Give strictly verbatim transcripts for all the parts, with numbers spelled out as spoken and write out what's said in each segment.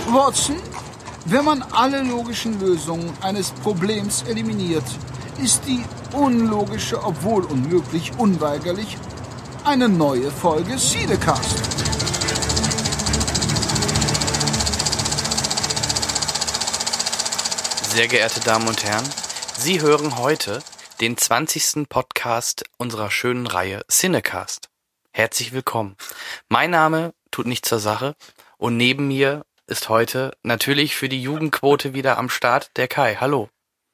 Watson, wenn man alle logischen Lösungen eines Problems eliminiert, ist die unlogische, obwohl unmöglich, unweigerlich eine neue Folge Cinecast. Sehr geehrte Damen und Herren, Sie hören heute den zwanzigsten Podcast unserer schönen Reihe Cinecast. Herzlich willkommen. Mein Name tut nichts zur Sache und neben mir ist heute natürlich für die Jugendquote wieder am Start der Kai. Hallo.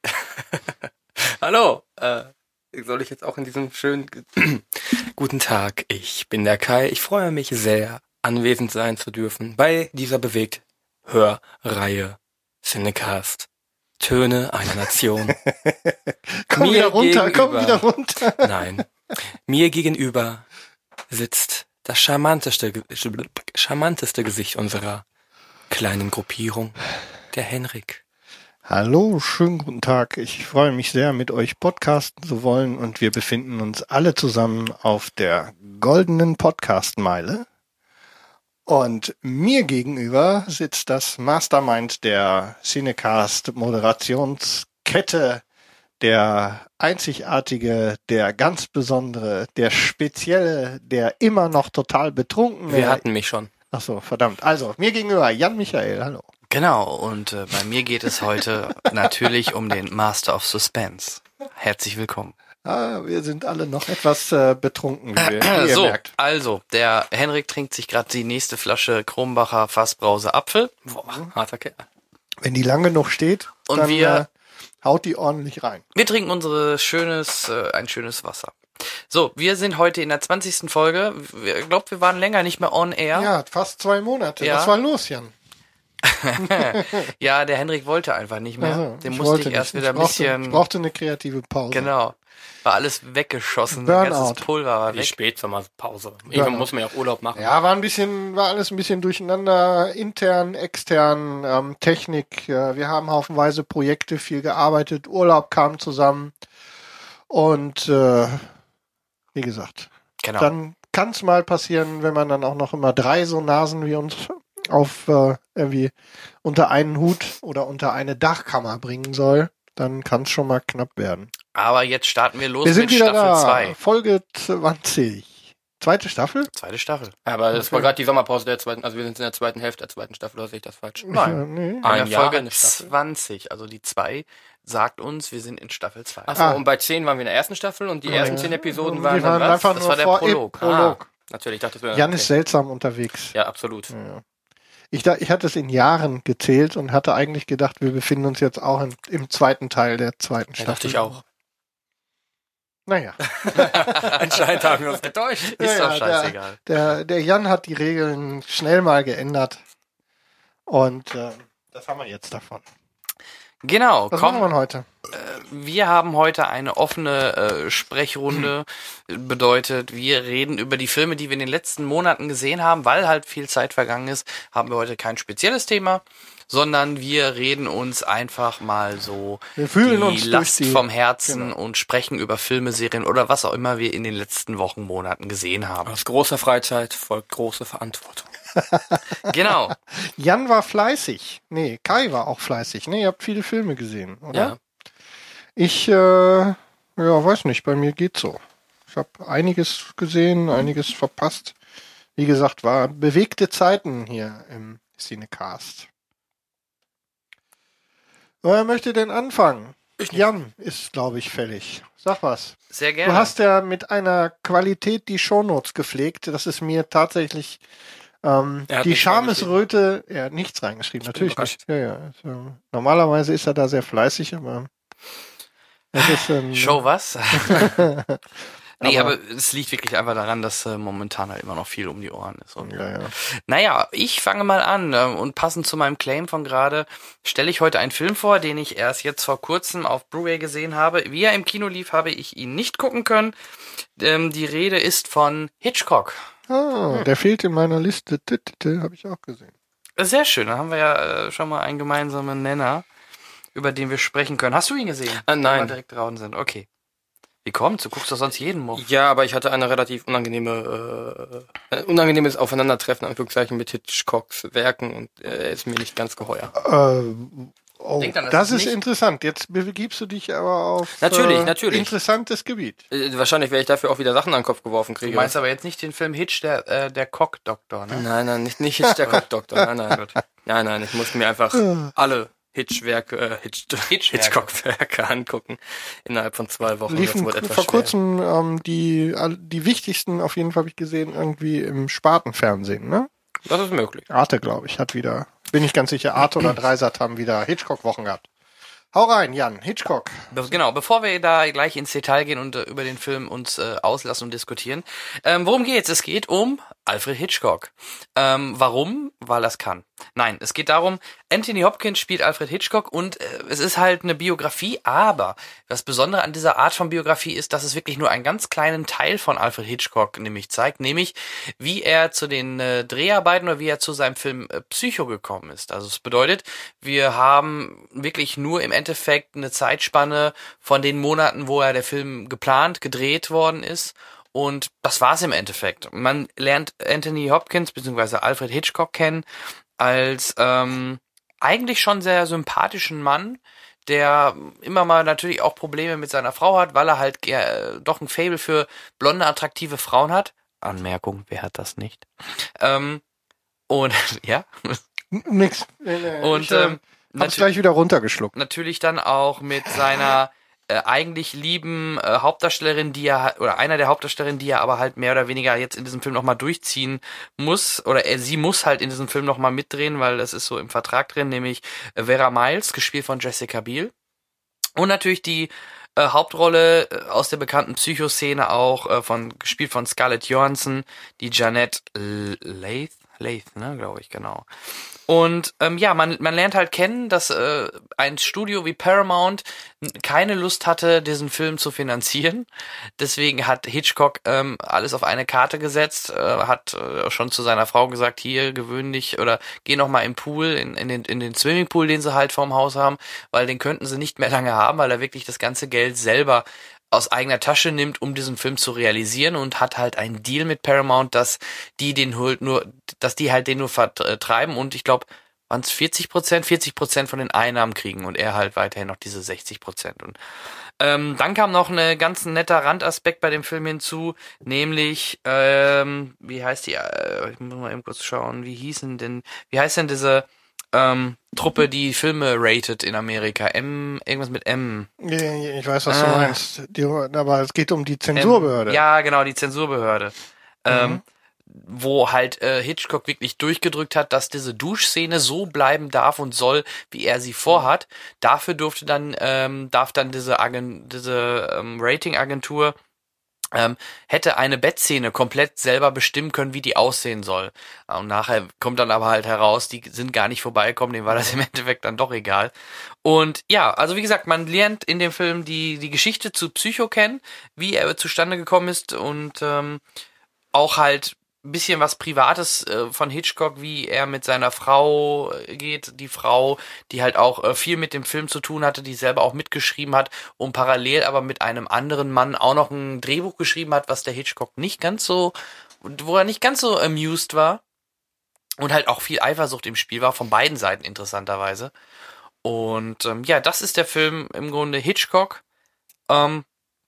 Hallo. Äh, soll ich jetzt auch in diesem schönen guten Tag? Ich bin der Kai. Ich freue mich sehr, anwesend sein zu dürfen bei dieser Bewegt-Hörreihe Cinecast. Töne einer Nation. komm Mir wieder runter, gegenüber, komm wieder runter. Nein. Mir gegenüber sitzt das charmanteste, charmanteste Gesicht unserer kleinen Gruppierung, der Henrik. Hallo, schönen guten Tag. Ich freue mich sehr, mit euch podcasten zu wollen und wir befinden uns alle zusammen auf der goldenen Podcast-Meile. Und mir gegenüber sitzt das Mastermind der Cinecast-Moderationskette, der einzigartige, der ganz besondere, der spezielle, der immer noch total betrunkene. Wir hatten mich schon. Ach so, verdammt. Also, mir gegenüber Jan Michael, hallo. Genau, und äh, bei mir geht es heute natürlich um den Master of Suspense. Herzlich willkommen. Ah, wir sind alle noch etwas äh, betrunken, wie, wie ihr so, merkt. also, der Henrik trinkt sich gerade die nächste Flasche Kronbacher Fassbrause Apfel. Boah, harter Kerl. Wenn die lang genug steht, Und dann wir- äh, haut die ordentlich rein. Wir trinken unsere schönes, äh, ein schönes Wasser. So, wir sind heute in der zwanzigsten Folge. Ich glaube, wir waren länger nicht mehr on air. Ja, fast zwei Monate. Ja. Was war los, Jan? Ja, der Henrik wollte einfach nicht mehr. Also, Den ich musste wollte ich erst nicht. wieder ich ein brauchte, bisschen... Ich brauchte eine kreative Pause. Genau. War alles weggeschossen. Burnout. Mein ganzes Pulver war Die weg. Spätsommerpause. Ja. Irgendwann muss man ja auch Urlaub machen. Ja, war ein bisschen, war alles ein bisschen durcheinander, intern, extern, ähm, Technik. Äh, wir haben haufenweise Projekte, viel gearbeitet, Urlaub kam zusammen und äh, wie gesagt, Genau. dann kann es mal passieren, wenn man dann auch noch immer drei so Nasen wie uns auf äh, irgendwie unter einen Hut oder unter eine Dachkammer bringen soll, dann kann es schon mal knapp werden. Aber jetzt starten wir los Wir sind mit wieder Staffel da, zwei. Folge zwanzig. Zweite Staffel? Zweite Staffel. Aber das Okay. war gerade die Sommerpause der zweiten, also wir sind in der zweiten Hälfte der zweiten Staffel, oder sehe ich das falsch? Nein. Ja, nee. In Ein der Jahr, Folge eine Staffel. zwanzig, also die zwei, sagt uns, wir sind in Staffel zwei. Achso, Ah. und bei zehn waren wir in der ersten Staffel und die Ja, ersten ja. zehn Episoden Die waren, waren dann was? einfach Das nur war der vor Prolog. Prolog. Ah, natürlich, ich dachte, das wäre... Jan okay. ist seltsam unterwegs. Ja, absolut. Ja. Ich, da, ich hatte es in Jahren gezählt und hatte eigentlich gedacht, wir befinden uns jetzt auch im, im zweiten Teil der zweiten Ja, Staffel. dachte ich auch. Naja, Anscheinend haben wir uns getäuscht. Ist Ja, doch ja, scheißegal. der, der Jan hat die Regeln schnell mal geändert und äh, das haben wir jetzt davon. Genau, Was komm. machen wir heute? Wir haben heute eine offene äh, Sprechrunde. Bedeutet, wir reden über die Filme, die wir in den letzten Monaten gesehen haben, weil halt viel Zeit vergangen ist, haben wir heute kein spezielles Thema, sondern wir reden uns einfach mal so Wir fühlen die uns durch Last die- vom Herzen genau. und sprechen über Filme, Serien oder was auch immer wir in den letzten Wochen, Monaten gesehen haben. Aus großer Freizeit folgt große Verantwortung. Genau. Jan war fleißig. Nee, Kai war auch fleißig. Nee, ihr habt viele Filme gesehen, oder? Ja. Ich, äh, ja, weiß nicht, bei mir geht's so. Ich habe einiges gesehen, einiges verpasst. Wie gesagt, war bewegte Zeiten hier im Cinecast. Wer möchte denn anfangen? Jan ist, glaube ich, fällig. Sag was. Sehr gerne. Du hast ja mit einer Qualität die Shownotes gepflegt. Das ist mir tatsächlich ähm, Er hat die nichts Schamesröte. Er hat nichts reingeschrieben, natürlich überrascht. nicht. Ja, ja. Also, normalerweise ist er da sehr fleißig, aber das ist ähm, Show was? Nee, Aber- aber, es liegt wirklich einfach daran, dass äh, momentan halt immer noch viel um die Ohren ist. Und, Ja, ja. Naja, ich fange mal an äh, und passend zu meinem Claim von gerade stelle ich heute einen Film vor, den ich erst jetzt vor kurzem auf Blu-ray gesehen habe. Wie er im Kino lief, habe ich ihn nicht gucken können. Ähm, die Rede ist von Hitchcock. Ah, der fehlt in meiner Liste. Habe ich auch gesehen. Sehr schön, dann haben wir ja äh, schon mal einen gemeinsamen Nenner, über den wir sprechen können. Hast du ihn gesehen? Ah, nein. Wenn wir direkt draußen sind, okay. Wie kommt's? Du guckst doch sonst jeden Morgen. Ja, aber ich hatte eine relativ unangenehme, äh, ein unangenehmes Aufeinandertreffen, Anführungszeichen, mit Hitchcocks Werken und er äh, ist mir nicht ganz geheuer. Äh, oh, Denk dann, das das ist ist nicht- interessant. Jetzt begibst du dich aber auf Natürlich, äh, natürlich. interessantes Gebiet. Äh, wahrscheinlich werde ich dafür auch wieder Sachen an den Kopf geworfen Du kriegen. meinst aber jetzt nicht den Film Hitch, der, äh, der Cock-Doktor, ne? Nein, nein, nicht, nicht Hitch, der Kopfdoktor. Nein, nein. Nein, nein, ich musste mir einfach alle Hitch-Werke, äh, Hitch, Hitchwerke. Hitchcock-Werke angucken. Innerhalb von zwei Wochen. Liefen Das wird etwas vor schwer. kurzem ähm, die, all- die wichtigsten, auf jeden Fall habe ich gesehen, irgendwie im Spartenfernsehen, ne? Das ist möglich. Arte, glaube ich, hat wieder, bin ich ganz sicher, Arte oder Dreisat haben wieder Hitchcock-Wochen gehabt. Hau rein, Jan, Hitchcock. Be- Genau, bevor wir da gleich ins Detail gehen und äh, über den Film uns äh, auslassen und diskutieren. Ähm, worum geht's? Es geht um Alfred Hitchcock. Ähm, warum? Weil er's kann. Nein, es geht darum, Anthony Hopkins spielt Alfred Hitchcock und äh, es ist halt eine Biografie, aber das Besondere an dieser Art von Biografie ist, dass es wirklich nur einen ganz kleinen Teil von Alfred Hitchcock nämlich zeigt, nämlich wie er zu den äh, Dreharbeiten oder wie er zu seinem Film äh, Psycho gekommen ist. Also es bedeutet, wir haben wirklich nur im Endeffekt eine Zeitspanne von den Monaten, wo er der Film geplant, gedreht worden ist. Und das war's im Endeffekt. Man lernt Anthony Hopkins bzw. Alfred Hitchcock kennen als ähm, eigentlich schon sehr sympathischen Mann, der immer mal natürlich auch Probleme mit seiner Frau hat, weil er halt äh, doch ein Faible für blonde, attraktive Frauen hat. Anmerkung, wer hat das nicht? Ähm, und ja. N- Nix. Äh, Und ich, äh, ähm, hab's natü- gleich wieder runtergeschluckt. natürlich dann auch mit seiner äh, eigentlich lieben äh, Hauptdarstellerin, die er oder einer der Hauptdarstellerinnen, die er aber halt mehr oder weniger jetzt in diesem Film nochmal durchziehen muss, oder er, sie muss halt in diesem Film nochmal mitdrehen, weil das ist so im Vertrag drin, nämlich äh, Vera Miles, gespielt von Jessica Biel. Und natürlich die äh, Hauptrolle äh, aus der bekannten Psychoszene auch, äh, von gespielt von Scarlett Johansson, die Janet L- Leigh, Leigh, ne, glaube ich, genau. Und ähm, ja, man, man lernt halt kennen, dass äh, ein Studio wie Paramount n- keine Lust hatte, diesen Film zu finanzieren. Deswegen hat Hitchcock ähm, alles auf eine Karte gesetzt, äh, hat äh, schon zu seiner Frau gesagt, hier gewöhn dich oder geh noch mal im Pool, in, in, den, in den Swimmingpool, den sie halt vorm Haus haben, weil den könnten sie nicht mehr lange haben, weil er wirklich das ganze Geld selber aus eigener Tasche nimmt, um diesen Film zu realisieren, und hat halt einen Deal mit Paramount, dass die den halt nur, dass die halt den nur vertreiben, und ich glaube, waren es vierzig Prozent, vierzig Prozent von den Einnahmen kriegen und er halt weiterhin noch diese sechzig Prozent. Und ähm, dann kam noch ein ganz netter Randaspekt bei dem Film hinzu, nämlich, ähm, wie heißt die, äh, ich muss mal eben kurz schauen, wie hießen denn, wie heißt denn diese ähm, Truppe, die Filme rated in Amerika? M, irgendwas mit M. Ich weiß, was Ah. du meinst. Die, aber es geht um die Zensurbehörde. Ähm, ja, genau, die Zensurbehörde. Mhm. Ähm, wo halt äh, Hitchcock wirklich durchgedrückt hat, dass diese Duschszene so bleiben darf und soll, wie er sie vorhat. Dafür durfte dann, ähm, darf dann diese, Agen diese ähm, Rating-Agentur ähm, hätte eine Bettszene komplett selber bestimmen können, wie die aussehen soll. Und nachher kommt dann aber halt heraus, die sind gar nicht vorbeigekommen, denen war das im Endeffekt dann doch egal. Und ja, also wie gesagt, man lernt in dem Film die die Geschichte zu Psycho kennen, wie er zustande gekommen ist, und ähm, auch halt ein bisschen was Privates äh, von Hitchcock, wie er mit seiner Frau äh, geht. Die Frau, die halt auch äh, viel mit dem Film zu tun hatte, die selber auch mitgeschrieben hat und parallel aber mit einem anderen Mann auch noch ein Drehbuch geschrieben hat, was der Hitchcock nicht ganz so, wo er nicht ganz so amused war. Und halt auch viel Eifersucht im Spiel war, von beiden Seiten interessanterweise. Und ähm, ja, das ist der Film im Grunde Hitchcock ähm,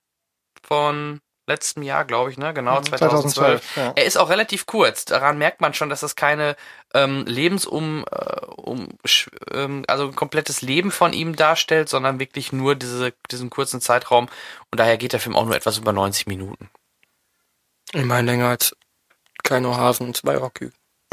von letztem Jahr, glaube ich, ne? Genau, Mhm, zweitausendzwölf. zweitausendzwölf, ja. Er ist auch relativ kurz. Daran merkt man schon, dass das keine ähm, Lebensum, äh, um, sch- ähm, also ein komplettes Leben von ihm darstellt, sondern wirklich nur diese, diesen kurzen Zeitraum. Und daher geht der Film auch nur etwas über neunzig Minuten. Immerhin länger als Kleiner Hasen und zwei Rockü.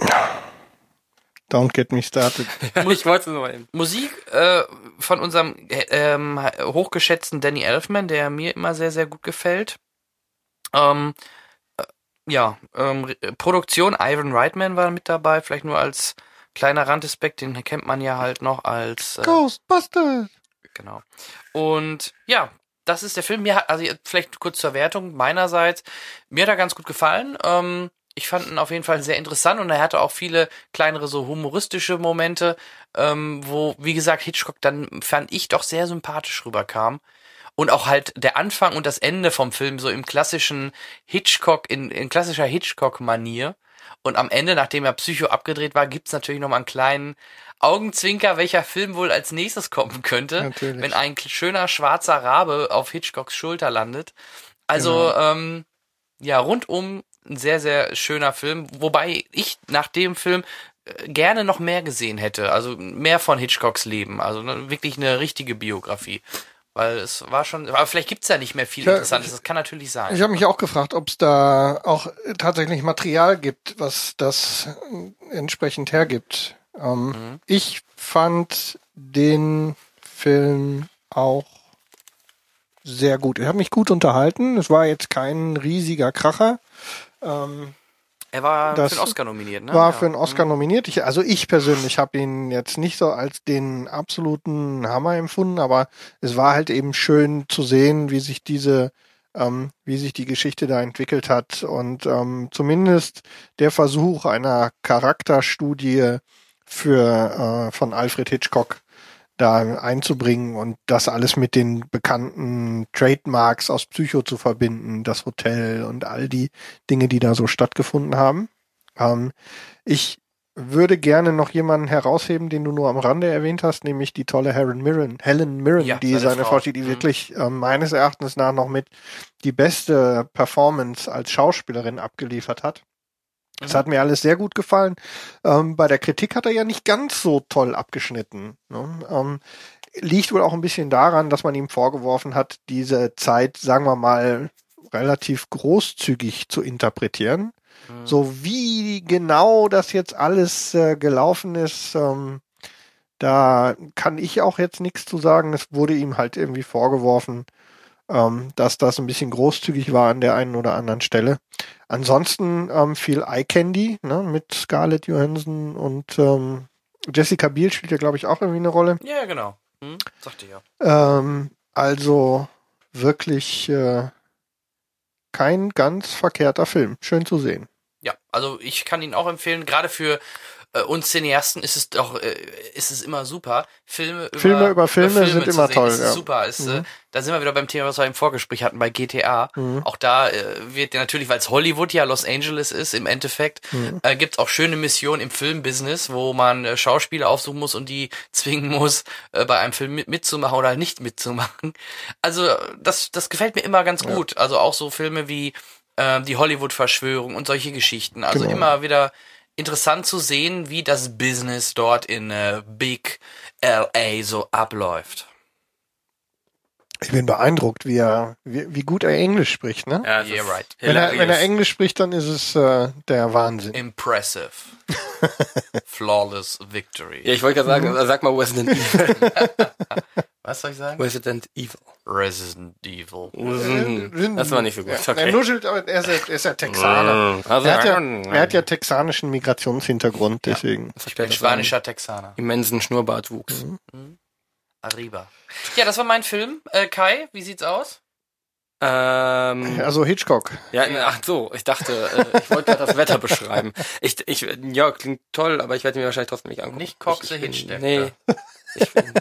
Don't get me started. Ich wollte es nur eben. Musik äh, von unserem äh, ähm, hochgeschätzten Danny Elfman, der mir immer sehr, sehr gut gefällt. Ähm, äh, ja, ähm, Re- Produktion, Ivan Reitman war mit dabei, vielleicht nur als kleiner Randaspekt, den kennt man ja halt noch als äh, Ghostbusters! genau. Und ja, das ist der Film. Mir hat, also vielleicht kurz zur Wertung meinerseits, mir hat er ganz gut gefallen. Ähm, ich fand ihn auf jeden Fall sehr interessant, und er hatte auch viele kleinere, so humoristische Momente, ähm, wo, wie gesagt, Hitchcock dann, fand ich, doch sehr sympathisch rüberkam. Und auch halt der Anfang und das Ende vom Film so im klassischen Hitchcock, in, in klassischer Hitchcock-Manier. Und am Ende, nachdem er Psycho abgedreht war, gibt's natürlich noch mal einen kleinen Augenzwinker, welcher Film wohl als nächstes kommen könnte, Natürlich. wenn ein schöner schwarzer Rabe auf Hitchcocks Schulter landet. Also, Genau. ähm, ja, rundum ein sehr, sehr schöner Film, wobei ich nach dem Film äh, gerne noch mehr gesehen hätte, also mehr von Hitchcocks Leben, also ne, wirklich eine richtige Biografie. Weil es war schon, aber vielleicht gibt's ja nicht mehr viel Ja, Interessantes, das kann natürlich sein. Ich habe mich auch gefragt, ob es da auch tatsächlich Material gibt, was das äh, entsprechend hergibt. Ähm, Mhm. Ich fand den Film auch sehr gut. Ich habe mich gut unterhalten. Es war jetzt kein riesiger Kracher. Ähm, Er war das für einen Oscar nominiert, ne? war Ja. für einen Oscar nominiert. Ich, also ich persönlich habe ihn jetzt nicht so als den absoluten Hammer empfunden, aber es war halt eben schön zu sehen, wie sich diese, ähm, wie sich die Geschichte da entwickelt hat und ähm, zumindest der Versuch einer Charakterstudie für äh, von Alfred Hitchcock da einzubringen und das alles mit den bekannten Trademarks aus Psycho zu verbinden, das Hotel und all die Dinge, die da so stattgefunden haben. Ähm, ich würde gerne noch jemanden herausheben, den du nur am Rande erwähnt hast, nämlich die tolle Helen Mirren, Helen Mirren, Ja, die seine seine Frau. Frau, die Mhm. wirklich ähm, meines Erachtens nach noch mit die beste Performance als Schauspielerin abgeliefert hat. Das Mhm. hat mir alles sehr gut gefallen. Ähm, bei der Kritik hat er ja nicht ganz so toll abgeschnitten. Ne? Ähm, liegt wohl auch ein bisschen daran, dass man ihm vorgeworfen hat, diese Zeit, sagen wir mal, relativ großzügig zu interpretieren. Mhm. So wie genau das jetzt alles äh, gelaufen ist, ähm, da kann ich auch jetzt nichts zu sagen. Es wurde ihm halt irgendwie vorgeworfen, ähm, dass das ein bisschen großzügig war an der einen oder anderen Stelle. Ansonsten ähm, viel Eye Candy, ne, mit Scarlett Johansson und ähm, Jessica Biel spielt ja, glaube ich, auch irgendwie eine Rolle. Ja, ja, genau. Hm? Sagte ich ja. Ähm, also wirklich äh, kein ganz verkehrter Film. Schön zu sehen. Ja, also ich kann ihn auch empfehlen, gerade für äh, uns Cineasten ist es doch, äh, ist es immer super. Filme über Filme über Filme sind zu immer sehen, toll, ist ja. super. Ist, Mhm. äh, da sind wir wieder beim Thema, was wir im Vorgespräch hatten bei G T A. Mhm. Auch da äh, wird ja natürlich, weil es Hollywood ja Los Angeles ist, im Endeffekt, Mhm. äh, gibt's auch schöne Missionen im Filmbusiness, wo man äh, Schauspieler aufsuchen muss und die zwingen muss, äh, bei einem Film mit, mitzumachen oder nicht mitzumachen. Also das, das gefällt mir immer ganz Ja. gut. Also auch so Filme wie ähm, die Hollywood-Verschwörung und solche Geschichten. Also Genau. immer wieder interessant zu sehen, wie das Business dort in äh, Big L A so abläuft. Ich bin beeindruckt, wie er, wie, wie gut er Englisch spricht, ne? Ja, es Yeah, ist right. Wenn er, hilarious. wenn er Englisch spricht, dann ist es äh, der Wahnsinn. Impressive. Flawless Victory. Ja, ich wollte gerade sagen, sag mal Resident Evil. Was soll ich sagen? Resident Evil. Resident Evil. Mhm. Das war nicht so gut. Ja, Okay. Er nuschelt, aber er ist, ja- er ist ja Texaner. Also, Er hat ja, er hat ja texanischen Migrationshintergrund, deswegen. das Ein erklärt spanischer Texaner. immensen Schnurrbartwuchs. Arriba. Ja, das war mein Film. Äh, Kai, wie sieht's aus? Ähm, Also Hitchcock. ja, ach so, ich dachte, äh, ich wollte gerade das Wetter beschreiben. Ich, ich, ja, klingt toll, aber ich werde mir wahrscheinlich trotzdem nicht angucken. Nicht Cox Ich- the ich bin- Hitchstepper. Nee. Ich, bin-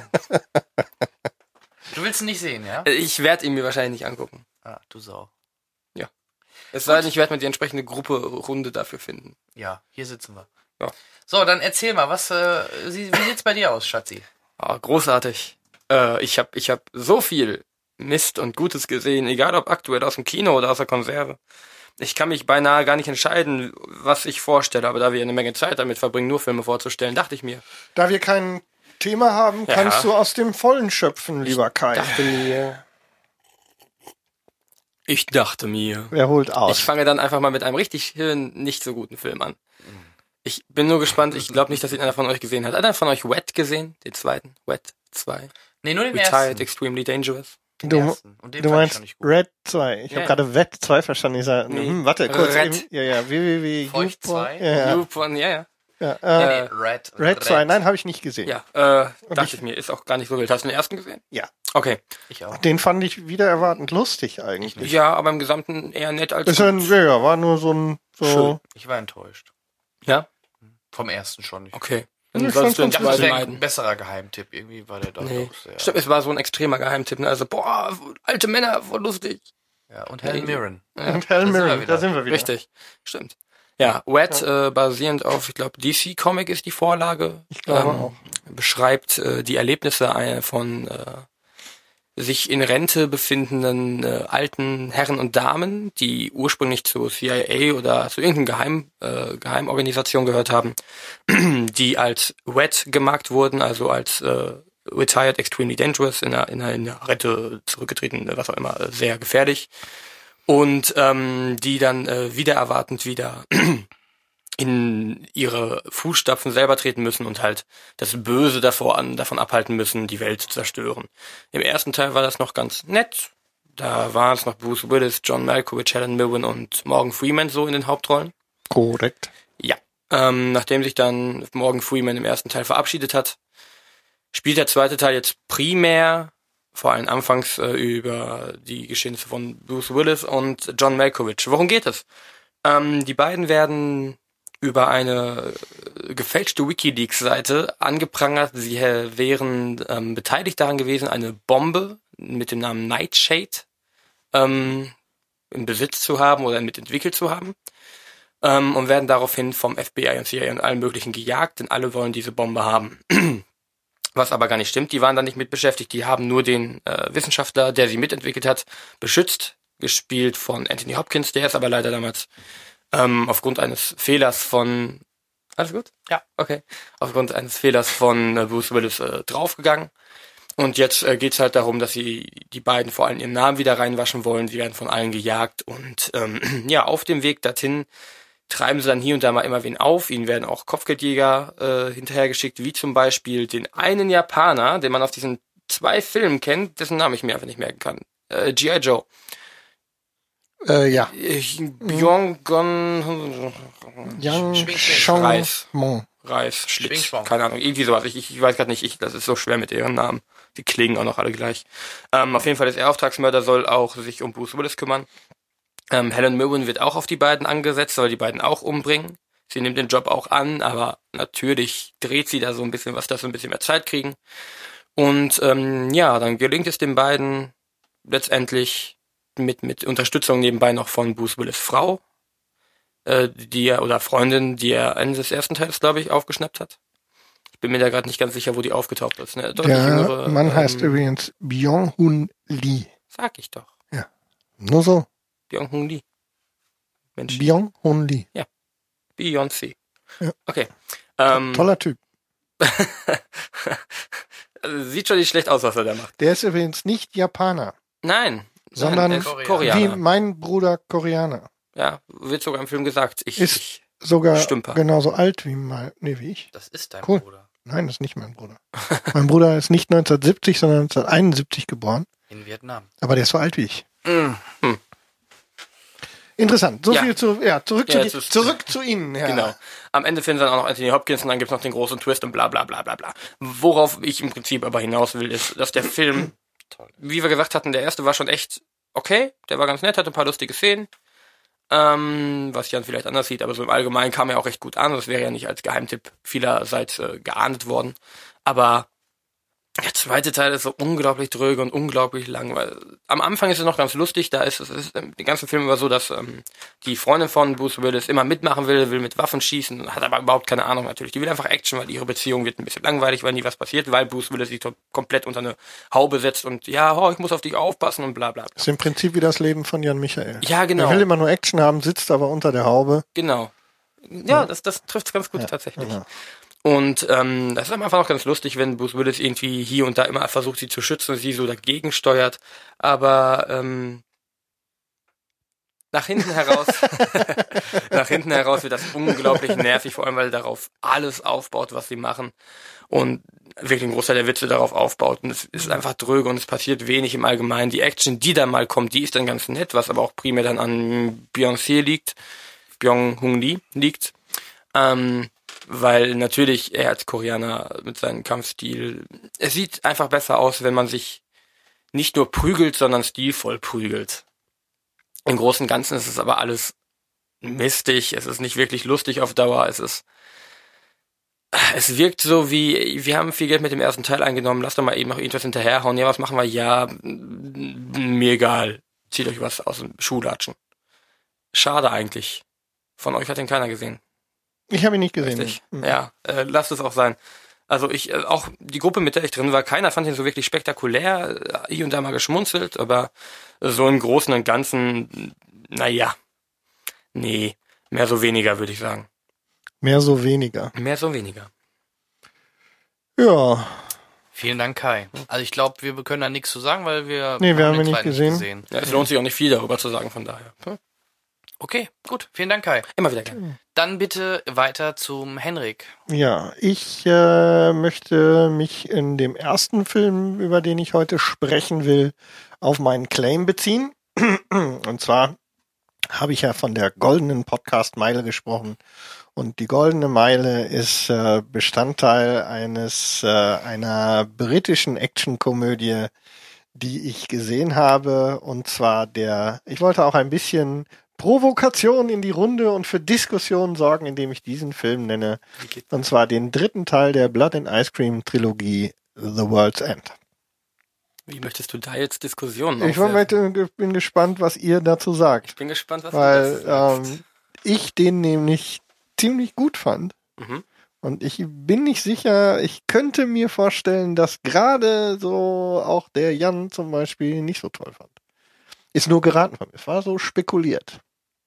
Du willst ihn nicht sehen, ja? ich werde ihn mir wahrscheinlich nicht angucken. Ah, du Sau. Es sei denn, ich werde mir die entsprechende Gruppe Runde dafür finden. Ja, hier sitzen wir. Ja. So, dann erzähl mal, was, äh, wie wie sieht's bei dir aus, Schatzi? Ah, großartig. Äh, ich habe ich hab so viel Mist und Gutes gesehen, egal ob aktuell aus dem Kino oder aus der Konserve. Ich kann mich beinahe gar nicht entscheiden, was ich vorstelle, aber da wir eine Menge Zeit damit verbringen, nur Filme vorzustellen, dachte ich mir, Da wir kein Thema haben, Ja. kannst du aus dem Vollen schöpfen, lieber Kai. dachte mir, ich dachte mir, Wer holt aus? ich fange dann einfach mal mit einem richtig hirn nicht so guten Film an. Ich bin nur gespannt, ich glaube nicht, dass ihn einer von euch gesehen hat. Hat einer von euch Wet gesehen? Den zweiten? Wet zwei? Nee, nur den Retired, ersten. Extremely Dangerous? Den Du- ersten. Und den Du fand ich meinst schon nicht gut. Red zwei. Ich Ja. habe gerade Wet zwei verstanden. Ich sag, Nee. hm, warte, kurz. Red. Eben, ja, ja, www. Feucht zwei? Ja, ja. Newborn, ja, ja. ja, Nee, äh, nee, Red. Red zwei, nein, habe ich nicht gesehen. Ja, äh, Und dachte ich- ich mir, ist auch gar nicht so wild. Hast du den ersten gesehen? Ja. Okay. Ich auch. Den fand ich wieder erwartend lustig eigentlich. Ja, aber im Gesamten eher nett als Ist ein, gut. ja, ja, war nur so ein, so, Schön. Ich war enttäuscht. Ja? Vom ersten schon nicht. Okay. Dann Ja, sollst du schon den Ich dachte, das Wald wäre ein meiden. besserer Geheimtipp. Irgendwie war der doch Nee. doch sehr... Stimmt, es war so ein extremer Geheimtipp. Ne? Also, boah, alte Männer, voll lustig. Ja, und Helen Mirren. Ja, Und Helen da sind wir Mirren, wieder. da sind wir wieder. richtig. Stimmt. Ja, Wet, Äh, basierend auf, ich glaube, D C Comic ist die Vorlage. Ich glaube ähm, auch. Beschreibt äh, die Erlebnisse einer von äh, sich in Rente befindenden äh, alten Herren und Damen, die ursprünglich zur C I A oder zu irgendeiner Geheim, äh, Geheimorganisation gehört haben, die als Wet gemarkt wurden, also als äh, Retired Extremely Dangerous, in der, in der, in der Rente zurückgetreten, was auch immer, äh, sehr gefährlich. Und ähm, die dann äh, wieder erwartend wieder in ihre Fußstapfen selber treten müssen und halt das Böse davor an, davon abhalten müssen, die Welt zu zerstören. Im ersten Teil war das noch ganz nett. Da waren es noch Bruce Willis, John Malkovich, Helen Mirren und Morgan Freeman so in den Hauptrollen. Korrekt. Ja. Ähm, nachdem sich dann Morgan Freeman im ersten Teil verabschiedet hat, spielt der zweite Teil jetzt primär, vor allem anfangs, äh, über die Geschehnisse von Bruce Willis und John Malkovich. Worum geht es? Ähm, die beiden werden über eine äh, gefälschte WikiLeaks-Seite angeprangert. Sie äh, wären ähm, beteiligt daran gewesen, eine Bombe mit dem Namen Nightshade ähm, in Besitz zu haben oder mitentwickelt zu haben. Ähm, und werden daraufhin vom F B I und C I A und allen möglichen gejagt, denn alle wollen diese Bombe haben. Was aber gar nicht stimmt, die waren da nicht mit beschäftigt. Die haben nur den äh, Wissenschaftler, der sie mitentwickelt hat, beschützt, gespielt von Anthony Hopkins. Der ist aber leider damals ähm, aufgrund eines Fehlers von... Alles gut? Ja. Okay. Aufgrund eines Fehlers von äh, Bruce Willis äh, draufgegangen. Und jetzt äh, geht's halt darum, dass sie die beiden vor allem ihren Namen wieder reinwaschen wollen. Sie werden von allen gejagt. Und ähm, ja, auf dem Weg dorthin treiben sie dann hier und da mal immer wen auf. Ihnen werden auch Kopfgeldjäger äh, hinterhergeschickt, wie zum Beispiel den einen Japaner, den man aus diesen zwei Filmen kennt, dessen Namen ich mir einfach nicht merken kann. Äh, G I. Joe. Äh, ja. Äh, Byung-gon... Yang Schwing- Chong Reis. Mo. Reis, Schlitz, Schwingschwang. keine Ahnung, irgendwie sowas. Ich, ich, ich weiß gerade nicht, ich, das ist so schwer mit ihren Namen. Die klingen auch noch alle gleich. Ähm, auf jeden Fall, der Auftragsmörder soll auch sich um Bruce Willis kümmern. Ähm, Helen Mirren wird auch auf die beiden angesetzt, soll die beiden auch umbringen. Sie nimmt den Job auch an, aber natürlich dreht sie da so ein bisschen was, dass sie ein bisschen mehr Zeit kriegen. Und ähm, ja, dann gelingt es den beiden letztendlich mit mit Unterstützung nebenbei noch von Bruce Willis Frau, äh, die er, oder Freundin, die er Ende des ersten Teils, glaube ich, aufgeschnappt hat. Ich bin mir da gerade nicht ganz sicher, wo die aufgetaucht ist. Ne? Deutlich Der jüngere, Mann heißt ähm, übrigens Byung-Hun Lee. Sag ich doch. Nur so. Byung-Hun Lee. Mensch, Byung-Hun Lee. Beyoncé. Ja. Okay. Ähm, Toller Typ. also sieht schon nicht schlecht aus, was er da macht. Der ist übrigens nicht Japaner, Nein. Sondern nein, er ist Koreaner. Koreaner. wie mein Bruder Koreaner. Ja, wird sogar im Film gesagt. Ich, Ist- ich Sogar Stümper. genauso alt wie mein, nee, wie ich. Das ist dein Cool. Bruder. Nein, das ist nicht mein Bruder. Mein Bruder ist nicht neunzehnhundertsiebzig, sondern neunzehnhunderteinundsiebzig geboren. In Vietnam. Aber der ist so alt wie ich. Mm, hm, Interessant. So Ja. viel zu, ja, zurück Ja, zu, jetzt die, ist- zurück zu Ihnen, ja. Genau. Am Ende finden sie dann auch noch Anthony Hopkins und dann gibt's noch den großen Twist und bla bla bla bla bla. Worauf ich im Prinzip aber hinaus will, ist, dass der Film, Toll. wie wir gesagt hatten, der erste war schon echt okay. Der war ganz nett, hatte ein paar lustige Szenen. Ähm, was Jan vielleicht anders sieht, aber so im Allgemeinen kam er auch recht gut an. Das wäre ja nicht als Geheimtipp vielerseits äh, geahndet worden. Aber der zweite Teil ist so unglaublich dröge und unglaublich lang, weil am Anfang ist es noch ganz lustig, da ist es, es ist den ganzen Film über so, dass ähm, die Freundin von Bruce Willis immer mitmachen will, will mit Waffen schießen, hat aber überhaupt keine Ahnung natürlich. Die will einfach Action, weil ihre Beziehung wird ein bisschen langweilig, wenn nie was passiert, weil Bruce Willis sich to- komplett unter eine Haube setzt und ja, oh, ich muss auf dich aufpassen und bla bla bla. Das ist im Prinzip wie das Leben von Jan Michael. Ja, genau. Er will immer nur Action haben, sitzt aber unter der Haube. Genau. Ja, das, das trifft ganz gut Ja, tatsächlich. genau. Und ähm, das ist am Anfang auch ganz lustig, wenn Bruce Willis irgendwie hier und da immer versucht, sie zu schützen und sie so dagegen steuert. Aber ähm, nach hinten heraus, nach hinten heraus wird das unglaublich nervig, vor allem weil darauf alles aufbaut, was sie machen. Und wirklich ein Großteil der Witze darauf aufbaut. Und es ist einfach dröge und es passiert wenig im Allgemeinen. Die Action, die da mal kommt, die ist dann ganz nett, was aber auch primär dann an Beyoncé liegt, Byung-Hun Lee liegt. Ähm, weil natürlich er als Koreaner mit seinem Kampfstil, es sieht einfach besser aus, wenn man sich nicht nur prügelt, sondern stilvoll prügelt. Im Großen und Ganzen ist es aber alles mistig, es ist nicht wirklich lustig auf Dauer, es ist Es wirkt so wie, wir haben viel Geld mit dem ersten Teil eingenommen, lasst doch mal eben noch irgendwas hinterherhauen. Ja, was machen wir? Ja, m- mir egal. Zieht euch was aus dem Schuhlatschen. Schade eigentlich. Von euch hat den keiner gesehen. Ich habe ihn nicht gesehen. Richtig? Mhm. Ja, äh, lasst es auch sein. Also ich, äh, auch die Gruppe, mit der ich drin war, keiner fand ihn so wirklich spektakulär, äh, hier und da mal geschmunzelt, aber so im Großen und Ganzen, naja, nee, mehr so weniger, würde ich sagen. Mehr so weniger. Mehr so weniger. Ja. Vielen Dank, Kai. Also ich glaube, wir können da nichts zu sagen, weil wir, Nee, wir haben den ihn nicht zweiten gesehen. Ja, es lohnt sich auch nicht viel darüber zu sagen, von daher. Hm? Okay, gut. Vielen Dank, Kai. Immer wieder gerne. Dann bitte weiter zum Henrik. Ja, ich äh, möchte mich in dem ersten Film, über den ich heute sprechen will, auf meinen Claim beziehen. Und zwar habe ich ja von der goldenen Podcast-Meile gesprochen. Und die goldene Meile ist äh, Bestandteil eines äh, einer britischen Actionkomödie, die ich gesehen habe. Und zwar der, ich wollte auch ein bisschen Provokation in die Runde und für Diskussion sorgen, indem ich diesen Film nenne. Wie geht's? Und zwar den dritten Teil der Blood and Ice Cream Trilogie The World's End. Wie möchtest du da jetzt Diskussionen Ich war aufwerfen? mit, bin gespannt, was ihr dazu sagt. Ich bin gespannt, was Weil du dazu sagst. ähm, ich den nämlich ziemlich gut fand. Mhm. Und ich bin nicht sicher, ich könnte mir vorstellen, dass gerade so auch der Jan zum Beispiel nicht so toll fand. Ist nur geraten von mir. Es war so spekuliert.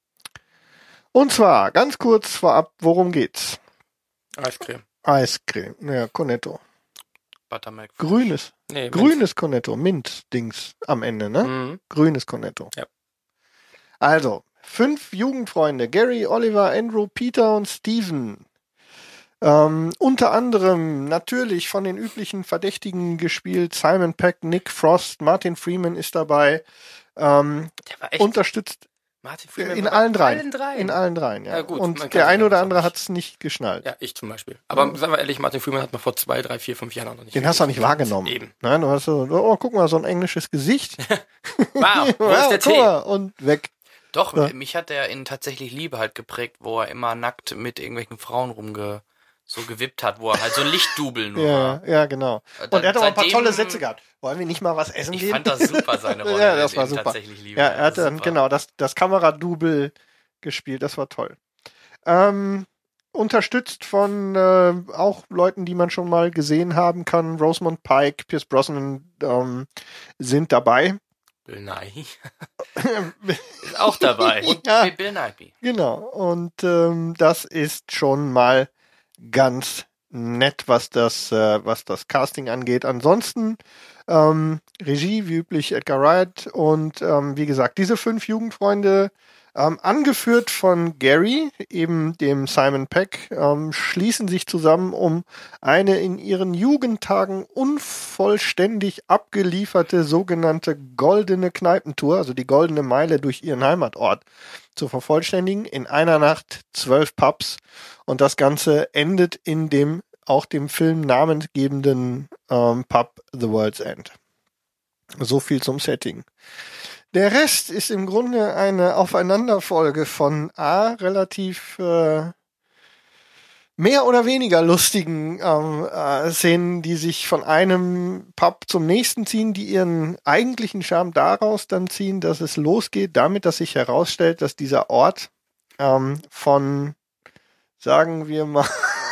Und zwar, ganz kurz vorab, worum geht's? Eiscreme. Eiscreme, ja, Cornetto. Buttermilk. Grünes, Nee, grünes Cornetto, Mint-Dings am Ende, ne? Mhm. Grünes Cornetto. Ja. Also, fünf Jugendfreunde, Gary, Oliver, Andrew, Peter und Steven. Ähm, unter anderem natürlich von den üblichen Verdächtigen gespielt, Simon Peck, Nick Frost, Martin Freeman ist dabei. Ähm, Der war echt. unterstützt Martin Freeman in war allen bei dreien. allen dreien. In allen dreien, ja. Ja, gut, man und kann der sich eine oder das auch andere nicht. hat es nicht geschnallt. Ja, ich zum Beispiel. Aber sagen wir ehrlich, Martin Freeman hat man vor zwei, drei, vier, fünf Jahren auch noch nicht. Den hast du auch nicht gekannt. wahrgenommen. Eben. Nein, du hast so, oh, guck mal, so ein englisches Gesicht. Wow, wo Ja, ist der guck Tee? mal, und weg. Doch, Ja. mich hat er in tatsächlich Liebe halt geprägt, wo er immer nackt mit irgendwelchen Frauen rumge so gewippt hat, wo er halt so ein Lichtdubel nur Ja, war. ja, genau. Äh, Und er hat auch ein paar seitdem- tolle Sätze gehabt. Wollen wir nicht mal was essen Ich gehen? fand das super, seine Rolle. Ja, das in war super. Tatsächlich Liebe. Ja, er hat dann, Super. genau, das, das Kameradouble gespielt, das war toll. Ähm, unterstützt von äh, auch Leuten, die man schon mal gesehen haben kann. Rosamund Pike, Pierce Brosnan ähm, sind dabei. Bill Nighy. Ist auch dabei. Und Ja. Bill Nighy. Genau, und ähm, das ist schon mal ganz nett, was das, äh, was das Casting angeht. Ansonsten ähm, Regie, wie üblich, Edgar Wright und ähm, wie gesagt, diese fünf Jugendfreunde, ähm, angeführt von Gary, eben dem Simon Peck, ähm, schließen sich zusammen, um eine in ihren Jugendtagen unvollständig abgelieferte sogenannte goldene Kneipentour, also die goldene Meile durch ihren Heimatort, zu vervollständigen. In einer Nacht zwölf Pubs und das Ganze endet in dem auch dem Film namengebenden ähm, Pub The World's End. So viel zum Setting. Der Rest ist im Grunde eine Aufeinanderfolge von A, relativ äh, mehr oder weniger lustigen ähm, äh, Szenen, die sich von einem Pub zum nächsten ziehen, die ihren eigentlichen Charme daraus dann ziehen, dass es losgeht damit, dass sich herausstellt, dass dieser Ort ähm, von, sagen wir mal,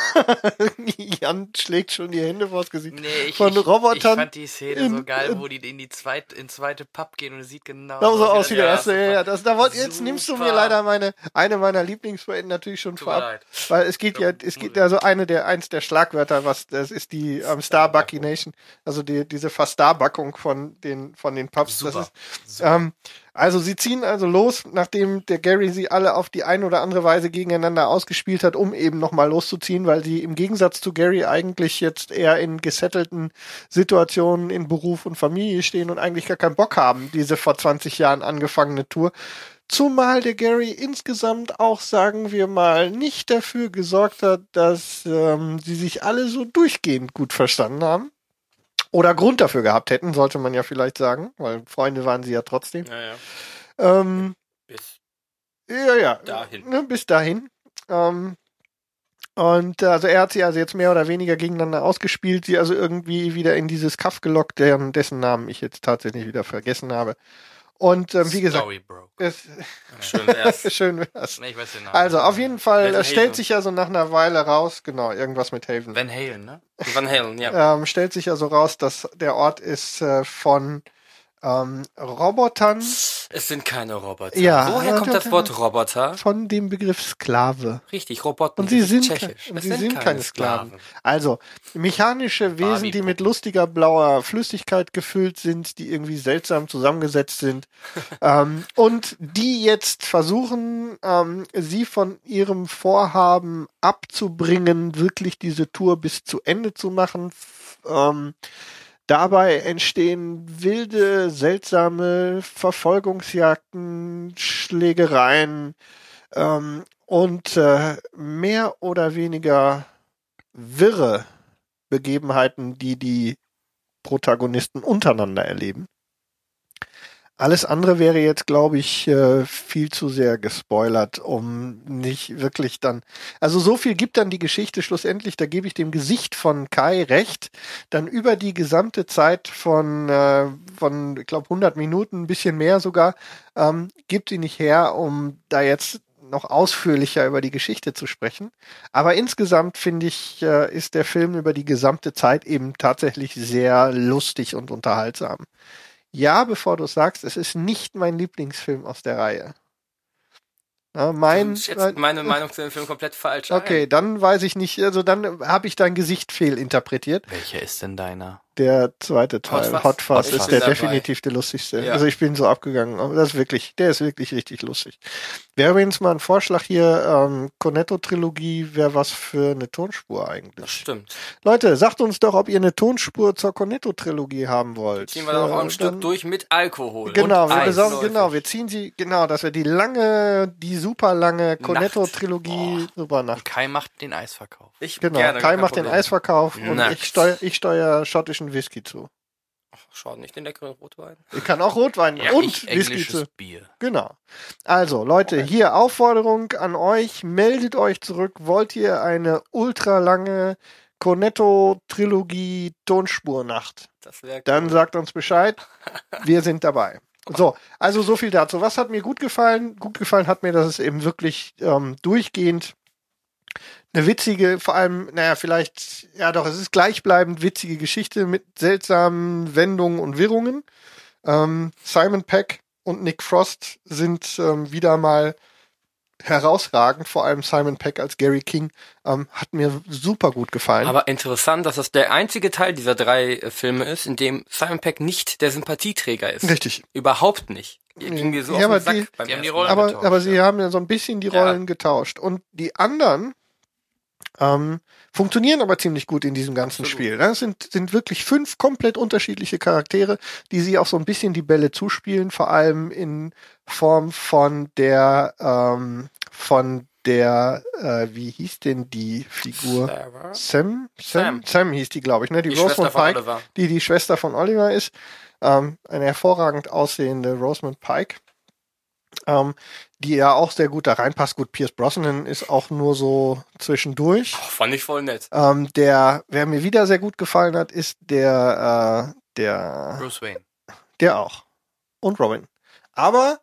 Jan schlägt schon die Hände vors Gesicht. Nee, ich, Von ich, Robotern ich fand die Szene in- so geil, in- wo die in die zweite, in zweite Pub gehen und es sieht genau Genau so aus wie der Ja, erste. Ja, ja, das, da wollt, jetzt super. nimmst du mir leider meine, eine meiner Lieblingspoeten natürlich schon Tut mir vorab. leid. Weil es geht ja, Ja, es muss geht ich. ja so eine der, eins der Schlagwörter, was, das ist die ähm, Starbuckination, also die, diese Verstarbuckung von den, von den Pubs. Super. Das ist, Super. ähm, also sie ziehen also los, nachdem der Gary sie alle auf die eine oder andere Weise gegeneinander ausgespielt hat, um eben nochmal loszuziehen, weil sie im Gegensatz zu Gary eigentlich jetzt eher in gesettelten Situationen in Beruf und Familie stehen und eigentlich gar keinen Bock haben, diese vor zwanzig Jahren angefangene Tour. Zumal der Gary insgesamt auch, sagen wir mal, nicht dafür gesorgt hat, dass ähm, sie sich alle so durchgehend gut verstanden haben. Oder Grund dafür gehabt hätten, sollte man ja vielleicht sagen, weil Freunde waren sie ja trotzdem. Ja, ja. Ähm, Bis ja, ja. dahin. Ne, bis dahin. Ähm, Und äh, also er hat sie also jetzt mehr oder weniger gegeneinander ausgespielt, sie also irgendwie wieder in dieses Kaff gelockt, deren, dessen Namen ich jetzt tatsächlich wieder vergessen habe. Und ähm, wie gesagt, Story broke. es, Schön wär's. schön wär's. Nee, ich weiß den Namen. Also auf jeden Fall Van äh, stellt Halen. sich ja so nach einer Weile raus, genau, irgendwas mit Haven. Van Halen, ne? Van Halen, ja. Ähm, stellt sich ja so raus, dass der Ort ist äh, von ähm, Robotern, Es sind keine Roboter. Ja. Woher kommt das Wort Roboter? von dem Begriff Sklave. Richtig, Roboter. Und sie das ist sind, tschechisch. und Es sie sind keine Sklaven. Sklaven. Also, mechanische Wesen, die mit lustiger blauer Flüssigkeit gefüllt sind, die irgendwie seltsam zusammengesetzt sind, ähm, und die jetzt versuchen, ähm, sie von ihrem Vorhaben abzubringen, wirklich diese Tour bis zu Ende zu machen. F- Ähm, Dabei entstehen wilde, seltsame Verfolgungsjagden, Schlägereien ähm, und äh, mehr oder weniger wirre Begebenheiten, die die Protagonisten untereinander erleben. Alles andere wäre jetzt, glaube ich, äh, viel zu sehr gespoilert, um nicht wirklich dann... Also so viel gibt dann die Geschichte schlussendlich, da gebe ich dem Gesicht von Kai recht, dann über die gesamte Zeit von, äh, von ich glaube, hundert Minuten, ein bisschen mehr sogar, ähm, gibt sie nicht her, um da jetzt noch ausführlicher über die Geschichte zu sprechen. Aber insgesamt, finde ich, äh, ist der Film über die gesamte Zeit eben tatsächlich sehr lustig und unterhaltsam. Ja, bevor du sagst, es ist nicht mein Lieblingsfilm aus der Reihe. Ja, mein, Du schätzt meine Meinung zu dem Film komplett falsch okay, ein. dann weiß ich nicht, also dann habe ich dein Gesicht fehlinterpretiert. Welcher ist denn deiner? Der zweite Teil, Hot Hot Fuzz. Fuzz, Hot ist Fuzz der ist dabei. definitiv der lustigste. Ja. Also ich bin so abgegangen, aber das ist wirklich, der ist wirklich richtig lustig. Wäre übrigens mal ein Vorschlag hier, ähm, Cornetto-Trilogie wäre was für eine Tonspur Das eigentlich. stimmt. Leute, sagt uns doch, ob ihr eine Tonspur zur Cornetto-Trilogie haben wollt. Ziehen wir dann auch Äh, ein Stück dann- durch mit Alkohol. Genau, und wir Eis. besorgen, Läufig. genau, wir ziehen sie, genau, dass wir die lange, die super lange Cornetto-Trilogie, super Und Nacht. Kai macht den Eisverkauf. Ich Genau, gerne, Kai kein macht den Problem. Eisverkauf und Nachts. ich steuere ich steuer schottischen Whisky zu. Schaut nicht den leckeren Rotwein. Ich kann auch Rotwein Ja, und ich Whisky englisches zu. Bier. Genau. Also, Leute, hier Aufforderung an euch, meldet euch zurück. Wollt ihr eine ultralange Cornetto-Trilogie Tonspurnacht? Das wäre Dann sagt uns Bescheid. Wir sind dabei. So, also so viel dazu. Was hat mir gut gefallen? Gut gefallen hat mir, dass es eben wirklich ähm, durchgehend eine witzige, vor allem, naja, vielleicht, ja doch, es ist gleichbleibend witzige Geschichte mit seltsamen Wendungen und Wirrungen. Ähm, Simon Pegg und Nick Frost sind ähm, wieder mal herausragend, vor allem Simon Pegg als Gary King, ähm, hat mir super gut gefallen. Aber interessant, dass das der einzige Teil dieser drei äh, Filme ist, in dem Simon Pegg nicht der Sympathieträger ist. Richtig. Überhaupt nicht. Ihr ging mir so Ja, auf aber den Sack die- beim die haben die ersten Rollen Mal. aber, getauscht, aber sie ja. haben ja so ein bisschen die Ja. Rollen getauscht. Und die anderen ähm, funktionieren aber ziemlich gut in diesem ganzen Absolut. Spiel. Das sind, sind wirklich fünf komplett unterschiedliche Charaktere, die sie auch so ein bisschen die Bälle zuspielen, vor allem in Form von der, ähm, von der, äh, wie hieß denn die Figur? Sarah? Sam? Sam? Sam. Sam hieß die, glaube ich, ne? Die, Die Rosamund Schwester von Pike, Oliver. die die Schwester von Oliver ist. Ähm, eine hervorragend aussehende Rosamund Pike. Ähm, die ja auch sehr gut da reinpasst. Gut, Pierce Brosnan ist auch nur so zwischendurch. Oh, fand ich voll nett. Ähm, der, wer mir wieder sehr gut gefallen hat, ist der, äh, der, Bruce Wayne. der auch. Und Robin. Aber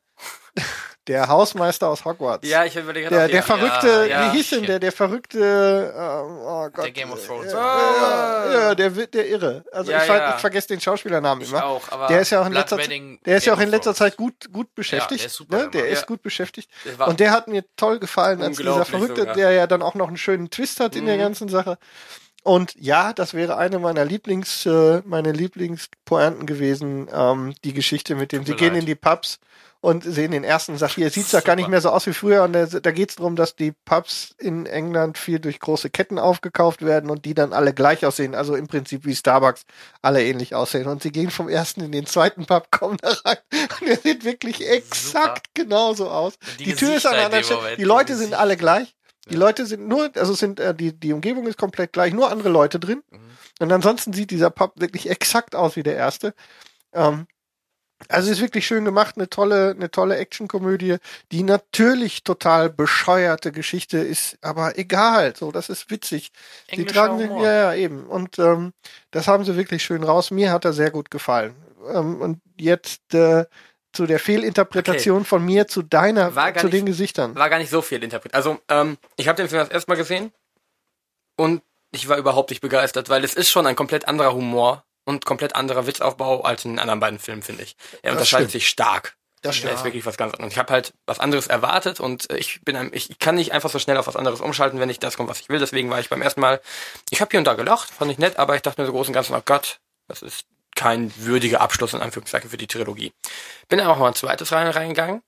der Hausmeister aus Hogwarts. Ja, ich überlege Der, gerade. der ja. verrückte, ja, wie hieß denn shit. der, der verrückte, ähm, oh Gott. Der Game of Thrones. Ja, ja, der, wird- der Irre. Also Ja, ich, ver ja. ich vergesse den Schauspielernamen Ich immer. auch, aber Der ist ja auch in Blood letzter Zeit, Wedding, der ist ja auch Game in of letzter Thrones. Zeit gut, gut beschäftigt. der ist super ne? Der gemacht. ist Ja. gut beschäftigt. Das war- Und der hat mir toll gefallen als dieser Unglaublich Verrückte, sogar. der ja dann auch noch einen schönen Twist hat in der Mhm. ganzen Sache. Und ja, das wäre eine meiner Lieblings, äh, meine Lieblingspointen gewesen, ähm, die Geschichte mit dem, Tut sie mir gehen leid. in die Pubs und sehen den ersten und sagt, hier sieht's doch gar nicht Super. mehr so aus wie früher. Und da, da geht's darum, dass die Pubs in England viel durch große Ketten aufgekauft werden und die dann alle gleich aussehen. Also im Prinzip wie Starbucks alle ähnlich aussehen. Und sie gehen vom ersten in den zweiten Pub, kommen da rein und der sieht wirklich exakt genauso aus. Die Die, Tür ist an Gesichter einer in anderen dem Stelle. Moment, Die die Leute sind Gesichter. alle gleich. Die Ja. Leute sind nur, also sind äh, die die Umgebung ist komplett gleich, nur andere Leute drin. Mhm. Und ansonsten sieht dieser Pub wirklich exakt aus wie der erste. Ähm, Also ist wirklich schön gemacht, eine tolle, eine tolle Actionkomödie, die natürlich total bescheuerte Geschichte ist, aber egal, so, das ist witzig. Sie Englischer tragen, Humor. ja, ja, eben. Und ähm, das haben sie wirklich schön raus. Mir hat er sehr gut gefallen. Ähm, und jetzt äh, zu der Fehlinterpretation von mir zu deiner, War gar zu nicht- den Gesichtern. War gar nicht so viel interpretiert. Also, ähm, ich habe den Film das erste Mal gesehen und ich war überhaupt nicht begeistert, weil es ist schon ein komplett anderer Humor und komplett anderer Witzaufbau als in den anderen beiden Filmen, finde ich. Er unterscheidet stimmt. sich stark. Das stimmt. Er ist wirklich was ganz anderes. Ich habe halt was anderes erwartet und ich bin ein, ich kann nicht einfach so schnell auf was anderes umschalten, wenn nicht das kommt, was ich will. Deswegen war ich beim ersten Mal, ich habe hier und da gelacht, fand ich nett, aber ich dachte mir so groß und ganzen, oh Gott, das ist kein würdiger Abschluss in Anführungszeichen für die Trilogie. Bin dann auch mal ein zweites rein reingegangen,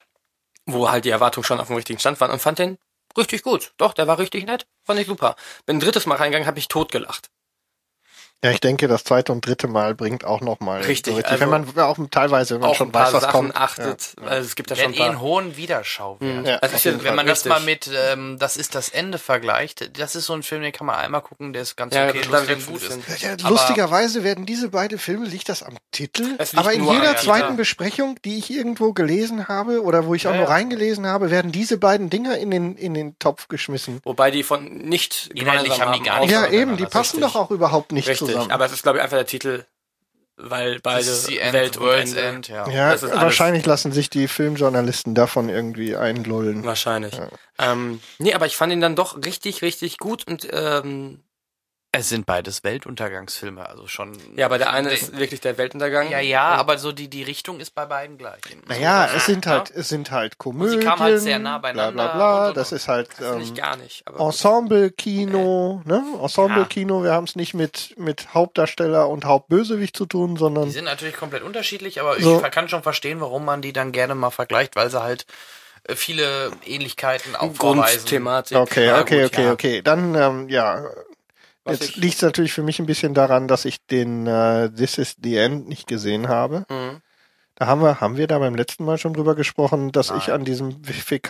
wo halt die Erwartungen schon auf dem richtigen Stand waren und fand den richtig gut. Doch, der war richtig nett, fand ich super. Bin ein drittes Mal reingegangen, habe ich totgelacht. Ja, ich denke, das zweite und dritte Mal bringt auch nochmal. Richtig, So also wenn man auch teilweise, wenn man Auch schon ein paar weiß, was Sachen kommt. achtet. Also es gibt da Der schon hat ein eh paar. einen hohen Wiederschauwert. Ja, Also auf ist jeden ja- Wenn man Richtig. das mal mit ähm, Das ist das Ende vergleicht, das ist so ein Film, den kann man einmal gucken, der ist ganz Ja, okay, das lustig ist und gut ein ist. bisschen- Ja, Aber- lustigerweise werden diese beiden Filme, liegt das am Titel? Es liegt Aber in nur jeder am Titel. zweiten Besprechung, die ich irgendwo gelesen habe oder wo ich auch Ja, nur ja. reingelesen habe, werden diese beiden Dinger in den, in den Topf geschmissen. Wobei die von nicht Inhaltlich gemeinsam haben die gar nichts Ja, miteinander, eben, die das passen richtig. doch auch überhaupt nicht Richtig, zusammen. aber es ist, glaube ich, einfach der Titel, weil beide Das ist die End, Welt und World's Ende. End, ja. ja, das ist alles- wahrscheinlich lassen sich die Filmjournalisten davon irgendwie einlullen. Wahrscheinlich. Ähm, nee, aber ich fand ihn dann doch richtig, richtig gut und ähm, Es sind beides Weltuntergangsfilme, also schon. ja, aber der eine ist wirklich der Weltuntergang. Ja, ja, aber so die, die Richtung ist bei beiden gleich. Naja, So, es sind ja. halt, es sind halt Komödien. sie kamen halt sehr nah bla beieinander bla bla. und, und, das und. ist halt Das finde ich ähm, gar nicht. Aber Ensemble-Kino, ne? Ensemble-Kino, wir haben es nicht mit, mit Hauptdarsteller und Hauptbösewicht zu tun, Die sondern sind natürlich komplett unterschiedlich, aber So. ich kann schon verstehen, warum man die dann gerne mal vergleicht, weil sie halt äh, viele Ähnlichkeiten auch vorweisen. Grundthematik. okay, Ja, okay, gut, okay, ja. okay. Dann, ähm, ja, Was jetzt ich- liegt es natürlich für mich ein bisschen daran, dass ich den äh, This is the End nicht gesehen habe. Mhm. Da haben wir, haben wir da beim letzten Mal schon drüber gesprochen, dass ich Nein. an diesem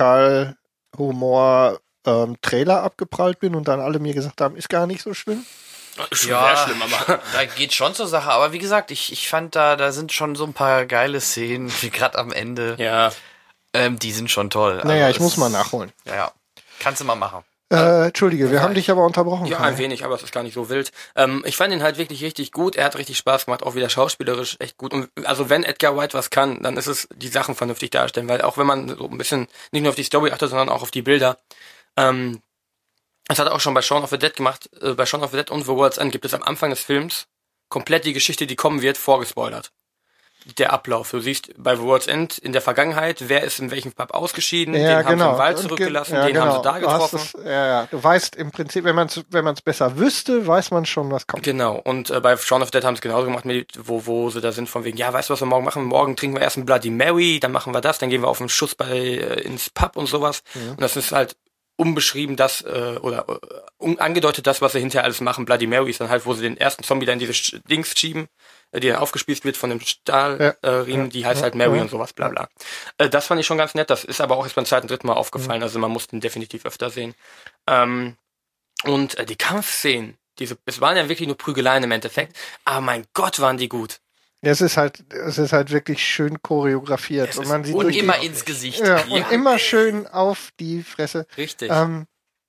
Fäkal-Humor ähm, Trailer abgeprallt bin und dann alle mir gesagt haben, ist gar nicht so schlimm. Schon Ja, sehr schlimm, aber da geht schon zur Sache, aber wie gesagt, ich, ich fand da, da sind schon so ein paar geile Szenen, wie gerade am Ende, ja. ähm, die sind schon toll. Naja, Also ich muss es- mal nachholen. Ja, ja. Kannst du mal machen. Äh, Entschuldige, wir haben dich aber unterbrochen. Ja, Kai. ein wenig, aber es ist gar nicht so wild. Ähm, ich fand ihn halt wirklich richtig gut. Er hat richtig Spaß gemacht, auch wieder schauspielerisch echt gut. Und also wenn Edgar Wright was kann, dann ist es die Sachen vernünftig darstellen, weil auch wenn man so ein bisschen nicht nur auf die Story achtet, sondern auch auf die Bilder. Ähm, das hat er auch schon bei Shaun of the Dead gemacht. Äh, bei Shaun of the Dead und The World's End gibt es am Anfang des Films komplett die Geschichte, die kommen wird, vorgespoilert. Der Ablauf. Du siehst bei The World's End in der Vergangenheit, wer ist in welchem Pub ausgeschieden, Ja, den haben genau. sie im Wald Und ge- zurückgelassen, ja, den genau. haben sie da Du hast getroffen. Es, ja, ja. Du weißt im Prinzip, wenn man es wenn man's besser wüsste, weiß man schon, was kommt. Genau, und äh, bei Shaun of the Dead haben sie es genauso gemacht, mit, wo, wo sie da sind von wegen, ja, weißt du, was wir morgen machen? Morgen trinken wir erst ein Bloody Mary, dann machen wir das, dann gehen wir auf einen Schuss bei äh, ins Pub und sowas. Mhm. Und das ist halt unbeschrieben das, äh, oder äh, un angedeutet das, was sie hinterher alles machen. Bloody Mary ist dann halt, wo sie den ersten Zombie dann in diese Sch Dings schieben, äh, die dann aufgespießt wird von dem Stahlriemen, Ja. äh, Riemen, die heißt Ja. halt Mary Ja. und sowas, bla bla. Äh, das fand ich schon ganz nett, das ist aber auch erst beim zweiten, dritten Mal aufgefallen, also man muss den definitiv öfter sehen. Ähm, und äh, die Kampfszenen, diese, es waren ja wirklich nur Prügeleien im Endeffekt, aber mein Gott, waren die gut. Ja, es ist halt, es ist halt wirklich schön choreografiert. Es Und ist man sieht Und durch immer die, ins Gesicht. ja, Ja. und immer schön auf die Fresse. Richtig. Ähm,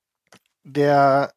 der,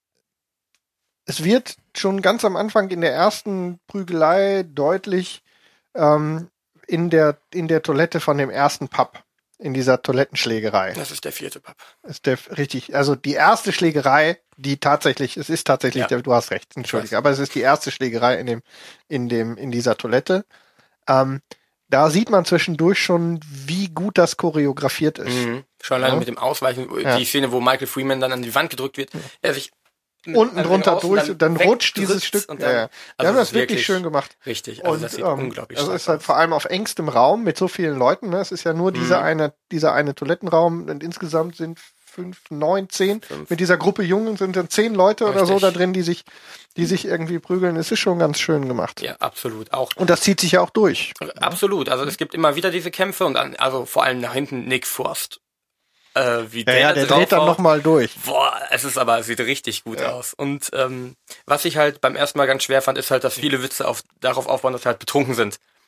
es wird schon ganz am Anfang in der ersten Prügelei deutlich ähm, in der in der Toilette von dem ersten Pub, in dieser Toilettenschlägerei. Das ist der vierte Pub. Ist der richtig, also die erste Schlägerei, die tatsächlich, es ist tatsächlich, Ja. der, du hast recht, entschuldige, Ich weiß. aber es ist die erste Schlägerei in dem, in dem, in dieser Toilette. Ähm, da sieht man zwischendurch schon, wie gut das choreografiert ist. Mhm. Schon alleine Ja. mit dem Ausweichen, Ja. die Szene, wo Michael Freeman dann an die Wand gedrückt wird, er sich Unten also drunter außen durch, dann, rutscht wegdrückt dieses Stück. und ja, dann, ja. Wir also haben es das ist wirklich schön gemacht. Richtig, also Und das sieht ähm, unglaublich das stark ist halt aus. vor allem auf engstem Raum mit so vielen Leuten. Ne? Es ist ja nur dieser Mhm. eine, dieser eine Toilettenraum und insgesamt sind fünf, neun, zehn. Fünf. Mit dieser Gruppe Jungen sind dann zehn Leute oder so Richtig. da drin, die sich, die sich irgendwie prügeln. Es ist schon ganz schön gemacht. Ja, absolut. Auch Und das zieht sich ja auch durch. absolut. Also es gibt immer wieder diese Kämpfe und an, also vor allem nach hinten Nick Forst. Äh, wie Ja, der, ja, der drauf dreht dann haut. nochmal durch. Boah, es ist aber, es sieht richtig gut Ja. aus. Und ähm, was ich halt beim ersten Mal ganz schwer fand, ist halt, dass viele Witze auf, darauf aufbauen, dass sie halt betrunken sind.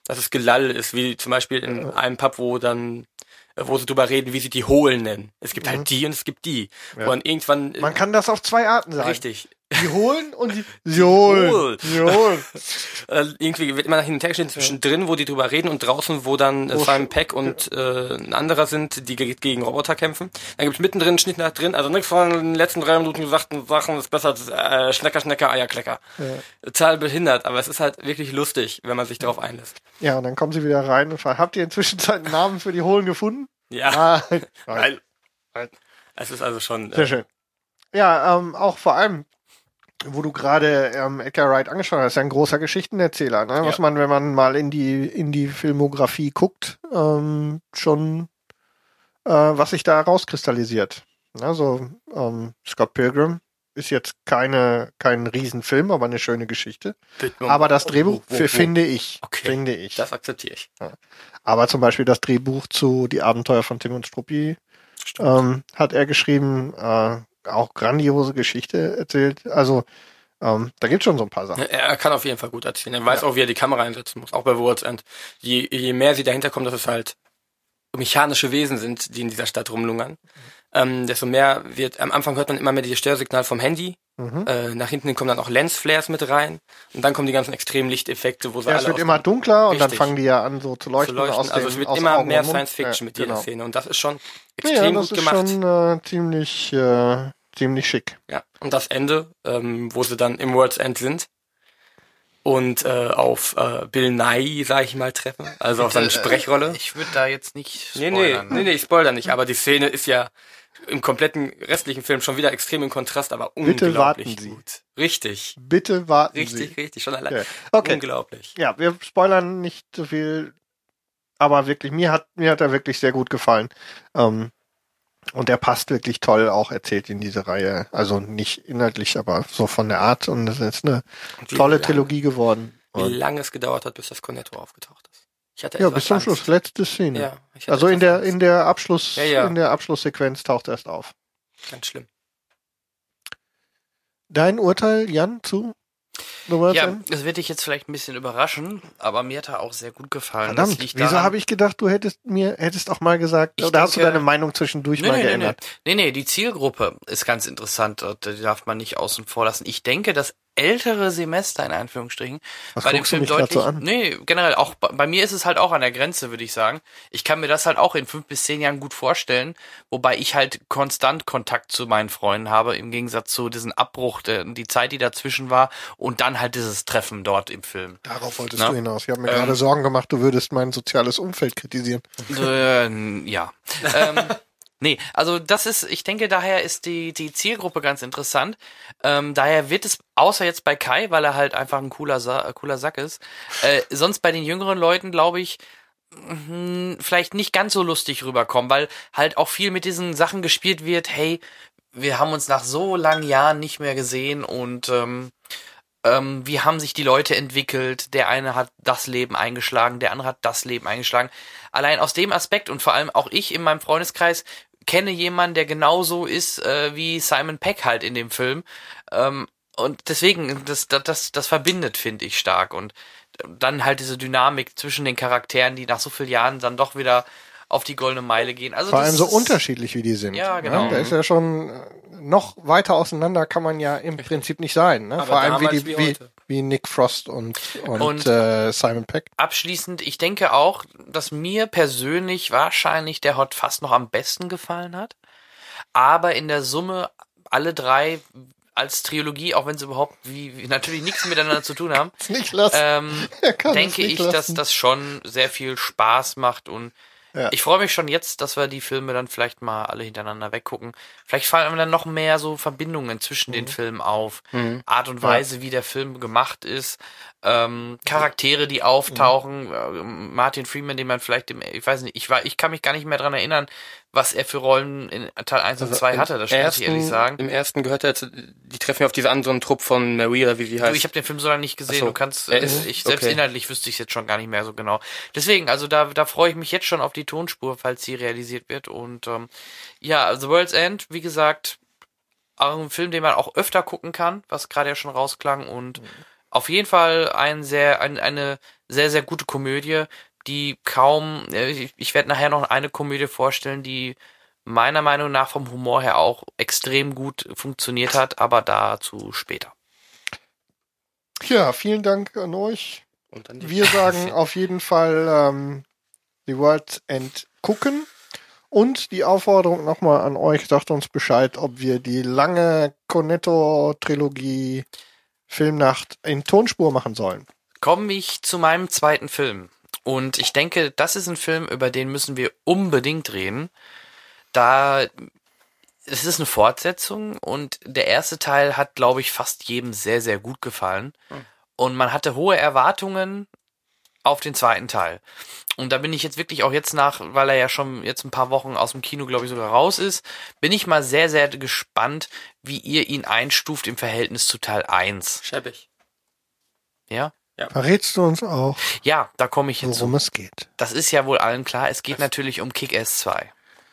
dass es Gelall ist, wie zum Beispiel in einem Pub, wo dann, wo sie drüber reden, wie sie die Hohlen nennen. Es gibt Mhm. halt die und es gibt die. Ja. Und irgendwann... Man kann das auf zwei Arten sagen. Richtig. Die holen und die... Sie holen. Hohl. Die holen. Äh, irgendwie wird immer hin und her geschnitten zwischendrin, wo die drüber reden und draußen, wo dann äh, Wo Simon sch- Peck und äh, ein anderer sind, die ge- gegen Roboter kämpfen. Dann gibt's mittendrin einen Schnitt nach drin, also nichts von den letzten drei Minuten gesagten Sachen ist besser als äh, Schnecker, Schnecker, Eierklecker. Ja. Total behindert, aber es ist halt wirklich lustig, wenn man sich darauf einlässt. Ja, und dann kommen sie wieder rein und fragen, habt ihr inzwischen einen Namen für die Hohlen gefunden? Ja, Nein. Nein. Nein. Es ist also schon... Sehr Äh, schön. Ja, ähm, auch vor allem, wo du gerade ähm, Edgar Wright angeschaut hast, ist ja ein großer Geschichtenerzähler, ne? Was Ja. man, wenn man mal in die in die Filmografie guckt, ähm, schon äh, was sich da rauskristallisiert. Also ähm, Scott Pilgrim ist jetzt keine kein Riesenfilm, aber eine schöne Geschichte. Aber das Drehbuch, Wo, wo, für, wo? finde ich, Okay. finde ich. Das akzeptiere ich. Aber zum Beispiel das Drehbuch zu Die Abenteuer von Tim und Struppi ähm, hat er geschrieben, äh, auch grandiose Geschichte erzählt. Also ähm, da gibt's schon so ein paar Sachen. Er kann auf jeden Fall gut erzählen. Er weiß Ja. auch, wie er die Kamera einsetzen muss. Auch bei World's End. Je, je mehr sie dahinter kommen, dass es halt mechanische Wesen sind, die in dieser Stadt rumlungern, ähm, desto mehr wird, am Anfang hört man immer mehr dieses Störsignal vom Handy. Mhm. Äh, nach hinten kommen dann auch Lensflares mit rein. Und dann kommen die ganzen extremen Lichteffekte, wo sie Ja, alle es wird aus immer dem- dunkler und dann Richtig. fangen die ja an so zu leuchten. zu leuchten. Aus Also dem, es wird aus immer Augen mehr und Mund. Science Fiction Ja, mit jeder genau. Szene. Und das ist schon Ja, extrem das gut ist gemacht. schon äh, ziemlich, äh, ziemlich schick. Ja. Und das Ende, ähm, wo sie dann im World's End sind und äh, auf äh, Bill Nye, sag ich mal, treffen. Also auf seine Sprechrolle. Ich würde da jetzt nicht Nee, spoilern. nee, nee, nee, ich spoilere nicht, aber die Szene ist ja im kompletten restlichen Film schon wieder extrem im Kontrast, aber Bitte unglaublich warten Sie. gut. Richtig, Bitte warten richtig, Sie. richtig, schon allein. Ja. Okay. Unglaublich. Ja, wir spoilern nicht so viel, aber wirklich, mir hat, mir hat er wirklich sehr gut gefallen. Ähm, und er passt wirklich toll auch erzählt in diese Reihe. Also nicht inhaltlich, aber so von der Art. Und es ist eine Und wie tolle lange- Trilogie geworden. Wie Und lange es gedauert hat, bis das Cornetto aufgetaucht ist. Ich hatte ja, etwas bis zum Angst. Schluss, letzte Szene. Ja, ich hatte Also in etwas der, Angst. in der Abschluss, Ja, ja. in der Abschlusssequenz taucht er erst auf. Ganz schlimm. Dein Urteil, Jan, zu The World's Ja, End? das wird dich jetzt vielleicht ein bisschen überraschen, aber mir hat er auch sehr gut gefallen. Das Verdammt, liegt wieso daran- habe ich gedacht, du hättest mir, hättest auch mal gesagt, Ich oder hast du denke- deine Meinung zwischendurch Nee, mal nee, nee, geändert? nee. nee, nee, die Zielgruppe ist ganz interessant. Die darf man nicht außen vor lassen. Ich denke, das ältere Semester, in Anführungsstrichen, Was bei dem guckst du Film mich grad deutlich, so an? nee, generell auch, bei, bei mir ist es halt auch an der Grenze, würde ich sagen. Ich kann mir das halt auch in fünf bis zehn Jahren gut vorstellen, wobei ich halt konstant Kontakt zu meinen Freunden habe, im Gegensatz zu diesem Abbruch, der, die Zeit, die dazwischen war und dann halt dieses Treffen dort im Film. Darauf wolltest Na? du hinaus. Ich habe mir Ähm, gerade Sorgen gemacht, du würdest mein soziales Umfeld kritisieren. Äh, ja. ähm, nee, also das ist, ich denke, daher ist die, die Zielgruppe ganz interessant. Ähm, daher wird es, außer jetzt bei Kai, weil er halt einfach ein cooler, Sa äh, cooler Sack ist, äh, sonst bei den jüngeren Leuten, glaube ich, mh, vielleicht nicht ganz so lustig rüberkommen, weil halt auch viel mit diesen Sachen gespielt wird, hey, wir haben uns nach so langen Jahren nicht mehr gesehen und ähm, ähm, wie haben sich die Leute entwickelt, der eine hat das Leben eingeschlagen, der andere hat das Leben eingeschlagen. Allein aus dem Aspekt und vor allem auch ich in meinem Freundeskreis kenne jemanden, der genauso ist äh, wie Simon Peck halt in dem Film. Ähm, und deswegen, das, das, das, das verbindet, finde ich, stark. Und dann halt diese Dynamik zwischen den Charakteren, die nach so vielen Jahren dann doch wieder auf die goldene Meile gehen. Also Vor das allem so ist- unterschiedlich, wie die sind. Ja, genau. Ne? Da ist ja schon äh, noch weiter auseinander kann man ja im Prinzip nicht sein. Ne? Aber Vor allem wie, damals die, wie wie, heute. wie Nick Frost und, und, Und- äh, Simon Peck. Abschließend, ich denke auch, dass mir persönlich wahrscheinlich der Hot fast noch am besten gefallen hat. Aber in der Summe alle drei als Trilogie, auch wenn sie überhaupt wie, wie natürlich nichts miteinander zu tun haben, Nicht lassen. ähm, Er kann es denke nicht ich, dass lassen. das schon sehr viel Spaß macht und Ja. ich freue mich schon jetzt, dass wir die Filme dann vielleicht mal alle hintereinander weggucken. Vielleicht fallen mir dann noch mehr so Verbindungen zwischen den Filmen auf. Mhm. Art und Weise, wie der Film gemacht ist. Ähm, Charaktere, die auftauchen. Äh, Martin Freeman, den man vielleicht im, ich weiß nicht, ich war, ich kann mich gar nicht mehr dran erinnern, was er für Rollen in Teil eins und zwei hatte, das muss ich ehrlich sagen. Im ersten gehört er zu, die treffen ja auf diese anderen Trupp von Marie oder wie sie Du, heißt. ich habe den Film so lange nicht gesehen. Ach so. Du kannst, Er äh, ist- ich selbst okay. inhaltlich wüsste ich es jetzt schon gar nicht mehr so genau. Deswegen, also da, da freue ich mich jetzt schon auf die Tonspur, falls sie realisiert wird. Und ähm, ja, The World's End, wie gesagt, auch ein Film, den man auch öfter gucken kann, was gerade ja schon rausklang und auf jeden Fall ein sehr, ein, eine sehr, sehr gute Komödie, die kaum, ich, ich werde nachher noch eine Komödie vorstellen, die meiner Meinung nach vom Humor her auch extrem gut funktioniert hat, aber dazu später. Ja, vielen Dank an euch. Und dann die Wir sagen auf jeden Fall ähm, The World's End gucken. Und die Aufforderung nochmal an euch, sagt uns Bescheid, ob wir die lange Cornetto-Trilogie Filmnacht in Tonspur machen sollen. Komme ich zu meinem zweiten Film. Und ich denke, das ist ein Film, über den müssen wir unbedingt reden. Da es ist eine Fortsetzung und der erste Teil hat, glaube ich, fast jedem sehr, sehr gut gefallen. Hm. Und man hatte hohe Erwartungen auf den zweiten Teil. Und da bin ich jetzt wirklich auch jetzt nach, weil er ja schon jetzt ein paar Wochen aus dem Kino, glaube ich, sogar raus ist, bin ich mal sehr, sehr gespannt, wie ihr ihn einstuft im Verhältnis zu Teil eins. Schäbig. Ja? Ja. Verrätst du uns auch, ja, da komme ich jetzt worum zu. es geht? Das ist ja wohl allen klar. Es geht natürlich um Kick-Ass zwei.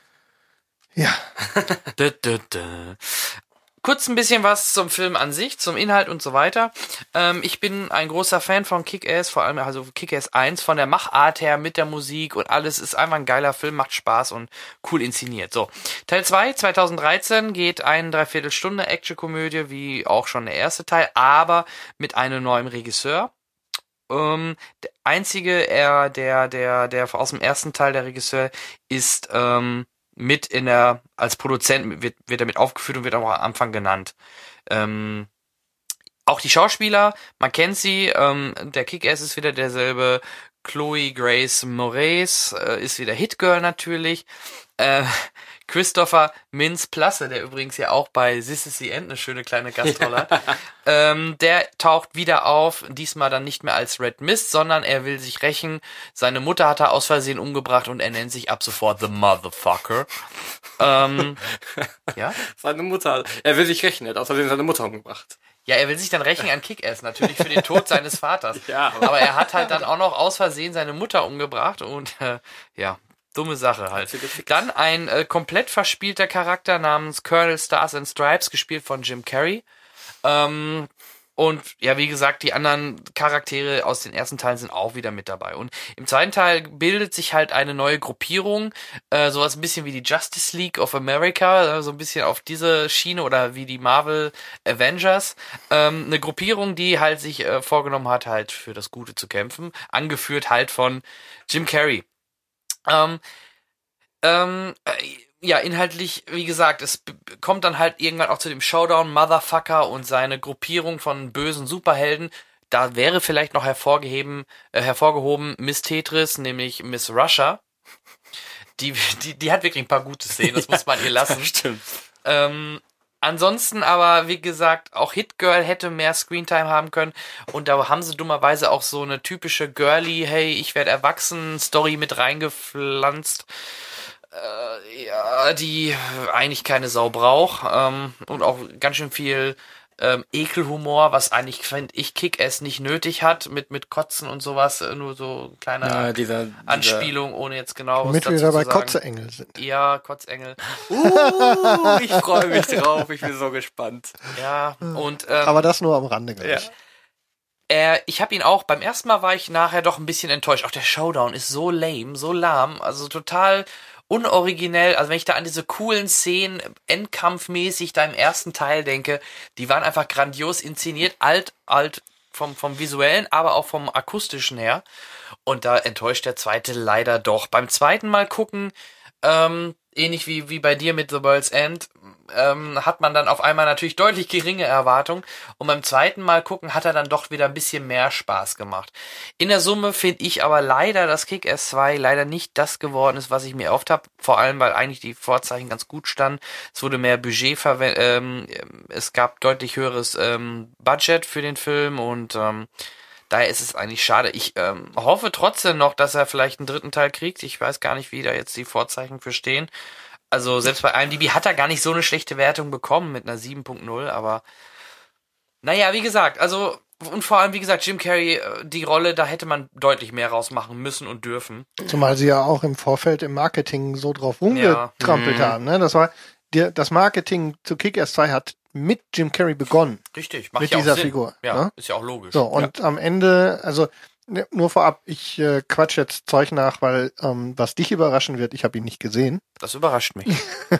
Ja. dö, dö, dö. Kurz ein bisschen was zum Film an sich, zum Inhalt und so weiter. Ähm, ich bin ein großer Fan von Kick-Ass, vor allem also Kick-Ass eins, von der Machart her, mit der Musik und alles. Ist einfach ein geiler Film, macht Spaß und cool inszeniert. So, Teil zwei, zweitausenddreizehn, geht eine Dreiviertelstunde Actionkomödie, wie auch schon der erste Teil, aber mit einem neuen Regisseur. Ähm, der einzige, er, der, der, der aus dem ersten Teil, der Regisseur, ist ähm, mit in der, als Produzent wird, wird er mit aufgeführt und wird auch am Anfang genannt. Ähm, auch die Schauspieler, man kennt sie, ähm, der Kick-Ass ist wieder derselbe, Chloe Grace Moretz äh, ist wieder Hit-Girl natürlich, äh, Christopher Mintz-Plasse, der übrigens ja auch bei This Is the End eine schöne kleine Gastrolle hat, ähm, der taucht wieder auf, diesmal dann nicht mehr als Red Mist, sondern er will sich rächen. Seine Mutter hat er aus Versehen umgebracht und er nennt sich ab sofort The Motherfucker. ähm, ja? Seine Mutter, er will sich rächen, er hat aus Versehen seine Mutter umgebracht. Ja, er will sich dann rächen an Kick-Ass, natürlich für den Tod seines Vaters. Ja, aber, aber er hat halt dann auch noch aus Versehen seine Mutter umgebracht und äh, ja, dumme Sache halt. Dann ein äh, komplett verspielter Charakter namens Colonel Stars and Stripes, gespielt von Jim Carrey. Ähm, und ja, wie gesagt, die anderen Charaktere aus den ersten Teilen sind auch wieder mit dabei. Und im zweiten Teil bildet sich halt eine neue Gruppierung, äh, sowas ein bisschen wie die Justice League of America, äh, so ein bisschen auf diese Schiene oder wie die Marvel Avengers. Ähm, eine Gruppierung, die halt sich äh, vorgenommen hat, halt für das Gute zu kämpfen, angeführt halt von Jim Carrey. Ähm, ähm, äh, ja, inhaltlich, wie gesagt, es b- kommt dann halt irgendwann auch zu dem Showdown, Motherfucker und seine Gruppierung von bösen Superhelden. Da wäre vielleicht noch hervorgeheben, äh, hervorgehoben Miss Tetris, nämlich Miss Russia. Die, die, die hat wirklich ein paar gute Szenen, das muss man ihr lassen. Stimmt. Ähm, ansonsten aber, wie gesagt, auch Hit Girl hätte mehr Screentime haben können und da haben sie dummerweise auch so eine typische girly, hey, ich werde erwachsen Story mit reingepflanzt, äh, ja, die eigentlich keine Sau braucht, ähm, und auch ganz schön viel ähm, Ekelhumor, was eigentlich, finde ich, Kick-Ass nicht nötig hat, mit mit Kotzen und sowas, äh, nur so kleine Ja, dieser, dieser Anspielung, ohne jetzt genau was Damit dazu wir da bei zu sagen. Kotzeengel sind. Ja, Kotzengel. Uh, ich freue mich drauf, ich bin so gespannt. Ja, und ähm, Aber das nur am Rande, glaube ich. Ja. Äh, ich habe ihn auch, beim ersten Mal war ich nachher doch ein bisschen enttäuscht. Auch der Showdown ist so lame, so lahm, also total unoriginell. Also wenn ich da an diese coolen Szenen, endkampfmäßig da im ersten Teil denke, die waren einfach grandios inszeniert, alt, alt vom, vom visuellen, aber auch vom akustischen her. Und da enttäuscht der zweite leider doch. Beim zweiten Mal gucken, ähm, ähnlich wie, wie bei dir mit The World's End, ähm, hat man dann auf einmal natürlich deutlich geringe Erwartungen und beim zweiten Mal gucken hat er dann doch wieder ein bisschen mehr Spaß gemacht. In der Summe finde ich aber leider, dass Kick-Ass zwei leider nicht das geworden ist, was ich mir erhofft habe, vor allem, weil eigentlich die Vorzeichen ganz gut standen. Es wurde mehr Budget verwendet, ähm, es gab deutlich höheres ähm, Budget für den Film und ähm, daher ist es eigentlich schade. Ich ähm, hoffe trotzdem noch, dass er vielleicht einen dritten Teil kriegt. Ich weiß gar nicht, wie da jetzt die Vorzeichen für stehen. Also selbst bei IMDb hat er gar nicht so eine schlechte Wertung bekommen mit einer sieben Punkt null, aber naja, wie gesagt, also und vor allem, wie gesagt, Jim Carrey, die Rolle, da hätte man deutlich mehr rausmachen müssen und dürfen. Zumal sie ja auch im Vorfeld im Marketing so drauf rumgetrampelt Ja. haben. Ne? Das war der, das Marketing zu Kick-Ass zwei hat mit Jim Carrey begonnen. Richtig, macht Mit ja auch dieser Sinn. Figur, Ja, ne? ist ja auch logisch. So, und am Ende, also Ne, nur vorab, ich äh, quatsch jetzt Zeug nach, weil ähm, was dich überraschen wird, ich habe ihn nicht gesehen. Das überrascht mich.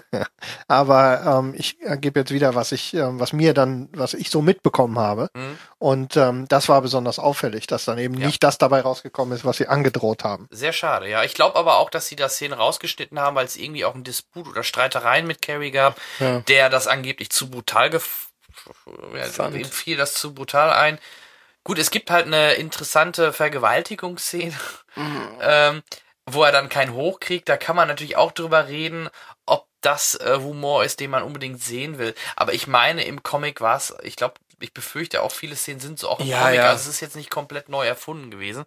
Aber ähm, ich äh, gebe jetzt wieder, was ich, ähm, was mir dann, was ich so mitbekommen habe. Mhm. Und ähm, das war besonders auffällig, dass dann eben Ja. nicht das dabei rausgekommen ist, was sie angedroht haben. Sehr schade, ja. Ich glaube aber auch, dass sie da Szenen rausgeschnitten haben, weil es irgendwie auch einen Disput oder Streitereien mit Carrie gab, Ja. der das angeblich zu brutal gef... Ja, Fand. ihm fiel das zu brutal ein. Gut, es gibt halt eine interessante Vergewaltigungsszene, ähm, wo er dann keinen hochkriegt. Da kann man natürlich auch drüber reden, ob das äh, Humor ist, den man unbedingt sehen will. Aber ich meine, im Comic war es, ich glaube, ich befürchte auch, viele Szenen sind so auch im Ja, Comic. ja. Also es ist jetzt nicht komplett neu erfunden gewesen.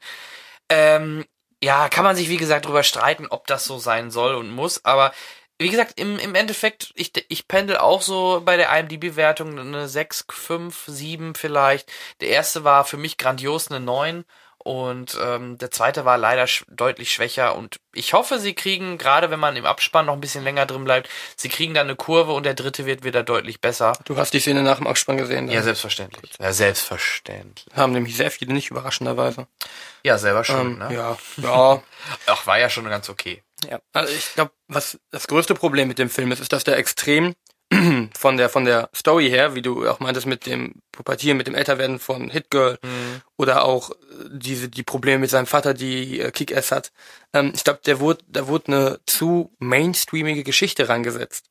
Ähm, ja, kann man sich, wie gesagt, drüber streiten, ob das so sein soll und muss. Aber wie gesagt, im, im Endeffekt, ich, ich pendel auch so bei der I M D B-Wertung eine sechs, fünf, sieben vielleicht. Der erste war für mich grandios eine neun und ähm, der zweite war leider sch- deutlich schwächer. Und ich hoffe, sie kriegen, gerade wenn man im Abspann noch ein bisschen länger drin bleibt, sie kriegen dann eine Kurve und der dritte wird wieder deutlich besser. Du hast die Szene nach dem Abspann gesehen. Ja, dann selbstverständlich. Ja, selbstverständlich. haben nämlich sehr viele nicht überraschenderweise. Ja, selber schon, Ähm, ne? Ja, ja. Ach, war ja schon ganz okay. Ja, also ich glaube, was das größte Problem mit dem Film ist, ist, dass der extrem von der von der Story her, wie du auch meintest, mit dem Pubertieren, mit dem Älterwerden von Hit Girl Mhm. oder auch äh, diese die Probleme mit seinem Vater, die äh, Kick-Ass hat. Ähm, ich glaube, der wurde da wurde eine zu mainstreamige Geschichte rangesetzt.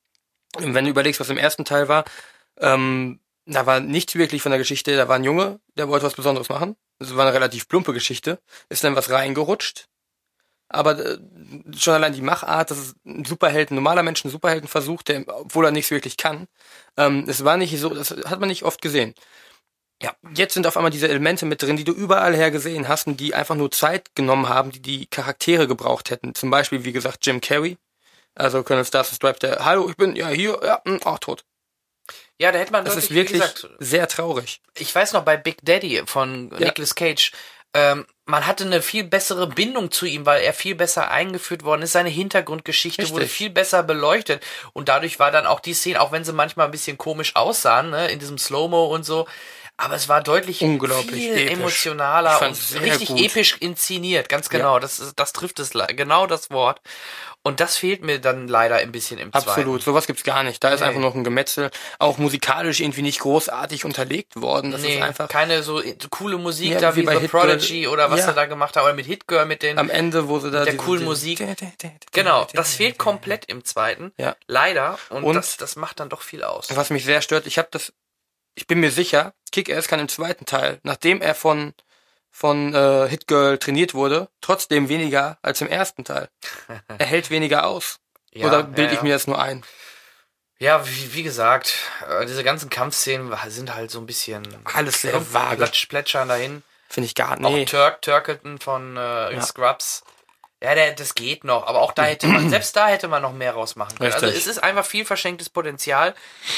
Und wenn du überlegst, was im ersten Teil war, ähm, da war nichts wirklich von der Geschichte. Da war ein Junge, der wollte was Besonderes machen. Das war eine relativ plumpe Geschichte. Ist dann was reingerutscht. Aber äh, schon allein die Machart, dass es ein Superheld, ein normaler Mensch, ein Superhelden versucht, der, obwohl er nichts wirklich kann, ähm, es war nicht so, das hat man nicht oft gesehen. Ja, jetzt sind auf einmal diese Elemente mit drin, die du überall her gesehen hast und die einfach nur Zeit genommen haben, die die Charaktere gebraucht hätten. Zum Beispiel, wie gesagt, Jim Carrey, also Colonel Starsky Stripes, der, hallo, ich bin ja hier, ja, mh, auch tot. Ja, da hätte man Das wirklich, ist wie wirklich gesagt, sehr traurig. ich weiß noch, bei Big Daddy von Ja. Nicolas Cage, ähm, man hatte eine viel bessere Bindung zu ihm, weil er viel besser eingeführt worden ist. Seine Hintergrundgeschichte Richtig. wurde viel besser beleuchtet. Und dadurch war dann auch die Szene, auch wenn sie manchmal ein bisschen komisch aussahen, ne, in diesem Slow-Mo und so, aber es war deutlich Unglaublich viel episch. emotionaler Ich und fand's sehr richtig gut. episch inszeniert. Ganz genau, das, ist- das trifft es, le- genau das Wort. Und das fehlt mir dann leider ein bisschen im Absolut, sowas gibt's gar nicht. Da ist Nee. einfach noch ein Gemetzel, auch musikalisch irgendwie nicht großartig unterlegt worden. Das Nee, ist einfach keine so i- coole Musik Ja, da wie wie, bei The Hit Girl. Prodigy oder was Ja. er da gemacht hat, oder mit Hit Girl, mit den, am Ende, wo sie da der diese- coolen diese- Musik. Genau, das fehlt komplett im zweiten. Ja. Leider. Und, Und- das, das macht dann doch viel aus. Was mich sehr stört, ich habe das, ich bin mir sicher, Kick-Ass kann im zweiten Teil, nachdem er von von äh, Hit Girl trainiert wurde, trotzdem weniger als im ersten Teil. Er hält weniger aus. Ja, Oder bilde ja, ich ja. mir das nur ein? Ja, wie, wie gesagt, äh, diese ganzen Kampfszenen sind halt so ein bisschen Alles sehr plump, vage. platsch, plätschern dahin. Finde ich gar Auch nee. Turk, Turkleton von äh, Ja. Scrubs. Ja, der, das geht noch, aber auch da hätte man, selbst da hätte man noch mehr rausmachen können. Also Richtig. es ist einfach viel verschenktes Potenzial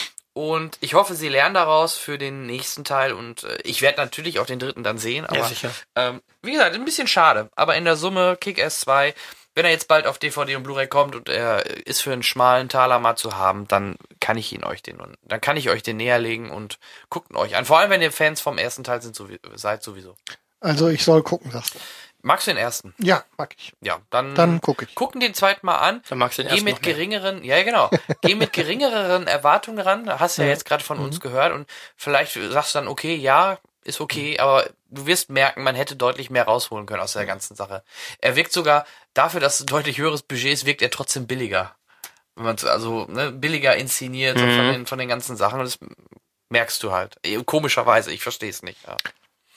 und ich hoffe, sie lernen daraus für den nächsten Teil und äh, ich werde natürlich auch den dritten dann sehen, aber Ja, sicher. ähm, wie gesagt, ein bisschen schade, aber in der Summe Kick-Ass zwei, wenn er jetzt bald auf D V D und Blu-ray kommt und er ist für einen schmalen Taler mal zu haben, dann kann ich ihn euch den, dann kann ich euch den näher legen und guckt ihn euch an. Vor allem, wenn ihr Fans vom ersten Teil sind, sowie, seid sowieso. Also ich soll gucken, sagst du. Magst du den ersten? Ja, mag ich. Ja, dann, Dann gucke ich. gucken den zweiten Mal an. Dann magst du den Geh ersten mit noch mehr. geringeren, ja genau, geh mit geringeren Erwartungen ran. Hast du ja Mhm. jetzt gerade von uns gehört und vielleicht sagst du dann, okay, ja, ist okay, aber du wirst merken, man hätte deutlich mehr rausholen können aus der ganzen Sache. Er wirkt sogar, dafür, dass es deutlich höheres Budget ist, wirkt er trotzdem billiger. Wenn man also ne, billiger inszeniert so Mhm. von den von den ganzen Sachen. Das merkst du halt. Komischerweise, ich verstehe es nicht. Ja.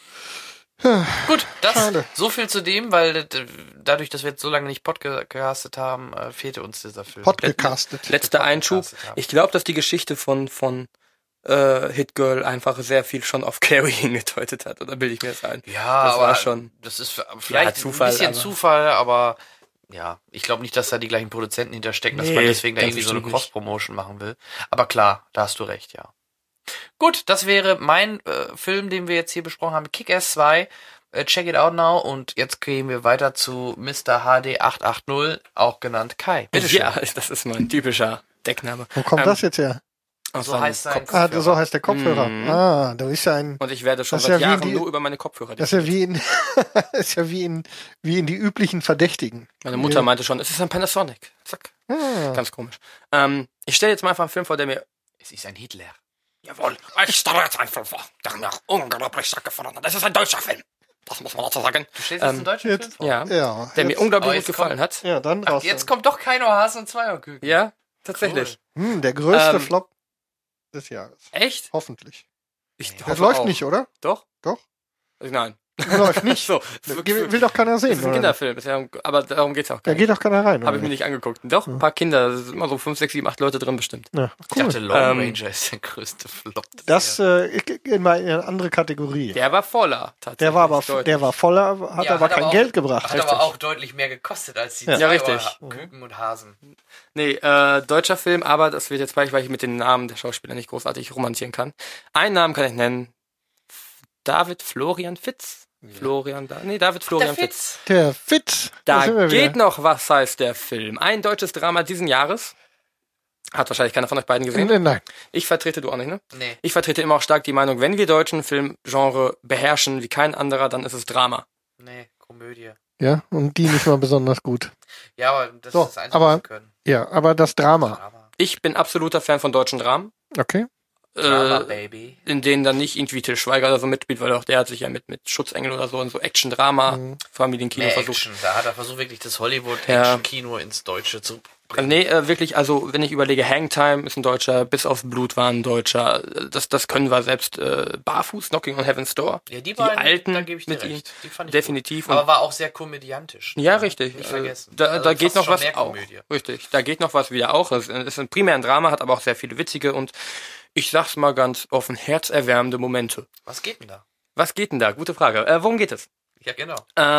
Gut, das Schade. so viel zu dem, weil d- dadurch, dass wir jetzt so lange nicht podcastet haben, äh, fehlte uns dieser Film. Podcastet. Letzter Einschub. Podcastet haben. Ich glaube, dass die Geschichte von von äh, Hit Girl einfach sehr viel schon auf Carrie hingedeutet hat. Oder bilde ich mir das ein? Ja, das aber war schon. das ist vielleicht Zufall, ein bisschen aber- Zufall, aber ja, ich glaube nicht, dass da die gleichen Produzenten hinterstecken, dass Nee, man deswegen da ganz irgendwie so eine bestimmt nicht. Cross-Promotion machen will. Aber klar, da hast du recht, ja. Gut, das wäre mein äh, Film, den wir jetzt hier besprochen haben, Kick-Ass zwei. Äh, check it out now. Und jetzt gehen wir weiter zu Mister H D acht acht null, auch genannt Kai. Bitte schön. Ja, das ist mein typischer Deckname. Wo kommt Ähm, das jetzt her? aus So seinem heißt sein Kopfhörer. Ah, so heißt der Kopfhörer. Mhm. Ah, du bist ja ein. Und ich werde schon Das ist seit ja wie Jahren die- nur über meine Kopfhörer Das ist ja definiert. wie in, ist ja wie in, wie in die üblichen Verdächtigen. Meine Mutter meinte schon, es ist ein Panasonic. Zack. Ah. Ganz komisch. Ähm, ich stelle jetzt mal einfach einen Film vor, der mir... Es ist ein Hitler. Jawohl, ich stelle jetzt einen Film vor, der mir unglaublich stark gefallen hat. Das ist ein deutscher Film. Das muss man dazu sagen. Du stellst jetzt Ähm, einen deutschen jetzt- Film vor? Ja, Ja. der mir jetzt, unglaublich Oh, gut jetzt gefallen hat. ja, dann Ach, raus. jetzt kommt doch kein Ohrhasen und Zweierküken. Ja, tatsächlich. Hm, der größte Ähm, Flop des Jahres. Echt? Hoffentlich. Ich Das hoffe läuft auch. nicht, oder? Doch? Doch. Nein. Läuft nicht. So, Will, will doch keiner das sehen, ist ein oder? Kinderfilm, ist ja, aber darum geht's auch Da gar geht doch keiner rein, Habe ich oder? mir nicht angeguckt. Doch, ein paar Kinder, da sind immer so fünf, sechs, sieben, acht Leute drin bestimmt. Ja, Ich cool. dachte, Lone Ähm, Ranger ist der größte Flop. des Das Jahres. äh, ich- gehen wir in eine andere Kategorie. Der war voller, tatsächlich. Der war aber, deutlich. der war voller, hat Ja, aber hat kein aber auch- Geld gebracht. Hat richtig. aber auch deutlich mehr gekostet als die Ja. Ja, richtig. Küken und Hasen. Nee, äh, deutscher Film, aber das wird jetzt gleich, weil ich mit den Namen der Schauspieler nicht großartig romantieren kann. Einen Namen kann ich nennen. David Florian Fitz. Florian, da, nee, David Florian Der Fitz. Fitz. Der Fitz. Da sind wir geht wieder. noch was, heißt der Film. Ein deutsches Drama diesen Jahres. Hat wahrscheinlich keiner von euch beiden gesehen. Nein, nein. Ich vertrete, du auch nicht, ne? Nee. Ich vertrete immer auch stark die Meinung, wenn wir deutschen Filmgenre beherrschen wie kein anderer, dann ist es Drama. Nee, Komödie. Ja, und die nicht mal besonders gut. Ja, aber das So, ist das Einzige, aber- was wir können. Ja, aber das Drama. Drama. Ich bin absoluter Fan von deutschen Dramen. Okay. Drama, Äh, Baby. in denen dann nicht irgendwie Til Schweiger oder so mitspielt, weil auch der hat sich ja mit, mit Schutzengel oder so in so Action-Drama, Mhm. Familienkino Mehr versucht. Action. Da hat er versucht, wirklich das Ja. Hollywood-Action-Kino ins Deutsche zu Also bringen. nee, äh, wirklich, also wenn ich überlege, Hangtime ist ein Deutscher, Bis aufs Blut war ein Deutscher, das, das können wir selbst äh, Barfuß, Knocking on Heaven's Door. Ja, die die beiden, alten da gebe ich dir mit recht. Die fand ich definitiv. Gut. Aber Und- war auch sehr komödiantisch. Ja, richtig. Nicht Äh, vergessen. Da, Also da geht fast noch schon was mehr auch. Komödie. Richtig, da geht noch was wieder auch. Es ist ein primär ein Drama, hat aber auch sehr viele witzige und ich sag's mal ganz offen, herzerwärmende Momente. Was geht denn da? Was geht denn da? Gute Frage. Äh, worum geht es? Ja, genau.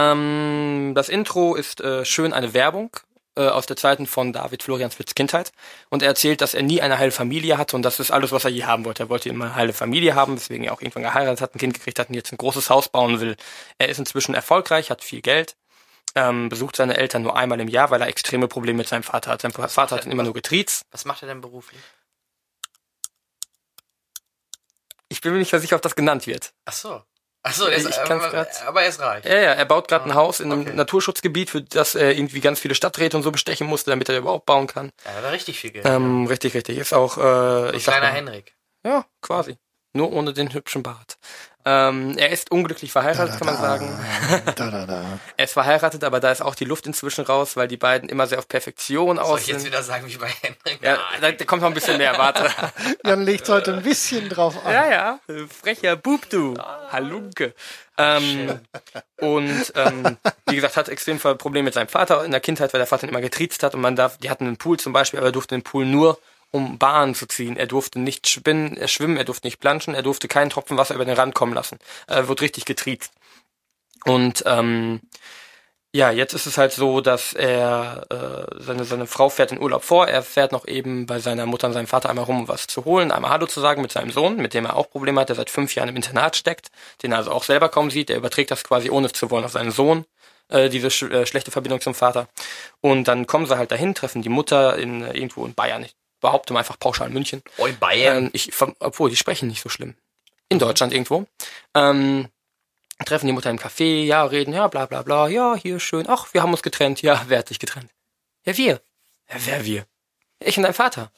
Ähm, das Intro ist äh, schön eine Werbung äh, aus der Zeiten von David Florian Fitz Kindheit. Und er erzählt, dass er nie eine heile Familie hatte und das ist alles, was er je haben wollte. Er wollte immer eine heile Familie haben, weswegen er auch irgendwann geheiratet hat, ein Kind gekriegt hat und jetzt ein großes Haus bauen will. Er ist inzwischen erfolgreich, hat viel Geld, ähm, besucht seine Eltern nur einmal im Jahr, weil er extreme Probleme mit seinem Vater hat. Sein Vater hat ihn immer nur getriezt. Was macht er denn beruflich? Ich bin mir nicht sicher, ob das genannt wird. Ach so. Ach so, der ist, Ich kann's aber, grad- aber er ist reich. Ja, ja, er baut gerade ein Ah, Haus in einem okay. Naturschutzgebiet, für das er irgendwie ganz viele Stadträte und so bestechen musste, damit er überhaupt bauen kann. Ja, da hat er richtig viel Geld. Ähm, richtig, richtig. Ist auch, äh, So ich sag kleiner mal, Henrik. ja, quasi. Nur ohne den hübschen Bart. Ähm, er ist unglücklich verheiratet, kann man sagen. Da, da, da. Er ist verheiratet, aber da ist auch die Luft inzwischen raus, weil die beiden immer sehr auf Perfektion Soll aus ich jetzt sind. wieder sagen, wie bei Henrik? Ja, Nein. da, da kommt noch ein bisschen mehr, warte. Jan legt heute ein bisschen drauf an. Ja, ja, frecher Bub, du. Halunke. Ähm, und ähm, wie gesagt, hat extrem viel Probleme mit seinem Vater in der Kindheit, weil der Vater ihn immer getriezt hat und man darf, die hatten einen Pool zum Beispiel, aber er durfte den Pool nur um Bahnen zu ziehen. Er durfte nicht spinnen, er schwimmen, er durfte nicht planschen, er durfte keinen Tropfen Wasser über den Rand kommen lassen. Er wird richtig getriezt. Und ähm, ja, jetzt ist es halt so, dass er äh, seine seine Frau fährt in Urlaub vor. Er fährt noch eben bei seiner Mutter und seinem Vater einmal rum, um was zu holen, einmal Hallo zu sagen mit seinem Sohn, mit dem er auch Probleme hat, der seit fünf Jahren im Internat steckt, den er also auch selber kaum sieht. Er überträgt das quasi ohne es zu wollen auf seinen Sohn, äh, diese sch äh, schlechte Verbindung zum Vater. Und dann kommen sie halt dahin, treffen die Mutter in äh, irgendwo in Bayern. Ich behaupte mal einfach pauschal München. Oh, in Bayern. Ähm, ich, ver- obwohl, die sprechen nicht so schlimm. In Deutschland irgendwo. Ähm, treffen die Mutter im Café, ja, reden, ja, bla bla bla, ja, hier schön, ach, wir haben uns getrennt, ja, wer hat dich getrennt? Ja, wir. Ja, wer wir? Ich und dein Vater.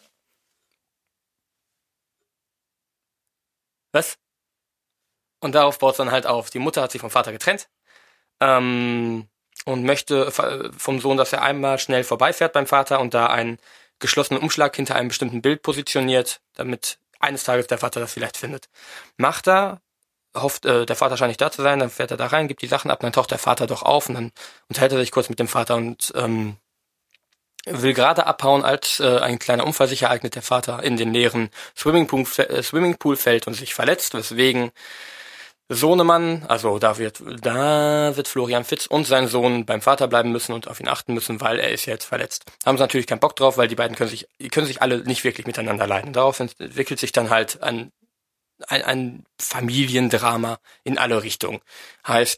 Was? Und darauf baut es dann halt auf. Die Mutter hat sich vom Vater getrennt ähm, und möchte äh, vom Sohn, dass er einmal schnell vorbeifährt beim Vater und da einen geschlossenen Umschlag hinter einem bestimmten Bild positioniert, damit eines Tages der Vater das vielleicht findet. Macht er, hofft äh, der Vater scheint nicht da zu sein, dann fährt er da rein, gibt die Sachen ab, und dann taucht der Vater doch auf und dann unterhält er sich kurz mit dem Vater und ähm, will gerade abhauen, als äh, ein kleiner Unfall sich ereignet, der Vater in den leeren Swimmingpool, äh, Swimmingpool fällt und sich verletzt, weswegen Sohnemann, also da wird, da wird Florian Fitz und sein Sohn beim Vater bleiben müssen und auf ihn achten müssen, weil er ist ja jetzt verletzt. Haben sie natürlich keinen Bock drauf, weil die beiden können sich, die können sich alle nicht wirklich miteinander leiden. Darauf entwickelt sich dann halt ein, ein, ein Familiendrama in alle Richtungen. Heißt,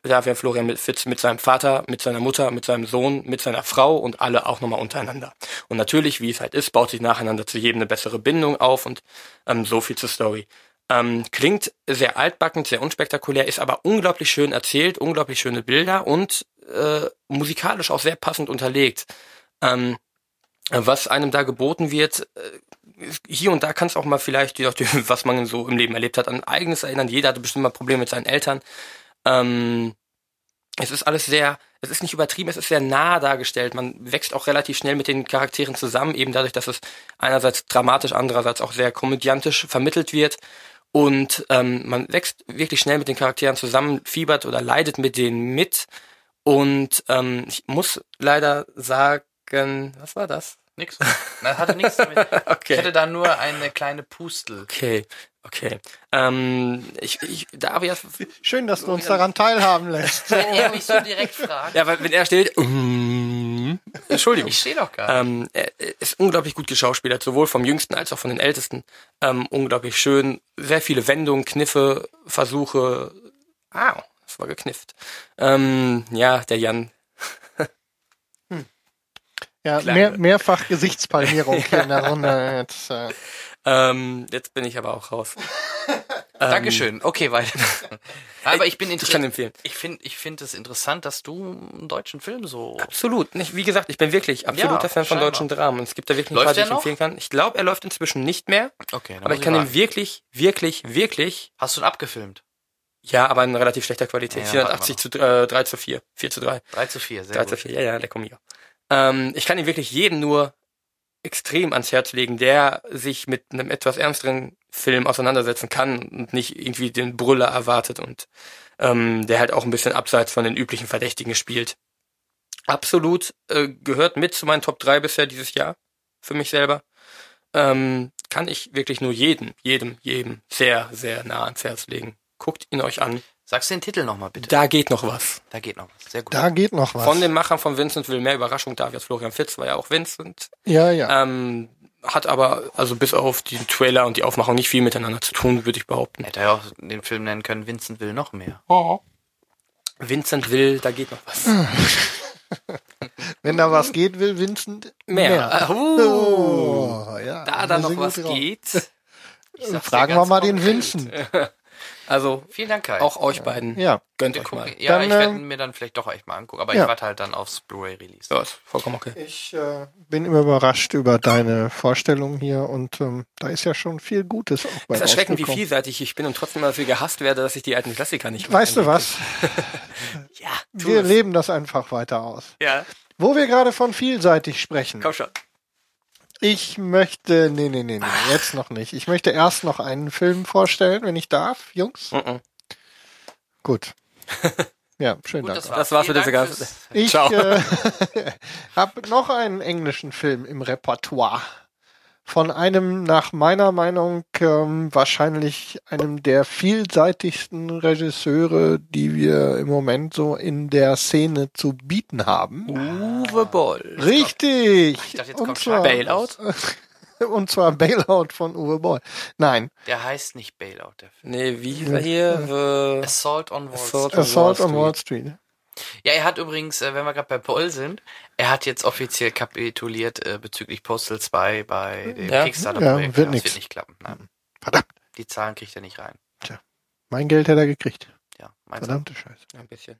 David Florian Fitz mit seinem Vater, mit seiner Mutter, mit seinem Sohn, mit seiner Frau und alle auch nochmal untereinander. Und natürlich, wie es halt ist, baut sich nacheinander zu jedem eine bessere Bindung auf und ähm, so viel zur Story. Ähm, klingt sehr altbacken, sehr unspektakulär, ist aber unglaublich schön erzählt, unglaublich schöne Bilder und äh, musikalisch auch sehr passend unterlegt. Ähm, was einem da geboten wird, äh, hier und da kann es auch mal vielleicht, je nachdem, was man so im Leben erlebt hat, an eigenes erinnern. Jeder hatte bestimmt mal Probleme mit seinen Eltern. Ähm, es ist alles sehr, es ist nicht übertrieben, es ist sehr nah dargestellt. Man wächst auch relativ schnell mit den Charakteren zusammen, eben dadurch, dass es einerseits dramatisch, andererseits auch sehr komödiantisch vermittelt wird. Und ähm, man wächst wirklich schnell mit den Charakteren zusammen, fiebert oder leidet mit denen mit. Und ähm, ich muss leider sagen, was war das? Nix. Das hatte nichts damit. Okay. Ich hatte da nur eine kleine Pustel. Okay, okay. Ähm, ich, ich, da wir Schön, dass du uns daran teilhaben lässt. Wenn er mich so direkt fragt. ja, weil wenn er steht, mm, Entschuldigung. Ich stehe doch gar nicht. Ähm, er ist unglaublich gut geschauspielert, sowohl vom Jüngsten als auch von den Ältesten. Ähm, unglaublich schön. Sehr viele Wendungen, Kniffe, Versuche. Ah, das war geknifft. Ähm, ja, der Jan. Ja, Kleine. mehr, mehrfach Gesichtspalmierung hier in der Runde. Jetzt, äh, Ähm, jetzt bin ich aber auch raus. Dankeschön. Okay, weiter. Aber ich bin Ich kann empfehlen. Ich finde ich finde es interessant, dass du einen deutschen Film so... Absolut. Nicht, wie gesagt, ich bin wirklich absoluter Ja, Fan von scheinbar. deutschen Dramen. Es gibt da wirklich ein Läuft paar, die der ich noch? empfehlen kann. Ich glaube, er läuft inzwischen nicht mehr. Okay, dann Aber muss ich kann warten. ihn wirklich, wirklich, wirklich, Hast du ihn abgefilmt? ja, aber in relativ schlechter Qualität. Ja, vierhundertachtzig zu äh, drei zu vier. vier zu drei. drei zu vier, sehr drei zu gut. vier, ja, ja, lecker mio. Ähm, ich kann ihn wirklich jedem nur extrem ans Herz legen, der sich mit einem etwas ernsteren Film auseinandersetzen kann und nicht irgendwie den Brüller erwartet und ähm, der halt auch ein bisschen abseits von den üblichen Verdächtigen spielt. Absolut äh, gehört mit zu meinen Top drei bisher dieses Jahr, für mich selber. Ähm, kann ich wirklich nur jedem, jedem, jedem sehr, sehr nah ans Herz legen. Guckt ihn euch an. Sagst du den Titel nochmal bitte? Da geht noch was. Da geht noch was. Sehr gut. da geht noch was. Von den Machern von Vincent will mehr Überraschung. David Florian Fitz war ja auch Vincent. ja, ja. Ähm, hat aber, also bis auf den Trailer und die Aufmachung nicht viel miteinander zu tun, würde ich behaupten. Hätte er ja auch den Film nennen können, Vincent will noch mehr. Vincent will, da geht noch was. Wenn da was geht, will Vincent Mehr. mehr. Uh, Oh, ja. da da Wir noch sind was gut drauf. geht. Ich sag's Fragen dir wir ganz mal den konkret. Vincent. Also Vielen Dank, Kai. auch euch beiden. Ja. Gönnt Wir euch gucken, mal. ja, Dann, ich werde äh, mir dann vielleicht doch echt mal angucken, aber ja. ich warte halt dann aufs Blu-ray-Release. Ja, ist vollkommen okay. Ich äh, bin immer überrascht über deine Vorstellung hier und ähm, da ist ja schon viel Gutes auch bei Es ist erschreckend, wie rausgekommen. vielseitig ich bin und trotzdem dafür gehasst werde, dass ich die alten Klassiker nicht Weißt du was? Ja, tu Wir es. leben das einfach weiter aus. Ja, Wo wir gerade von vielseitig sprechen. komm schon. Ich möchte, nee, nee, nee, nee, jetzt noch nicht. Ich möchte erst noch einen Film vorstellen, wenn ich darf, Jungs. Mhm. Gut. Ja, schön, Gut, danke. das war's. Das war's Vielen für Dank diese ganze- fürs- Ich Ciao. äh, habe noch einen englischen Film im Repertoire. Von einem, nach meiner Meinung, ähm, wahrscheinlich einem der vielseitigsten Regisseure, die wir im Moment so in der Szene zu bieten haben. Uwe Boll. Richtig! Ich dachte, jetzt Und kommt zwar, Bailout? und zwar Bailout von Uwe Boll. Nein, Der heißt nicht Bailout, der Film. Nee, wie hieß er hier? The Assault on Wall Assault Street. on Assault Wall on Wall Street. Ja, er hat übrigens, äh, wenn wir gerade bei Paul sind, er hat jetzt offiziell kapituliert äh, bezüglich Postal zwei bei dem Ja? Kickstarter-Projekt. Ja, wird das nix. wird nicht klappen. Nein. Verdammt, Die Zahlen kriegt er nicht rein. mein Geld hätte er gekriegt. Ja, meinst du? Verdammte Scheiße. ein bisschen.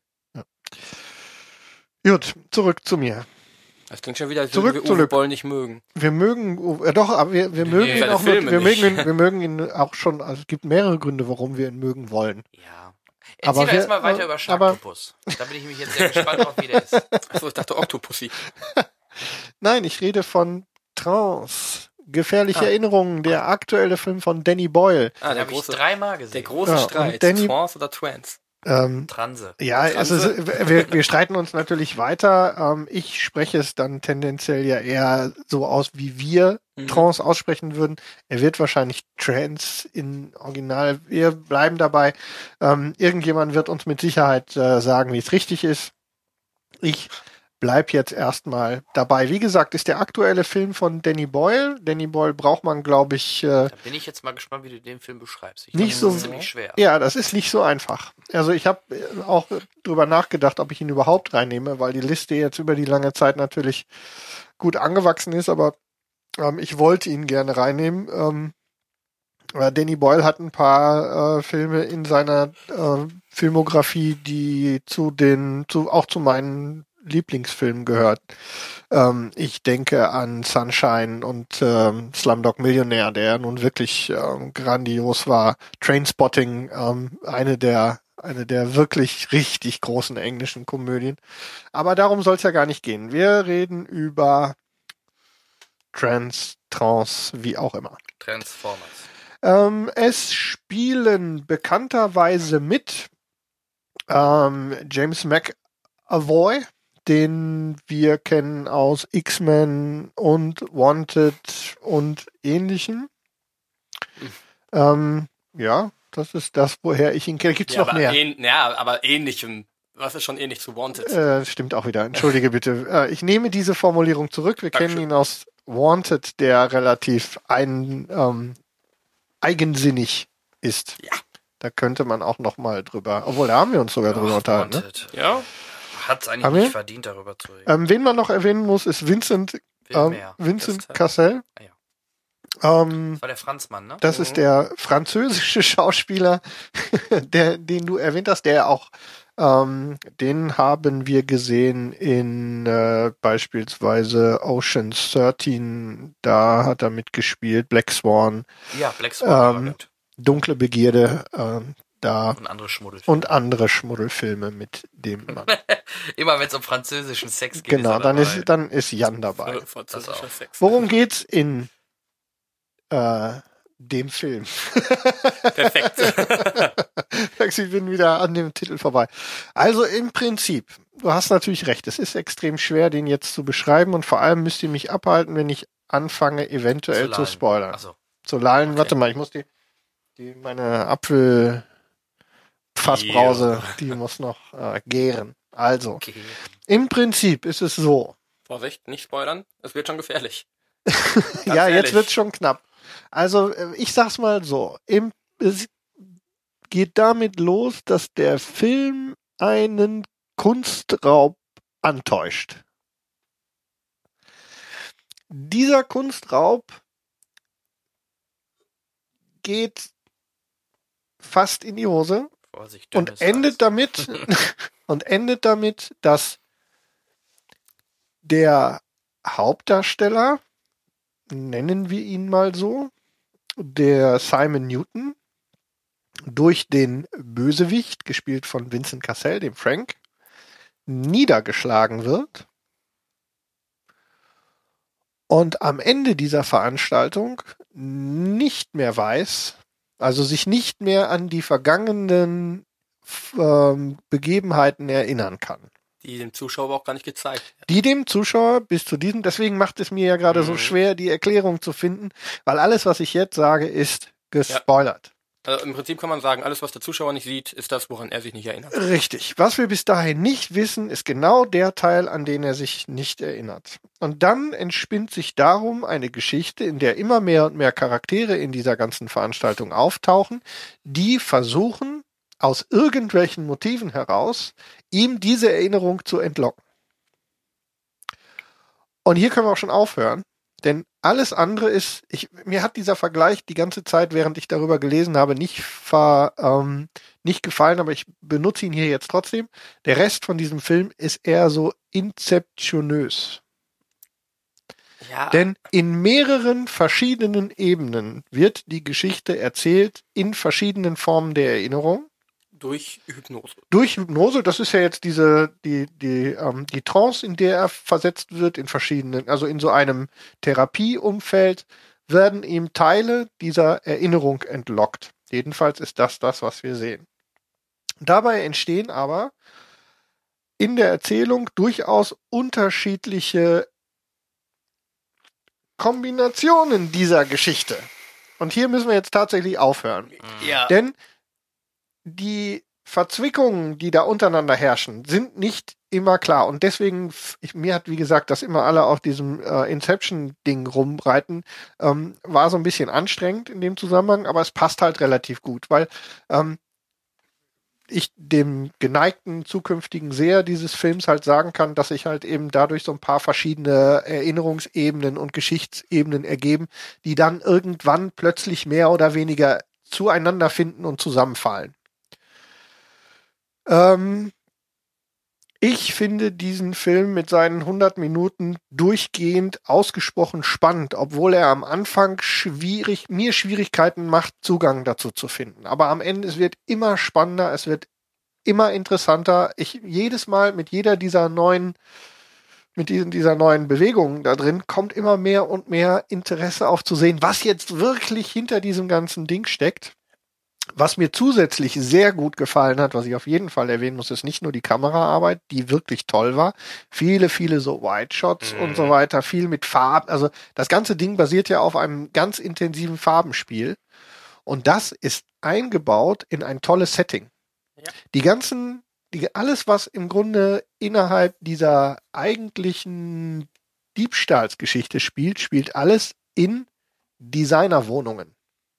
Gut, zurück zu mir. Das klingt schon wieder, als Zurück würden wir zu Uwe Lück. Boll nicht mögen. Wir mögen, Uwe- äh, doch, aber wir, wir mögen ihn seine auch, mit, Filme wir nicht. mögen ihn, wir mögen ihn auch schon, also es gibt mehrere Gründe, warum wir ihn mögen wollen. Ja. Aber Erzähl doch wir- erstmal weiter äh, über aber- Sharktopus. Da bin ich mich jetzt sehr gespannt drauf, wie der ist. Achso, ich dachte Octopussy. Nein, ich rede von Trance. Gefährliche Ah. Erinnerungen, der aktuelle Film von Danny Boyle. Ah, Den der habe ich große, dreimal der gesehen. große Ja, Streit. und Danny- Trance oder Trance? Ähm, Transe. ja, also es- wir, wir streiten uns natürlich weiter. Ähm, ich spreche es dann tendenziell ja eher so aus, wie wir Mhm. Trance aussprechen würden. Er wird wahrscheinlich Trance in Original. Wir bleiben dabei. Ähm, irgendjemand wird uns mit Sicherheit äh, sagen, wie es richtig ist. Ich bleib jetzt erstmal dabei. Wie gesagt, ist der aktuelle Film von Danny Boyle. Danny Boyle braucht man, glaube ich, äh, Da bin ich jetzt mal gespannt, wie du den Film beschreibst. Ich nicht glaub, so das ist ziemlich schwer. Ja, das ist nicht so einfach. Also ich habe auch drüber nachgedacht, ob ich ihn überhaupt reinnehme, weil die Liste jetzt über die lange Zeit natürlich gut angewachsen ist, aber ähm, ich wollte ihn gerne reinnehmen. Ähm, äh, Danny Boyle hat ein paar äh, Filme in seiner äh, Filmografie, die zu den, zu auch zu meinen Lieblingsfilmen gehört. Ähm, ich denke an Sunshine und ähm, Slumdog Millionaire, der nun wirklich ähm, grandios war. Trainspotting, ähm, eine der eine der wirklich richtig großen englischen Komödien. Aber darum soll es ja gar nicht gehen. Wir reden über Trans, Trans, wie auch immer. Transformers. Ähm, es spielen bekannterweise mit ähm, James McAvoy, den wir kennen aus X-Men und Wanted und Ähnlichem. Hm. Ähm, ja, das ist das, woher ich ihn kenne. Gibt's Ja, noch aber mehr? ähn, ja, aber ähnlichem. Was ist schon ähnlich zu Wanted? Äh, stimmt auch wieder. Entschuldige bitte. Äh, ich nehme diese Formulierung zurück. Wir kennen Dankeschön. ihn aus Wanted, der relativ ein, ähm, eigensinnig ist. Ja. Da könnte man auch noch mal drüber, obwohl da haben wir uns sogar drüber Ach, unterhalten. Ne? Wanted. Ja? Hat's eigentlich Haben wir? nicht verdient, darüber zu reden. Ähm, wen man noch erwähnen muss, ist Vincent, Viel ähm, mehr. Vincent Das- Cassel. Ah, ja. Ähm, Das war der Franzmann, ne? das Mhm. ist der französische Schauspieler, der, den du erwähnt hast, der auch, ähm, den haben wir gesehen in äh, beispielsweise Ocean's dreizehn, da hat er mitgespielt, Black Swan, Ja, Black Swan war ähm, gut. Dunkle Begierde, ähm, da Und andere Schmuddelfilme. und andere Schmuddelfilme mit dem Mann. Immer wenn es um französischen Sex geht, Genau, ist er dann dabei. ist, dann ist Jan dabei. Für französischer auch. Sex. Worum geht's in äh, dem Film? Perfekt. Ich bin wieder an dem Titel vorbei. Also im Prinzip, du hast natürlich recht, es ist extrem schwer, den jetzt zu beschreiben und vor allem müsst ihr mich abhalten, wenn ich anfange, eventuell zu, lallen. spoilern. Ach so. Zu lallen, Okay. warte mal, ich muss die, die meine Apfelfassbrause, die muss noch äh, gären. Also, Okay. im Prinzip ist es so. Vorsicht, nicht spoilern. Es wird schon gefährlich. Ja, ehrlich. jetzt wird's schon knapp. Also, äh, ich sag's mal so. Im, es geht damit los, dass der Film einen Kunstraub antäuscht. Dieser Kunstraub geht fast in die Hose Vorsicht, und dünnes endet Eis. damit und endet damit, dass der Hauptdarsteller, nennen wir ihn mal so, der Simon Newton, durch den Bösewicht, gespielt von Vincent Cassel, dem Frank, niedergeschlagen wird und am Ende dieser Veranstaltung nicht mehr weiß, also sich nicht mehr an die vergangenen ähm, Begebenheiten erinnern kann. Die dem Zuschauer auch gar nicht gezeigt. Die dem Zuschauer bis zu diesem, deswegen macht es mir ja gerade so Mhm. schwer, die Erklärung zu finden, weil alles, was ich jetzt sage, ist gespoilert. Also im Prinzip kann man sagen, alles, was der Zuschauer nicht sieht, ist das, woran er sich nicht erinnert. Richtig. Was wir bis dahin nicht wissen, ist genau der Teil, an den er sich nicht erinnert. Und dann entspinnt sich darum eine Geschichte, in der immer mehr und mehr Charaktere in dieser ganzen Veranstaltung auftauchen, die versuchen, aus irgendwelchen Motiven heraus, ihm diese Erinnerung zu entlocken. Und hier können wir auch schon aufhören, denn alles andere ist, ich, mir hat dieser Vergleich die ganze Zeit, während ich darüber gelesen habe, nicht, ver, ähm, nicht gefallen, aber ich benutze ihn hier jetzt trotzdem. Der Rest von diesem Film ist eher so inzeptionös. Ja, Denn in mehreren verschiedenen Ebenen wird die Geschichte erzählt in verschiedenen Formen der Erinnerung. durch Hypnose. Durch Hypnose, das ist ja jetzt diese, die, die, ähm, die Trance, in der er versetzt wird, in verschiedenen, also in so einem Therapieumfeld, werden ihm Teile dieser Erinnerung entlockt. Jedenfalls ist das das, was wir sehen. Dabei entstehen aber in der Erzählung durchaus unterschiedliche Kombinationen dieser Geschichte. Und hier müssen wir jetzt tatsächlich aufhören. Ja. Denn die Verzwickungen, die da untereinander herrschen, sind nicht immer klar. Und deswegen, ich, mir hat, wie gesagt, dass immer alle auf diesem äh, Inception-Ding rumreiten, ähm, war so ein bisschen anstrengend in dem Zusammenhang, aber es passt halt relativ gut, weil ähm, ich dem geneigten zukünftigen Seher dieses Films halt sagen kann, dass sich halt eben dadurch so ein paar verschiedene Erinnerungsebenen und Geschichtsebenen ergeben, die dann irgendwann plötzlich mehr oder weniger zueinander finden und zusammenfallen. Ähm, ich finde diesen Film mit seinen hundert Minuten durchgehend ausgesprochen spannend, obwohl er am Anfang schwierig, mir Schwierigkeiten macht, Zugang dazu zu finden. Aber am Ende, es wird immer spannender, es wird immer interessanter. Ich jedes Mal mit jeder dieser neuen, mit diesen, dieser neuen Bewegungen da drin kommt immer mehr und mehr Interesse aufzusehen, was jetzt wirklich hinter diesem ganzen Ding steckt. Was mir zusätzlich sehr gut gefallen hat, was ich auf jeden Fall erwähnen muss, ist nicht nur die Kameraarbeit, die wirklich toll war. Viele, viele so White Shots mhm. und so weiter, viel mit Farben. Also das ganze Ding basiert ja auf einem ganz intensiven Farbenspiel. Und das ist eingebaut in ein tolles Setting. Ja. Die ganzen, die, alles, was im Grunde innerhalb dieser eigentlichen Diebstahlsgeschichte spielt, spielt alles in Designerwohnungen.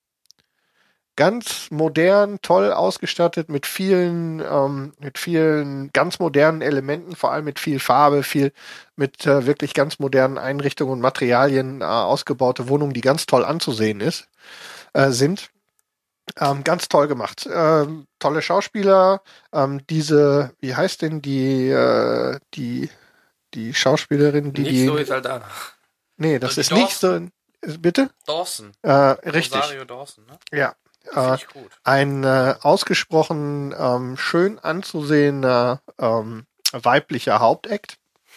Ganz modern, toll ausgestattet mit vielen, ähm, mit vielen ganz modernen Elementen, vor allem mit viel Farbe, viel mit äh, wirklich ganz modernen Einrichtungen und Materialien äh, ausgebaute Wohnungen, die ganz toll anzusehen ist, äh, sind. Ähm, ganz toll gemacht. Ähm, tolle Schauspieler. Ähm, diese, wie heißt denn die, äh, die, die Schauspielerin, die nicht die. Zoe Saldana. Nee, das die ist Dawson. nicht so. Bitte? Dawson. Äh, richtig. Rosario Dawson, ne? Ja. Finde ich gut. Ein äh, ausgesprochen ähm, schön anzusehender ähm, weiblicher Hauptakt.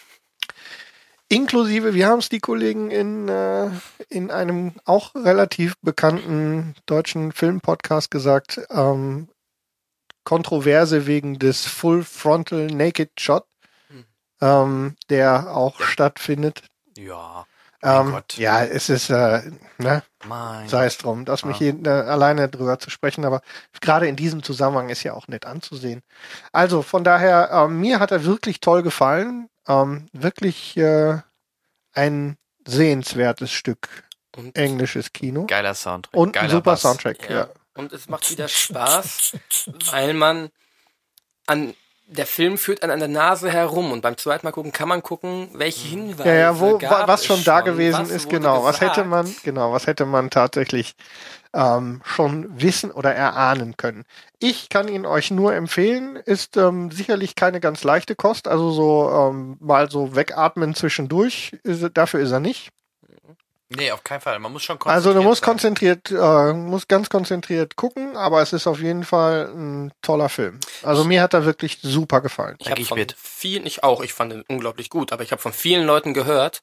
Inklusive, wir haben es die Kollegen in, äh, in einem auch relativ bekannten deutschen Filmpodcast gesagt, ähm, Kontroverse wegen des Full Frontal Naked Shot, hm. ähm, der auch ja. stattfindet. Ja. Ähm, Gott. Ja, es ist, äh, ne, mein sei es drum, dass mich hier äh, alleine drüber zu sprechen, aber gerade in diesem Zusammenhang ist ja auch nett anzusehen. Also von daher, ähm, mir hat er wirklich toll gefallen, ähm, wirklich äh, ein sehenswertes Stück und englisches Kino. Geiler Soundtrack. Und Geiler ein super Bass. Soundtrack, ja. ja. Und es macht wieder Spaß, weil man an der Film führt an der Nase herum und beim zweiten Mal gucken kann man gucken, welche Hinweise ja, ja, wo, gab was schon es da schon, gewesen was ist, wurde genau, was gesagt. hätte man, genau, was hätte man tatsächlich ähm, schon wissen oder erahnen können. Ich kann ihn euch nur empfehlen, ist ähm, sicherlich keine ganz leichte Kost, also so ähm, mal so wegatmen zwischendurch, ist, dafür ist er nicht. Nee, auf keinen Fall. Man muss schon konzentriert Also du musst sein. konzentriert, äh, musst ganz konzentriert gucken, aber es ist auf jeden Fall ein toller Film. Also mir hat er wirklich super gefallen. Ich habe von vielen, ich auch, ich fand ihn unglaublich gut, aber ich habe von vielen Leuten gehört,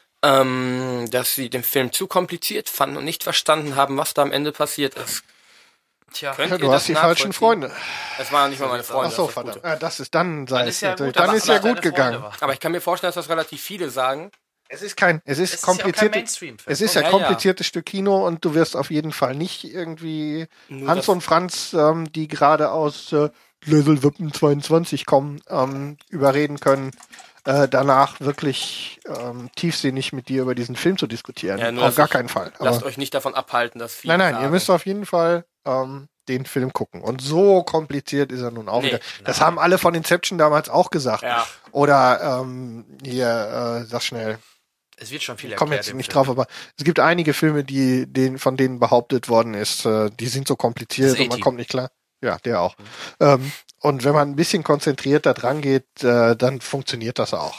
ähm, dass sie den Film zu kompliziert fanden und nicht verstanden haben, was da am Ende passiert ist. Tja, ja, du hast die falschen Freunde. Das waren nicht mal meine Freunde. Ach so, verdammt. Ja, das ist dann, sei dann es ist ja natürlich. gut, Dann ist ja deine gut gegangen. Freunde Aber ich kann mir vorstellen, dass das relativ viele sagen. Es ist kein, es ist Es ist kompliziert. ja auch kein Mainstream-Film. Es ist ja Ja, kompliziertes Stück Kino und du wirst auf jeden Fall nicht irgendwie Nur Hans das- und Franz, ähm, die gerade aus äh, Level Wippen zweiundzwanzig kommen, ähm, überreden können, äh, danach wirklich ähm, tiefsinnig mit dir über diesen Film zu diskutieren. Ja, nur, auf dass gar ich- keinen Fall. Lasst Aber, euch nicht davon abhalten, dass viele nein, nein, sagen. ihr müsst auf jeden Fall ähm, den Film gucken. Und so kompliziert ist er nun auch Nee, wieder. Das haben alle von Inception damals auch gesagt. Ja. Oder ähm, hier, äh, sag schnell. Es wird schon viel Ich komme erklärt jetzt im nicht Film. drauf, aber es gibt einige Filme, die den, von denen behauptet worden ist, äh, die sind so kompliziert Das und man A-Team. kommt nicht klar. Ja, der auch. Ähm, und wenn man ein bisschen konzentrierter dran geht, äh, dann funktioniert das auch.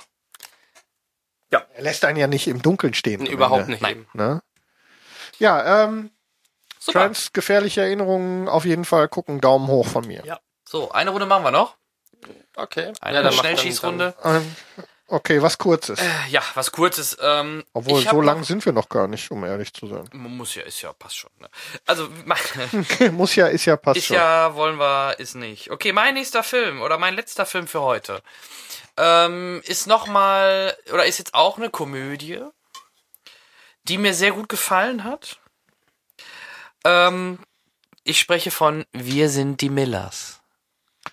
Ja. Er lässt einen ja nicht im Dunkeln stehen. Nee, am überhaupt Ende, nicht. Nein. Eben. Ne? Ja, ähm, Super. Trans gefährliche Erinnerungen auf jeden Fall gucken, Daumen hoch von mir. Ja. So, eine Runde machen wir noch. Okay. Eine Ja, dann macht Schnellschießrunde. Ähm, okay, was kurzes. Äh, ja, was kurzes. Ähm, Obwohl, ich hab so lang noch- sind wir noch gar nicht, um ehrlich zu sein. Muss ja, ist ja, passt schon. Ne? Also, mein, Muss ja, ist ja, passt ist schon. ja, wollen wir, ist nicht. Okay, mein nächster Film oder mein letzter Film für heute ähm, ist nochmal, oder ist jetzt auch eine Komödie, die mir sehr gut gefallen hat. Ähm, ich spreche von Wir sind die Millers.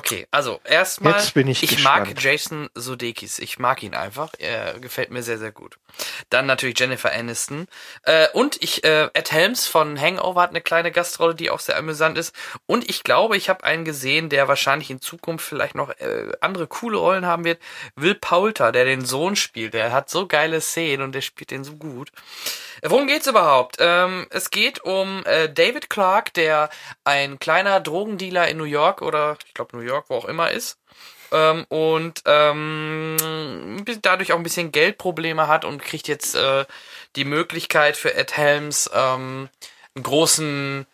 Okay, also erstmal, Jetzt bin ich ich mag gespannt. Jason Sudeikis. Ich mag ihn einfach. Er gefällt mir sehr, sehr gut. Dann natürlich Jennifer Aniston. Äh, und ich, äh, Ed Helms von Hangover hat eine kleine Gastrolle, die auch sehr amüsant ist. Und ich glaube, ich habe einen gesehen, der wahrscheinlich in Zukunft vielleicht noch äh, andere coole Rollen haben wird. Will Poulter, der den Sohn spielt. Der hat so geile Szenen und der spielt den so gut. Worum geht's überhaupt? Ähm, es geht um äh, David Clark, der ein kleiner Drogendealer in New York oder ich glaube New York, wo auch immer ist. Ähm, und ähm, dadurch auch ein bisschen Geldprobleme hat und kriegt jetzt äh, die Möglichkeit für Ed Helms ähm, einen großen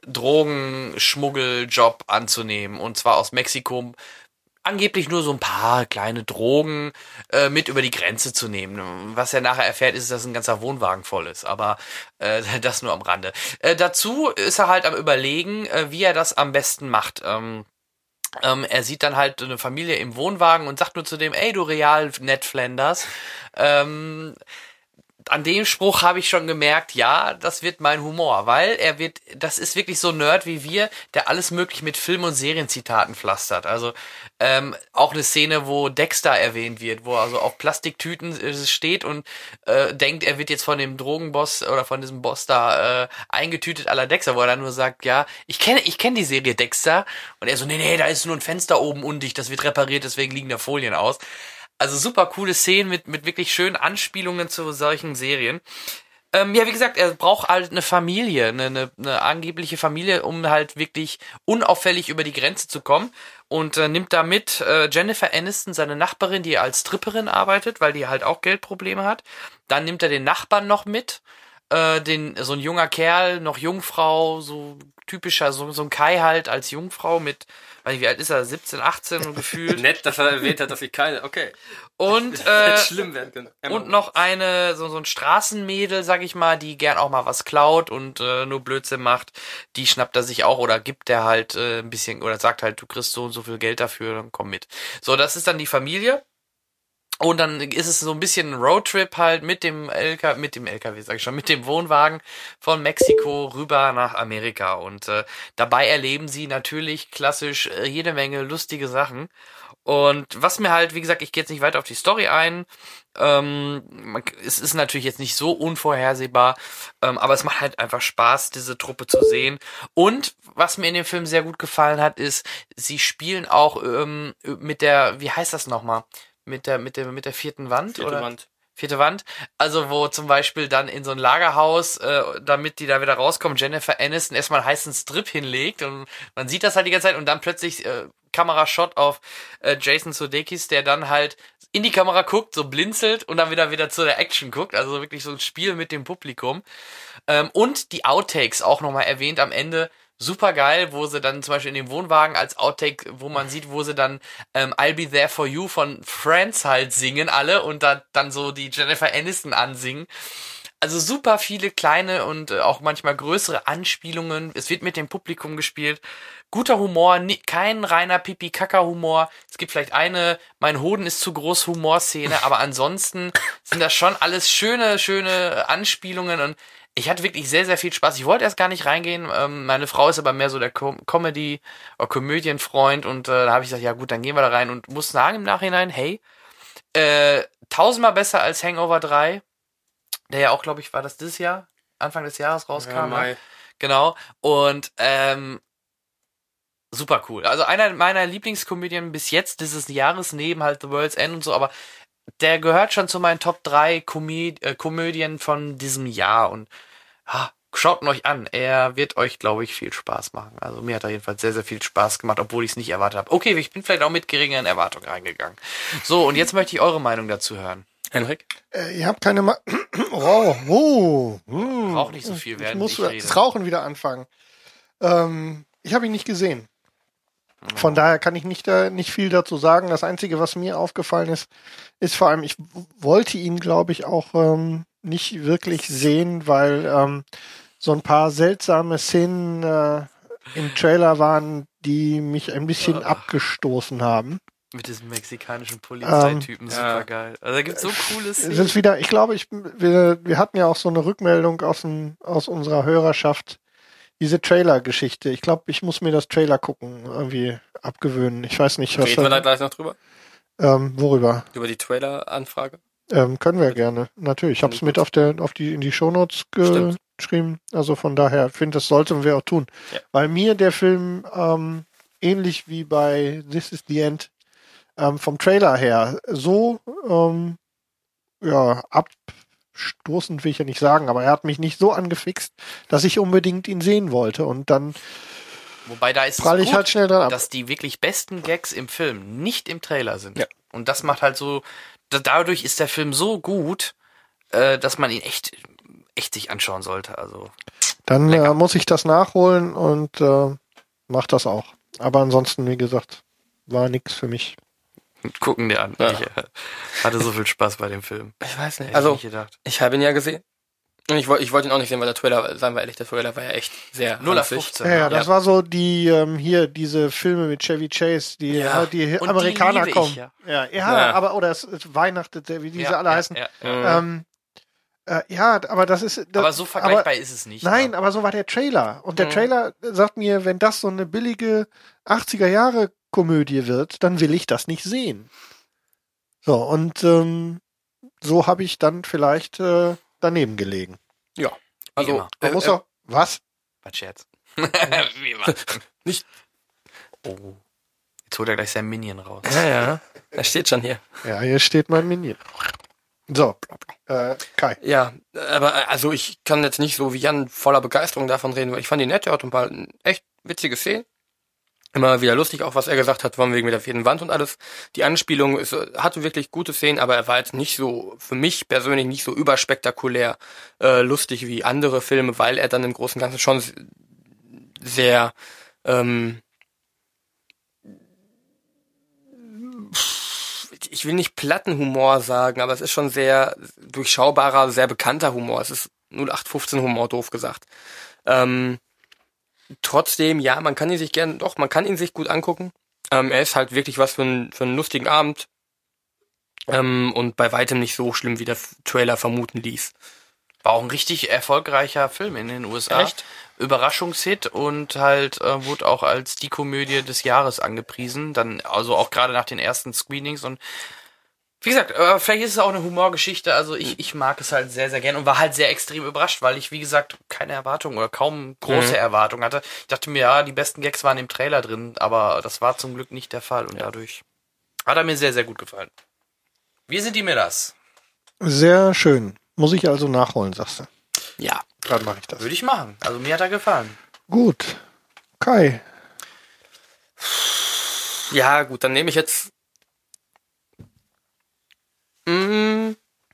Drogenschmuggeljob anzunehmen. Und zwar aus Mexiko angeblich nur so ein paar kleine Drogen äh, mit über die Grenze zu nehmen. Was er nachher erfährt, ist, dass ein ganzer Wohnwagen voll ist. Aber äh, das nur am Rande. Äh, dazu ist er halt am Überlegen, äh, wie er das am besten macht. Ähm, ähm, er sieht dann halt eine Familie im Wohnwagen und sagt nur zu dem, ey, du Real Ned Flanders. Ähm, an dem Spruch habe ich schon gemerkt, ja, das wird mein Humor, weil er wird, das ist wirklich so ein Nerd wie wir, der alles möglich mit Film- und Serienzitaten pflastert. Also ähm, auch eine Szene, wo Dexter erwähnt wird, wo er also auf Plastiktüten äh, steht und äh, denkt, er wird jetzt von dem Drogenboss oder von diesem Boss da äh, eingetütet à la Dexter, wo er dann nur sagt, ja, ich kenne ich kenne die Serie Dexter. Und er so, nee, nee, da ist nur ein Fenster oben undicht, das wird repariert, deswegen liegen da Folien aus. Also super coole Szenen mit mit wirklich schönen Anspielungen zu solchen Serien. Ähm, ja, wie gesagt, er braucht halt eine Familie, eine, eine, eine angebliche Familie, um halt wirklich unauffällig über die Grenze zu kommen. Und äh, nimmt da mit äh, Jennifer Aniston, seine Nachbarin, die als Stripperin arbeitet, weil die halt auch Geldprobleme hat. Dann nimmt er den Nachbarn noch mit, äh, den so ein junger Kerl, noch Jungfrau, so typischer, so, so ein Kai halt als Jungfrau mit, weiß nicht, wie alt ist er, siebzehn, achtzehn und gefühlt. Nett, dass er erwähnt hat, dass ich keine, okay. Und, Hätte äh, schlimm werden können. Emma und noch eine, so, so ein Straßenmädel, sag ich mal, die gern auch mal was klaut und äh, nur Blödsinn macht. Die schnappt er sich auch oder gibt er halt äh, ein bisschen, oder sagt halt, du kriegst so und so viel Geld dafür, dann komm mit. So, das ist dann die Familie. Und dann ist es so ein bisschen ein Roadtrip halt mit dem L K W, mit dem L K W, sag ich schon, mit dem Wohnwagen von Mexiko rüber nach Amerika. Und äh, dabei erleben sie natürlich klassisch äh, jede Menge lustige Sachen. Und was mir halt, wie gesagt, ich gehe jetzt nicht weiter auf die Story ein. Ähm, man, es ist natürlich jetzt nicht so unvorhersehbar, ähm, aber es macht halt einfach Spaß, diese Truppe zu sehen. Und was mir in dem Film sehr gut gefallen hat, ist, sie spielen auch ähm, mit der, wie heißt das nochmal? Mit der, mit der, mit der vierten Wand, Vierte oder? Wand. Vierte Wand. Also, wo zum Beispiel dann in so ein Lagerhaus, äh, damit die da wieder rauskommen, Jennifer Aniston erstmal einen heißen Strip hinlegt und man sieht das halt die ganze Zeit und dann plötzlich, äh, Kamerashot auf, äh, Jason Sudeikis, der dann halt in die Kamera guckt, so blinzelt und dann wieder wieder zu der Action guckt. Also wirklich so ein Spiel mit dem Publikum. Ähm, und die Outtakes auch nochmal erwähnt am Ende. Super geil, wo sie dann zum Beispiel in dem Wohnwagen als Outtake, wo man sieht, wo sie dann ähm, I'll Be There For You von Friends halt singen alle und da dann so die Jennifer Aniston ansingen. Also super viele kleine und äh, auch manchmal größere Anspielungen. Es wird mit dem Publikum gespielt. Guter Humor, nie, kein reiner Pipi-Kaka-Humor. Es gibt vielleicht eine, mein Hoden ist zu groß Humorszene, aber ansonsten sind das schon alles schöne, schöne Anspielungen und ich hatte wirklich sehr, sehr viel Spaß. Ich wollte erst gar nicht reingehen. Ähm, meine Frau ist aber mehr so der Com- Comedy- oder Komödienfreund und äh, da habe ich gesagt, ja gut, dann gehen wir da rein und muss sagen im Nachhinein, hey, äh, tausendmal besser als Hangover drei, der ja auch, glaube ich, war das dieses Jahr, Anfang des Jahres rauskam. Ja, ne? Mai. Genau. Und ähm, super cool. Also einer meiner Lieblingskomödien bis jetzt dieses Jahres, neben halt The World's End und so, aber der gehört schon zu meinen Top drei Komö- äh, Komödien von diesem Jahr und ha, schaut ihn euch an. Er wird euch, glaube ich, viel Spaß machen. Also mir hat er jedenfalls sehr, sehr viel Spaß gemacht, obwohl ich es nicht erwartet habe. Okay, ich bin vielleicht auch mit geringeren Erwartungen reingegangen. So, und jetzt möchte ich eure Meinung dazu hören. Henrik? Äh, ihr habt keine Ma Oh, oh. Hm. Rauch nicht so viel, Ich während muss ich rede. das Rauchen wieder anfangen. Ähm, ich habe ihn nicht gesehen. Von daher kann ich nicht, äh, nicht viel dazu sagen. Das Einzige, was mir aufgefallen ist, ist vor allem, ich w- wollte ihn, glaube ich, auch ähm, nicht wirklich sehen, weil ähm, so ein paar seltsame Szenen äh, im Trailer waren, die mich ein bisschen Ach. abgestoßen haben. Mit diesem mexikanischen Polizeitypen, Ähm, super ja. geil. Also da gibt's so coole Es Szenen. ist wieder, ich glaube, ich, wir, wir hatten ja auch so eine Rückmeldung aus, dem, aus unserer Hörerschaft, diese Trailer-Geschichte. Ich glaube, ich muss mir das Trailer gucken, irgendwie abgewöhnen. Ich weiß nicht, was. Reden wir da gleich noch drüber? Ähm, worüber? Über die Trailer-Anfrage? Ähm, können wir gerne. Natürlich. Ich habe es mit auf der, auf die, in die Shownotes ge- geschrieben. Also von daher finde, das sollten wir auch tun. Ja. Weil mir der Film, ähm, ähnlich wie bei This is the End, ähm, vom Trailer her so, ähm, ja, abstoßend will ich ja nicht sagen, aber er hat mich nicht so angefixt, dass ich unbedingt ihn sehen wollte. Und dann Wobei da ist prall es ich gut, halt schnell dran ab. dass die wirklich besten Gags im Film nicht im Trailer sind. Ja. Und das macht halt so, da, dadurch ist der Film so gut, äh, dass man ihn echt, echt sich anschauen sollte. Also Dann lecker. äh, muss ich das nachholen und äh, mach das auch. Aber ansonsten, wie gesagt, war nix für mich. gucken dir an. Ja. Ich äh, hatte so viel Spaß bei dem Film. Ich weiß nicht. Hätte Also, ich nicht gedacht. ich habe ihn ja gesehen. Und ich wollte ich wollte ihn auch nicht sehen, weil der Trailer, sagen wir ehrlich, der Trailer war ja echt sehr null auf ranzig. fünfzehn. Ja, ja, das Ja. war so die, ähm, hier, diese Filme mit Chevy Chase, die, Ja. äh, die Und die Amerikaner liebe ich, kommen. ja. Ja, ja, Ja. aber, oder es, es weihnachtet, wie diese Ja, alle ja, heißen. Ja, ja. Mhm. Ähm, äh, ja, aber das ist. Das, Aber so vergleichbar aber, ist es nicht. Nein, ne? aber so war der Trailer. Und der Mhm. Trailer sagt mir, wenn das so eine billige achtziger-Jahre-Komödie wird, dann will ich das nicht sehen. So, und ähm, so habe ich dann vielleicht äh, daneben gelegen. Ja. Wie Also, immer. Man äh, muss äh, auch. Was? Was Scherz. Wie immer. Nicht. Oh. Jetzt holt er gleich sein Minion raus. ja, ja. Er steht schon hier. Ja, hier steht mein Minion. So, äh, Kai. Ja, aber äh, also ich kann jetzt nicht so wie Jan voller Begeisterung davon reden, weil ich fand die nett, er hat ein paar echt witzige Szenen. Immer wieder lustig, auch was er gesagt hat, von wegen mit der vierten Wand und alles. Die Anspielung ist, hatte wirklich gute Szenen, aber er war jetzt nicht so, für mich persönlich nicht so überspektakulär äh, lustig wie andere Filme, weil er dann im Großen und Ganzen schon sehr ähm, ich will nicht Plattenhumor sagen, aber es ist schon sehr durchschaubarer, sehr bekannter Humor. Es ist null acht fünfzehn Humor, doof gesagt. Ähm, trotzdem, ja, man kann ihn sich gern, doch, man kann ihn sich gut angucken. Ähm, er ist halt wirklich was für, ein, für einen lustigen Abend. Ähm, und bei weitem nicht so schlimm, wie der Trailer vermuten ließ. War auch ein richtig erfolgreicher Film in den U S A. Echt? Überraschungshit und halt äh, wurde auch als die Komödie des Jahres angepriesen. Dann also auch gerade nach den ersten Screenings und wie gesagt, äh, vielleicht ist es auch eine Humorgeschichte. Also ich ich mag es halt sehr, sehr gern und war halt sehr extrem überrascht, weil ich, wie gesagt, keine Erwartung oder kaum große Mhm. Erwartung hatte. Ich dachte mir, ja, die besten Gags waren im Trailer drin, aber das war zum Glück nicht der Fall und dadurch hat er mir sehr, sehr gut gefallen. Wie sind die mir das? Sehr schön. Muss ich also nachholen, sagst du. Ja. Dann mache ich das. Würde ich machen. Also mir hat er gefallen. Gut. Kai. Ja, gut, dann nehme ich jetzt. Mm.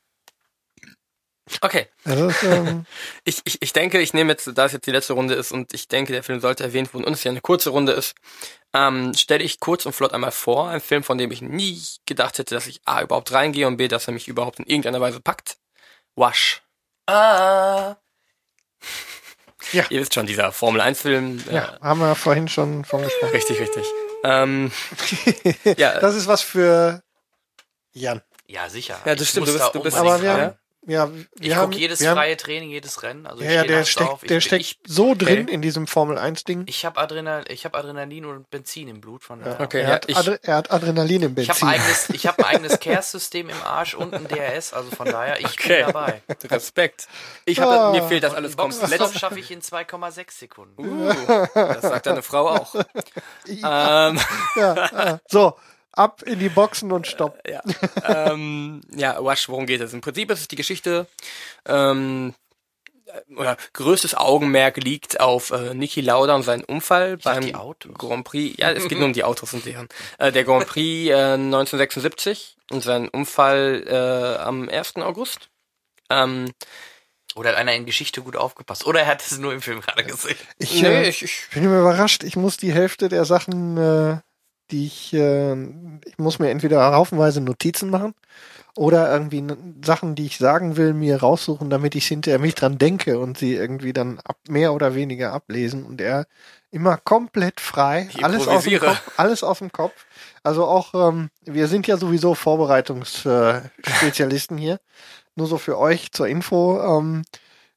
Okay. Das ist, ähm, Ich, ich, ich denke, ich nehme jetzt, da es jetzt die letzte Runde ist und ich denke, der Film sollte erwähnt werden und es ja eine kurze Runde ist, ähm, stelle ich kurz und flott einmal vor, ein Film, von dem ich nie gedacht hätte, dass ich A, überhaupt reingehe und B, dass er mich überhaupt in irgendeiner Weise packt. Wash. Ah. Ja. Ihr wisst schon, dieser Formel eins Film. ja, haben wir vorhin schon von gesprochen. Richtig, richtig. Ähm, ja, Das ist was für Jan. Ja, sicher. Ja, das Ich stimmt, muss du da bist- du bist- unbedingt Aber wir rein. haben, ja, wir Ich haben, gucke jedes wir haben, freie Training, jedes Rennen. Also ich Ja, ja, stehe der nachts steckt, auf. Ich, der bin- steckt ich, so drin Okay. in diesem Formel eins Ding. ich habe Adrenal, ich hab Adrenalin und Benzin im Blut. Von daher. Okay, er, ja, hat ich- Adre, er hat Adrenalin im Ich habe Benzin. ein eigenes, ich habe ein eigenes Care-System im Arsch und ein D R S. Also von daher, ich Okay. bin dabei. Respekt. Ich habe, Ah. mir fehlt das Und alles einen Boxenstopp komplett. schaffe ich in zwei Komma sechs Sekunden. Uh, das sagt deine Frau auch. ähm, ja, ah. So, ab in die Boxen und stopp. ja, ähm, ja, Wash, worum geht es? Im Prinzip ist es die Geschichte, ähm, oder größtes Augenmerk liegt auf äh, Niki Lauda und seinen Unfall dachte, beim die Autos. Grand Prix. Ja, es geht nur um die Autos und deren. Äh, der Grand Prix äh, neunzehnhundertsechsundsiebzig und sein Unfall äh, am ersten August. Ähm, Oder hat einer in Geschichte gut aufgepasst? Oder er hat es nur im Film gerade gesehen? Ich, nee, äh, ich, ich, bin immer überrascht. Ich muss die Hälfte der Sachen, äh, die ich, äh, ich muss mir entweder haufenweise Notizen machen oder irgendwie n- Sachen, die ich sagen will, mir raussuchen, damit ich hinterher mich dran denke und sie irgendwie dann ab, mehr oder weniger ablesen. Und er immer komplett frei, Ich alles aus dem improvisiere. Kopf, alles aus dem Kopf. Also auch, ähm, wir sind ja sowieso Vorbereitungsspezialisten hier. Nur so für euch zur Info. Ähm,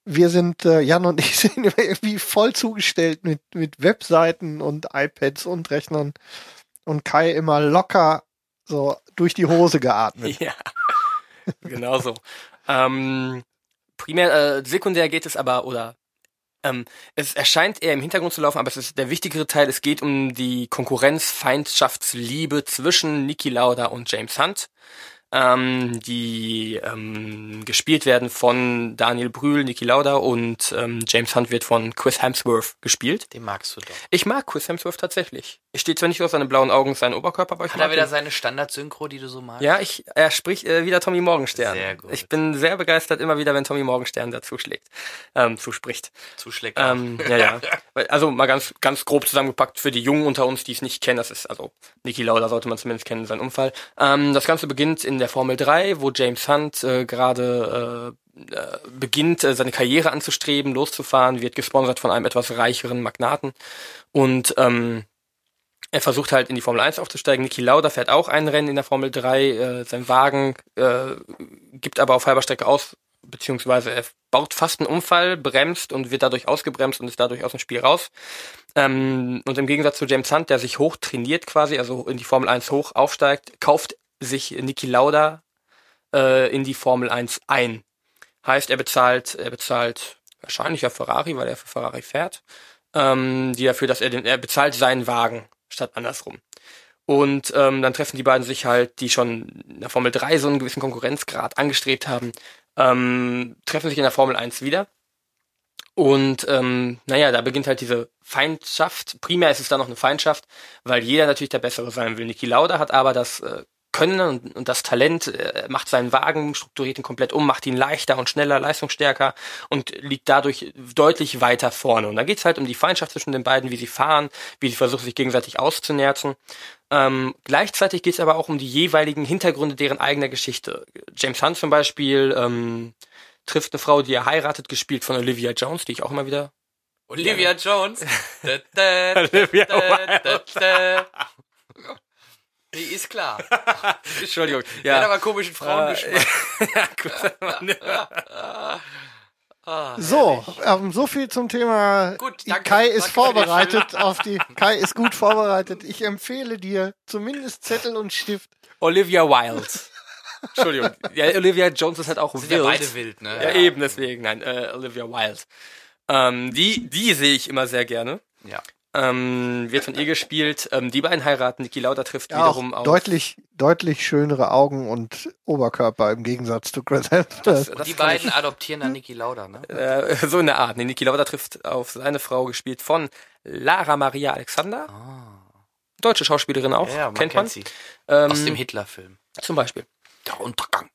wir sind, äh, Jan und ich sind irgendwie voll zugestellt mit, mit Webseiten und iPads und Rechnern und Kai immer locker so durch die Hose geatmet. Ja, genau so. ähm, primär, äh, sekundär geht es aber, oder ähm, es erscheint eher im Hintergrund zu laufen, aber es ist der wichtigere Teil. Es geht um die Konkurrenz, Feindschaftsliebe zwischen Niki Lauda und James Hunt, ähm, die ähm, gespielt werden von Daniel Brühl, Niki Lauda, und ähm, James Hunt wird von Chris Hemsworth gespielt. Den magst du doch. Ich mag Chris Hemsworth tatsächlich. Ich stehe zwar nicht auf seine blauen Augen und seinen Oberkörper, aber ich Hat mag er wieder ihn. seine Standard-Synchro, die du so magst? Ja, ich, er spricht äh, wieder Tommy Morgenstern. Sehr gut. Ich bin sehr begeistert immer wieder, wenn Tommy Morgenstern dazu schlägt, ähm, zuspricht. Zuschlägt. Ähm, ja, ja. Also mal ganz, ganz grob zusammengepackt für die Jungen unter uns, die es nicht kennen. Das ist also Niki Lauda sollte man zumindest kennen, sein Unfall. Ähm, das Ganze beginnt in der Formel drei, wo James Hunt äh, gerade äh, äh, beginnt, äh, seine Karriere anzustreben, loszufahren, wird gesponsert von einem etwas reicheren Magnaten und ähm, er versucht halt in die Formel eins aufzusteigen. Niki Lauda fährt auch ein Rennen in der Formel drei. Äh, sein Wagen äh, gibt aber auf halber Strecke aus, beziehungsweise er baut fast einen Unfall, bremst und wird dadurch ausgebremst und ist dadurch aus dem Spiel raus. Ähm, und im Gegensatz zu James Hunt, der sich hoch trainiert quasi, also in die Formel eins hoch aufsteigt, kauft sich Niki Lauda äh, in die Formel eins ein. Heißt, er bezahlt, er bezahlt wahrscheinlich ja Ferrari, weil er für Ferrari fährt, ähm, die dafür, dass er den, er bezahlt seinen Wagen statt andersrum. Und ähm, dann treffen die beiden sich halt, die schon in der Formel drei so einen gewissen Konkurrenzgrad angestrebt haben, ähm, treffen sich in der Formel eins wieder. Und ähm, naja, da beginnt halt diese Feindschaft. Primär ist es dann noch eine Feindschaft, weil jeder natürlich der Bessere sein will. Niki Lauda hat aber das äh, Können und, und das Talent, äh, macht seinen Wagen, strukturiert ihn komplett um, macht ihn leichter und schneller, leistungsstärker und liegt dadurch deutlich weiter vorne. Und da geht's halt um die Feindschaft zwischen den beiden, wie sie fahren, wie sie versuchen, sich gegenseitig auszunerzen. Ähm, gleichzeitig geht's aber auch um die jeweiligen Hintergründe deren eigener Geschichte. James Hunt zum Beispiel ähm, trifft eine Frau, die er heiratet, gespielt von Olivia Jones, die ich auch immer wieder... Olivia Jones. da, da, Olivia da, da, da. Die ist klar. Entschuldigung. Die hat aber komischen Frauengeschmack. ja, gut. Ah, So, ähm, so viel zum Thema. Gut, danke. Kai ist Danke vorbereitet auf die. Kai ist gut vorbereitet. Ich empfehle dir zumindest Zettel und Stift. Olivia Wilde. Entschuldigung. Ja, Olivia Jones ist halt auch sind wild. ja beide wild, ne? Ja, eben, deswegen. Nein, äh, Olivia Wilde. Ähm, die, die sehe ich immer sehr gerne. Ja. Ähm, wird von ihr gespielt. Ähm, die beiden heiraten. Niki Lauda trifft Ja, auch wiederum auf... deutlich, deutlich schönere Augen und Oberkörper im Gegensatz zu Chris Hemsworth. Das Die kann beiden adoptieren dann Niki Lauda, ne? Äh, so in der Art. Nee, Niki Lauda trifft auf seine Frau, gespielt von Lara Maria Alexander. Ah. Deutsche Schauspielerin auch, Ja, man kennt kennt man. sie. Ähm, Aus dem Hitler-Film. Zum Beispiel. Der Untergang.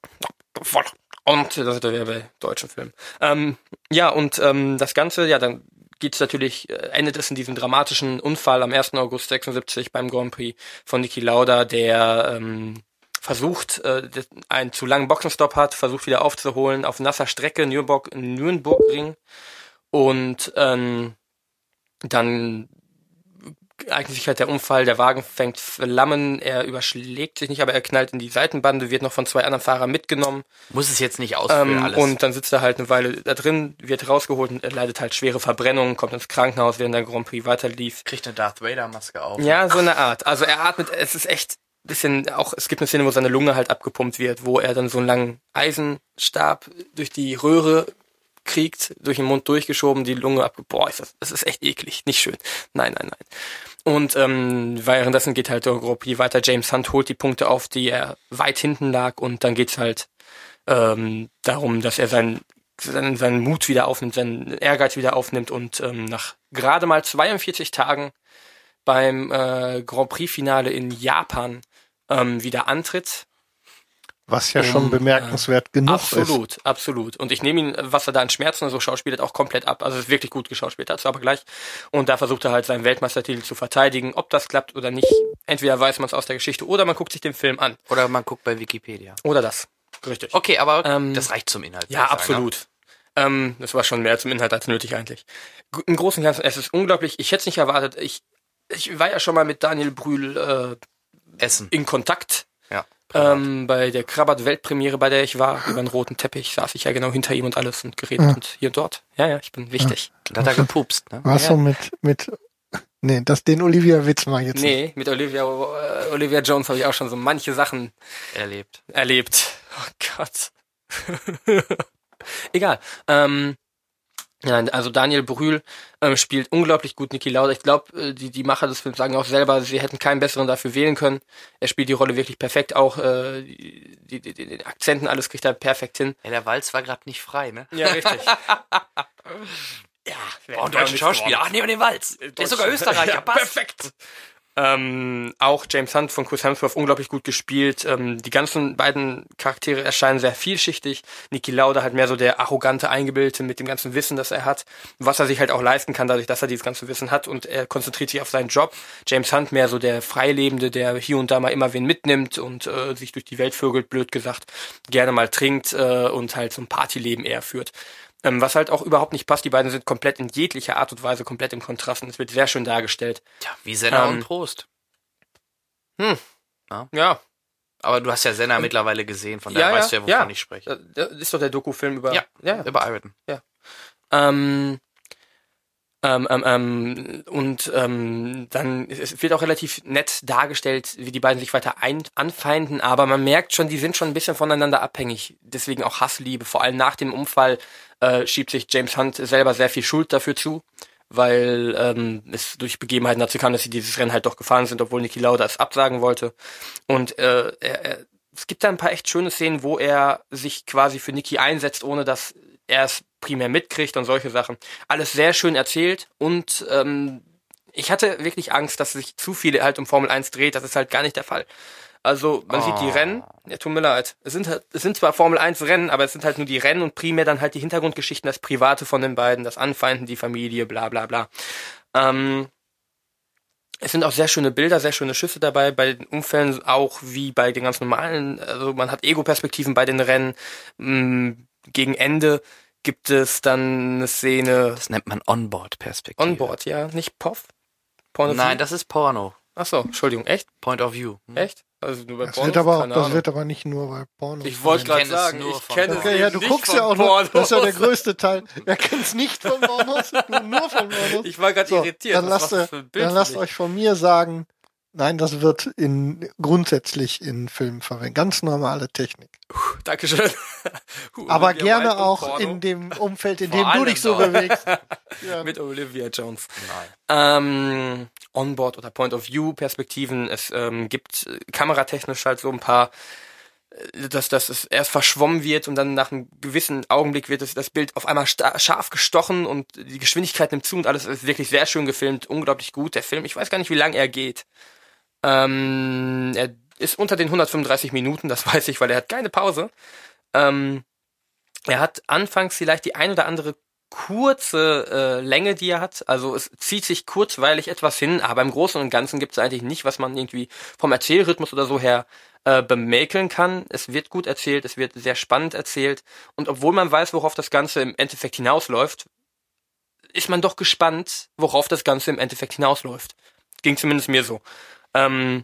Und das ist ja bei deutschen Filmen. Ähm, ja, und ähm, das Ganze, ja, dann geht's natürlich, äh, endet es in diesem dramatischen Unfall am ersten August sechsundsiebzig beim Grand Prix von Niki Lauda, der ähm, versucht, äh, einen zu langen Boxenstopp hat, versucht wieder aufzuholen auf nasser Strecke, Nürburg, Nürnbergring. Und ähm, dann eignet sich halt der Unfall, der Wagen fängt Flammen, er überschlägt sich nicht, aber er knallt in die Seitenbande, wird noch von zwei anderen Fahrern mitgenommen. Muss es jetzt nicht ausführen, Ähm, alles. und dann sitzt er halt eine Weile da drin, wird rausgeholt und er leidet halt schwere Verbrennungen, kommt ins Krankenhaus, während der Grand Prix weiterlief. Kriegt eine Darth Vader-Maske auf. Ja, so eine Art. Also er atmet, es ist echt ein bisschen, auch, es gibt eine Szene, wo seine Lunge halt abgepumpt wird, wo er dann so einen langen Eisenstab durch die Röhre kriegt, durch den Mund durchgeschoben, die Lunge abge... Boah, ist das, das ist echt eklig, nicht schön. Nein, nein, nein. Und ähm, währenddessen geht halt der Grand Prix weiter. James Hunt holt die Punkte auf, die er weit hinten lag, und dann geht's halt ähm, darum, dass er seinen, seinen, seinen Mut wieder aufnimmt, seinen Ehrgeiz wieder aufnimmt und ähm, nach gerade mal zweiundvierzig Tagen beim äh, Grand Prix-Finale in Japan ähm, wieder antritt. Was ja schon Um, bemerkenswert äh, genug absolut, ist. absolut. Und ich nehme ihn, was er da an Schmerzen und so schauspielt, auch komplett ab. Also es ist wirklich gut geschauspielt, dazu aber gleich. Und da versucht er halt seinen Weltmeistertitel zu verteidigen. Ob das klappt oder nicht, entweder weiß man es aus der Geschichte oder man guckt sich den Film an. Oder man guckt bei Wikipedia. Oder das. Richtig. Okay, aber Ähm, das reicht zum Inhalt. Ja, würde ich sagen, absolut. Ähm, das war schon mehr zum Inhalt als nötig eigentlich. G- Im Großen und Ganzen, es ist unglaublich. Ich hätte es nicht erwartet. Ich, ich war ja schon mal mit Daniel Brühl äh, ne? Essen. in Kontakt. Ja. Ähm, bei der Krabbert-Weltpremiere, bei der ich war, über den roten Teppich, saß ich ja genau hinter ihm und alles und geredet Ja. und hier und dort. Ja, ja, ich bin wichtig. Da hat er gepupst, ne? Warst Ja. du mit, mit, nee, das, den Olivia-Witz mal jetzt. Nee, mit Olivia, äh, Olivia Jones habe ich auch schon so manche Sachen Erlebt. erlebt. Oh Gott. Egal. Ähm, ja, also Daniel Brühl ähm, spielt unglaublich gut Niki Lauda. Ich glaube, die, die Macher des Films sagen auch selber, sie hätten keinen besseren dafür wählen können. Er spielt die Rolle wirklich perfekt. Auch äh, die, die, die, den Akzenten, alles kriegt er perfekt hin. Ja, der Walz war gerade nicht frei, ne? Ja, richtig. Ja, Oh, ein deutscher Schauspieler. Ach, nehmen wir den Walz. Der ist sogar Österreicher. Ja, Passt. perfekt. Ähm, auch James Hunt von Chris Hemsworth unglaublich gut gespielt. Ähm, die ganzen beiden Charaktere erscheinen sehr vielschichtig. Niki Lauda halt mehr so der arrogante Eingebildete mit dem ganzen Wissen, das er hat, was er sich halt auch leisten kann, dadurch, dass er dieses ganze Wissen hat, und er konzentriert sich auf seinen Job. James Hunt mehr so der Freilebende, der hier und da mal immer wen mitnimmt und äh, sich durch die Welt vögelt, blöd gesagt, gerne mal trinkt äh, und halt so ein Partyleben eher führt. Ähm, was halt auch überhaupt nicht passt, die beiden sind komplett in jeglicher Art und Weise komplett im Kontrast und es wird sehr schön dargestellt. Ja, wie Senna Ähm, und Prost. Ja, Aber du hast ja Senna mittlerweile gesehen, von Ja, daher ja, weißt du ja, wovon ja. ich spreche. äh, das ist doch der Doku-Film über... Ja, ja. über Iron. Ähm, ähm, ähm, ähm, und ähm, dann es wird auch relativ nett dargestellt, wie die beiden sich weiter ein, anfeinden, aber man merkt schon, die sind schon ein bisschen voneinander abhängig. Deswegen auch Hassliebe. Vor allem nach dem Unfall äh, schiebt sich James Hunt selber sehr viel Schuld dafür zu, weil ähm, es durch Begebenheiten dazu kam, dass sie dieses Rennen halt doch gefahren sind, obwohl Niki Lauda es absagen wollte. Und äh, er, er, es gibt da ein paar echt schöne Szenen, wo er sich quasi für Niki einsetzt, ohne dass er es primär mitkriegt und solche Sachen. Alles sehr schön erzählt und ähm, ich hatte wirklich Angst, dass sich zu viel halt um Formel eins dreht. Das ist halt gar nicht der Fall. Also man Oh. sieht die Rennen, ja, tut mir leid. Es sind halt, es sind zwar Formel eins Rennen, aber es sind halt nur die Rennen und primär dann halt die Hintergrundgeschichten, das Private von den beiden, das Anfeinden, die Familie, bla bla bla. Ähm, es sind auch sehr schöne Bilder, sehr schöne Schüsse dabei, bei den Unfällen auch wie bei den ganz normalen, also man hat Ego-Perspektiven bei den Rennen. Ähm, gegen Ende gibt es dann eine Szene Das nennt man Onboard-Perspektive. Onboard, ja, nicht P O V? Point of Nein, View? das ist Porno. Ach so, Entschuldigung, echt? Point of View. Hm? Echt? Also nur bei Das Pornos? wird aber auch, Keine das Ahnung. wird aber nicht nur bei Porno. Ich wollte Ich gerade kenn es sagen, nur ich von kenne Pornos. Okay, ja, du nicht guckst von ja auch nur, das ist ja der Pornos. größte Teil. Wer kennt's nicht von Pornos? Du nur von Pornos. Ich war gerade So, irritiert. Dann Was lasst, war ihr, das für ein Bild dann für lasst dich? euch von mir sagen, nein, das wird in grundsätzlich in Filmen verwendet. Ganz normale Technik. Dankeschön. Huh, Aber Olivia gerne Wilde und auch Porno in dem Umfeld, in Vor dem du allem dich so doch. bewegst. Ja. mit Olivia Jones. Nein. Ähm, Onboard oder Point of View Perspektiven. Es ähm, gibt äh, kameratechnisch halt so ein paar, äh, dass, dass es erst verschwommen wird und dann nach einem gewissen Augenblick wird es, das Bild auf einmal sta- scharf gestochen und die Geschwindigkeit nimmt zu und alles ist wirklich sehr schön gefilmt, unglaublich gut. Der Film, ich weiß gar nicht, wie lang er geht. Ähm, er ist unter den hundertfünfunddreißig Minuten, das weiß ich, weil er hat keine Pause. Ähm, er hat anfangs vielleicht die ein oder andere kurze äh, Länge, die er hat. Also es zieht sich kurzweilig etwas hin, aber im Großen und Ganzen gibt es eigentlich nicht, was man irgendwie vom Erzählrhythmus oder so her äh, bemäkeln kann. Es wird gut erzählt, es wird sehr spannend erzählt und obwohl man weiß, worauf das Ganze im Endeffekt hinausläuft, ist man doch gespannt, worauf das Ganze im Endeffekt hinausläuft. Ging zumindest mir so. Ähm,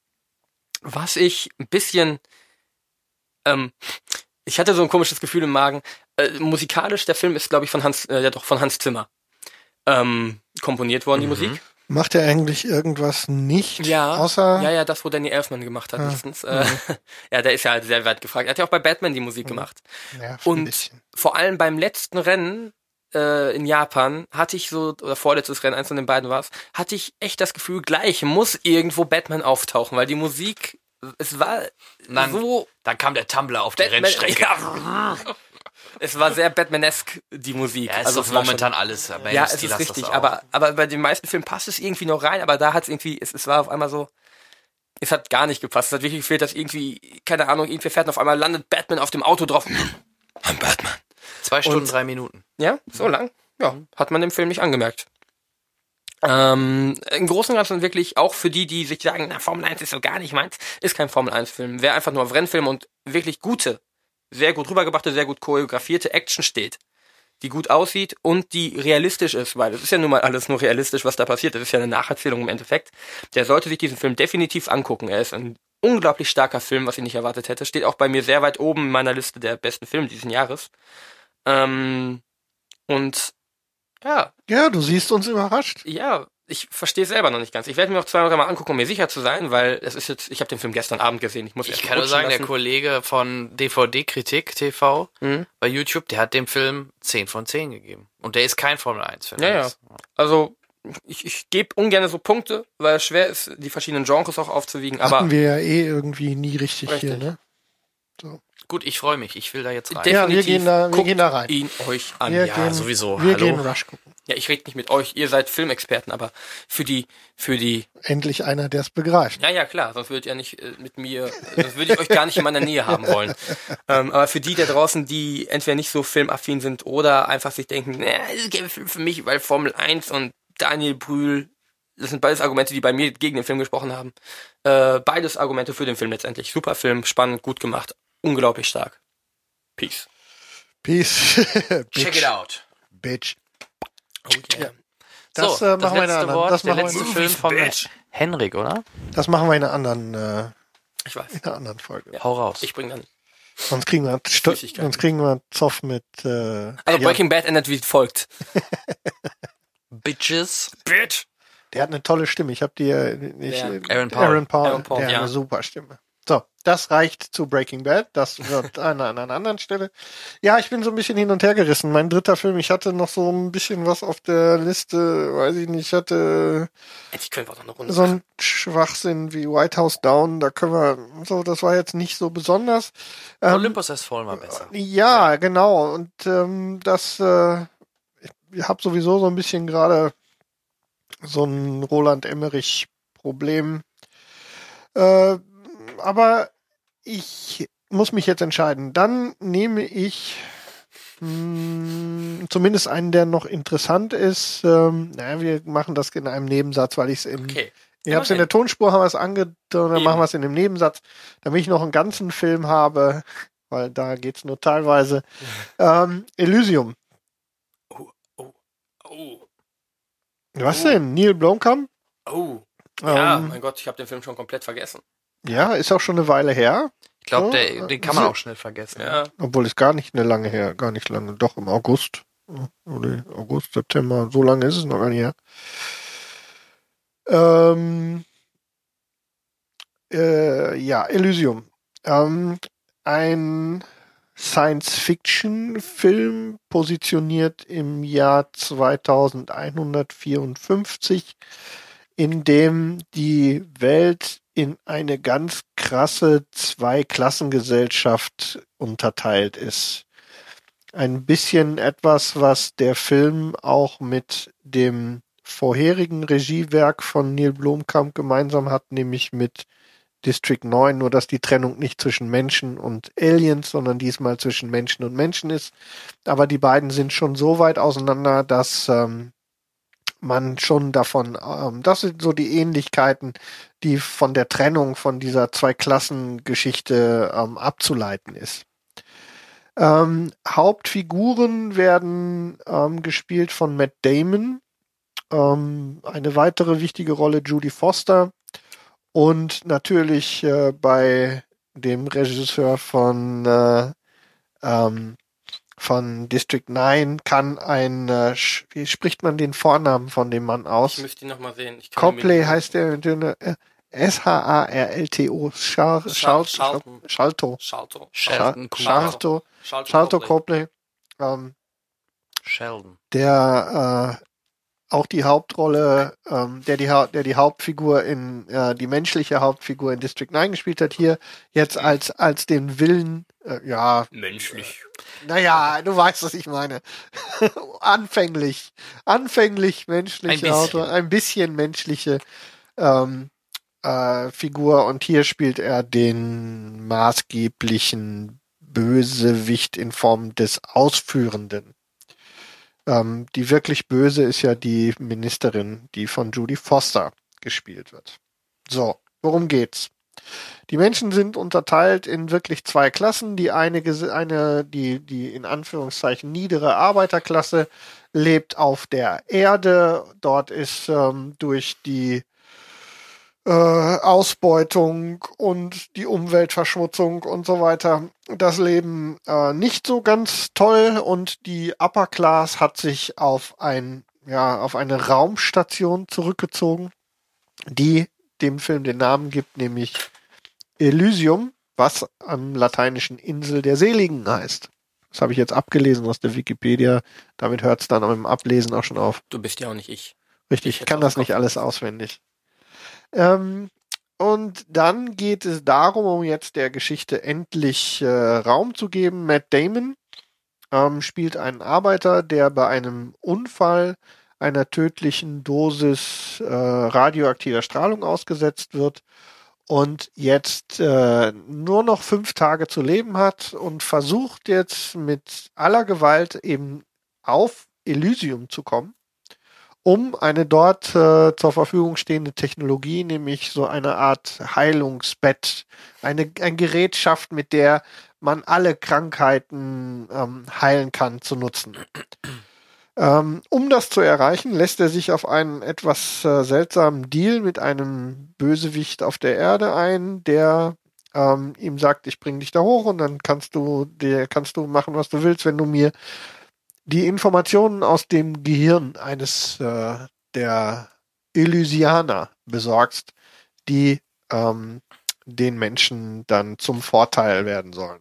was ich ein bisschen ähm, ich hatte so ein komisches Gefühl im Magen. Äh, musikalisch, der Film ist, glaube ich, von Hans, äh, ja doch, von Hans Zimmer ähm, komponiert worden, die Musik. Macht er eigentlich irgendwas nicht? Ja, Außer. ja, ja, das, wo Danny Elfman gemacht hat Ah, letztens. Äh, ja, der ist ja halt sehr weit gefragt. Er hat ja auch bei Batman die Musik gemacht. Nervt ein Und bisschen. vor allem beim letzten Rennen äh, in Japan hatte ich so, oder vorletztes Rennen, eins von den beiden war es, hatte ich echt das Gefühl, gleich muss irgendwo Batman auftauchen, weil die Musik, es war Dann, so dann kam der Tumblr auf der Batman, Rennstrecke. ja, es war sehr Batmanesk, die Musik. Ja, es also ist es doch war momentan schon, alles. Aber ja, Stil es ist hast das richtig, auch. aber, aber bei den meisten Filmen passt es irgendwie noch rein, aber da hat es irgendwie, es, es war auf einmal so, es hat gar nicht gepasst. Es hat wirklich gefehlt, dass irgendwie, keine Ahnung, irgendwer fährt und auf einmal landet Batman auf dem Auto drauf. I'm Batman. Zwei Stunden, und- drei Minuten. Ja, so lang. Ja, hat man im Film nicht angemerkt. Ähm, im Großen und Ganzen wirklich, auch für die, die sich sagen, na, Formel eins ist so gar nicht meins, ist kein Formel eins Film. Wer einfach nur auf Rennfilm und wirklich gute, sehr gut rübergebrachte, sehr gut choreografierte Action steht, die gut aussieht und die realistisch ist, weil es ist ja nun mal alles nur realistisch, was da passiert. Das ist ja eine Nacherzählung im Endeffekt. Der sollte sich diesen Film definitiv angucken. Er ist ein unglaublich starker Film, was ich nicht erwartet hätte. Steht auch bei mir sehr weit oben in meiner Liste der besten Filme dieses Jahres. Ähm, und ja. Ja, du siehst uns überrascht. Ja, ich verstehe es selber noch nicht ganz. Ich werde mir noch zwei oder drei Mal angucken, um mir sicher zu sein, weil es ist jetzt, ich habe den Film gestern Abend gesehen. Ich muss Ich erst kann nur rutschen sagen, lassen. der Kollege von D V D-Kritik T V Mhm. bei YouTube, der hat dem Film zehn von zehn gegeben. Und der ist kein Formel eins Film. Ja, ja. Also ich, ich gebe ungern so Punkte, weil es schwer ist, die verschiedenen Genres auch aufzuwiegen. Aber Hatten wir ja eh irgendwie nie richtig, Richtig. hier, ne? Gut, ich freue mich. Ich will da jetzt rein. definitiv Ja, wir gehen da- wir guckt gehen da rein. ihn euch an. Wir ja, gehen, sowieso. Wir Hallo? gehen Rush gucken. ja, ich rede nicht mit euch. Ihr seid Filmexperten, aber für die, für die, Endlich einer, der es begreift. ja, ja, klar, sonst würdet ihr nicht äh, mit mir, sonst würde ich euch gar nicht in meiner Nähe haben wollen. Ähm, aber für die da draußen, die entweder nicht so filmaffin sind oder einfach sich denken, nee, das ist kein Film für mich, weil Formel eins und Daniel Brühl, das sind beides Argumente, die bei mir gegen den Film gesprochen haben. Äh, beides Argumente für den Film letztendlich. Super Film, spannend, gut gemacht, unglaublich stark. Peace. Peace. Check it out. Bitch. Oh yeah. Das, so, äh, das machen wir in letzte einer anderen- Wort, das der machen wir letzte in- Film von Bitch. Henrik, oder? Das machen wir in einer anderen, äh, Ich weiß. in einer anderen Folge. Hau raus. Ich bring dann. Sonst kriegen wir, Sto- Flüssigkeiten. sonst kriegen wir Zoff mit, äh, Also ja, Breaking Bad endet wie folgt. Bitches. Bitch. der hat eine tolle Stimme. Ich habe die, äh, nicht, Wer? äh, Aaron Paul. Aaron Paul, Aaron Paul, der hat ja. eine super Stimme. So, das reicht zu Breaking Bad. Das wird an, an einer anderen Stelle. Ja, ich bin so ein bisschen hin und her gerissen. Mein dritter Film, ich hatte noch so ein bisschen was auf der Liste, weiß ich nicht, ich hatte Endlich können wir doch eine Runde so machen. ein Schwachsinn wie White House Down, da können wir, so, das war jetzt nicht so besonders. Ähm, Olympus Has Fallen war besser. ja, genau. Und ähm, das, äh, ich habe sowieso so ein bisschen gerade so ein Roland Emmerich-Problem. Äh, aber ich muss mich jetzt entscheiden. Dann nehme ich mh, zumindest einen, der noch interessant ist. Ähm, naja, wir machen das in einem Nebensatz, weil ich es im Okay. ich habe es in der Tonspur, haben wir es angedeutet, dann Eben. machen wir es in dem Nebensatz, damit ich noch einen ganzen Film habe, weil da geht's nur teilweise. Ähm, Elysium. Oh, oh, oh, Was Oh. denn? Neil Blomkamp? oh. Ja, Ähm, mein Gott, ich habe den Film schon komplett vergessen. ja, ist auch schon eine Weile her, Ich glaube, so, der- den kann man auch schnell vergessen. Ja. obwohl es gar nicht eine lange her, gar nicht lange, doch im August. Oder August, September, so lange ist es noch gar nicht her. Ähm, äh, ja, Elysium. Ähm, ein Science-Fiction-Film, positioniert im Jahr zweitausendeinhundertvierundfünfzig, in dem die Welt in eine ganz krasse Zweiklassengesellschaft unterteilt ist. Ein bisschen etwas, was der Film auch mit dem vorherigen Regiewerk von Neil Blomkamp gemeinsam hat, nämlich mit District neun, nur dass die Trennung nicht zwischen Menschen und Aliens, sondern diesmal zwischen Menschen und Menschen ist. Aber die beiden sind schon so weit auseinander, dass ähm, man schon davon, ähm, das sind so die Ähnlichkeiten, die von der Trennung von dieser Zwei-Klassen-Geschichte ähm, abzuleiten ist. Ähm, Hauptfiguren werden ähm, gespielt von Matt Damon. Ähm, eine weitere wichtige Rolle Judy Foster. Und natürlich äh, bei dem Regisseur von, äh, ähm, von District neun kann ein, äh, sch- wie spricht man den Vornamen von dem Mann Ich aus? müsste ihn nochmal sehen. Ich kann Copley ihn- heißt der, der äh, S H A R L T O, Schar- Schal- Schal- Schalton. Schalto. Schalto. Sheldon Cooper. Schalto. Schalto. Schalto Copley. Copley. Ähm, Sheldon. der äh, auch die Hauptrolle, ähm, der die Hau- der die Hauptfigur in äh, die menschliche Hauptfigur in District neun gespielt hat, hier jetzt als als den Willen, äh, ja, Menschlich. naja, du weißt, was ich meine. anfänglich, anfänglich menschliche Ein bisschen. Autor, ein bisschen menschliche ähm, äh, Figur, und hier spielt er den maßgeblichen Bösewicht in Form des Ausführenden. Ähm, die wirklich böse ist ja die Ministerin, die von Judy Foster gespielt wird. So, worum geht's? Die Menschen sind unterteilt in wirklich zwei Klassen. Die eine, ges- eine die, die in Anführungszeichen niedere Arbeiterklasse lebt auf der Erde. Dort ist ähm, durch die äh, Ausbeutung und die Umweltverschmutzung und so weiter das Leben äh, nicht so ganz toll, und die Upper Class hat sich auf ein ja auf eine Raumstation zurückgezogen, die dem Film den Namen gibt, nämlich Elysium, was am lateinischen Insel der Seligen heißt. Das habe ich jetzt abgelesen aus der Wikipedia. Damit hört es dann mit dem Ablesen auch schon auf. Du bist ja auch nicht ich. Richtig, Ich ich kann hätte das auch nicht Kopf. alles auswendig. Ähm, und dann geht es darum, um jetzt der Geschichte endlich äh, Raum zu geben. Matt Damon ähm, spielt einen Arbeiter, der bei einem Unfall einer tödlichen Dosis äh, radioaktiver Strahlung ausgesetzt wird und jetzt äh, nur noch fünf Tage zu leben hat und versucht jetzt mit aller Gewalt eben auf Elysium zu kommen, um eine dort äh, zur Verfügung stehende Technologie, nämlich so eine Art Heilungsbett, eine, ein Gerät schafft, mit der man alle Krankheiten ähm, heilen kann, zu nutzen. Ähm, um das zu erreichen, lässt er sich auf einen etwas äh, seltsamen Deal mit einem Bösewicht auf der Erde ein, der ähm, ihm sagt, ich bring dich da hoch und dann kannst du dir, kannst du machen, was du willst, wenn du mir die Informationen aus dem Gehirn eines äh, der Elysianer besorgst, die ähm, den Menschen dann zum Vorteil werden sollen.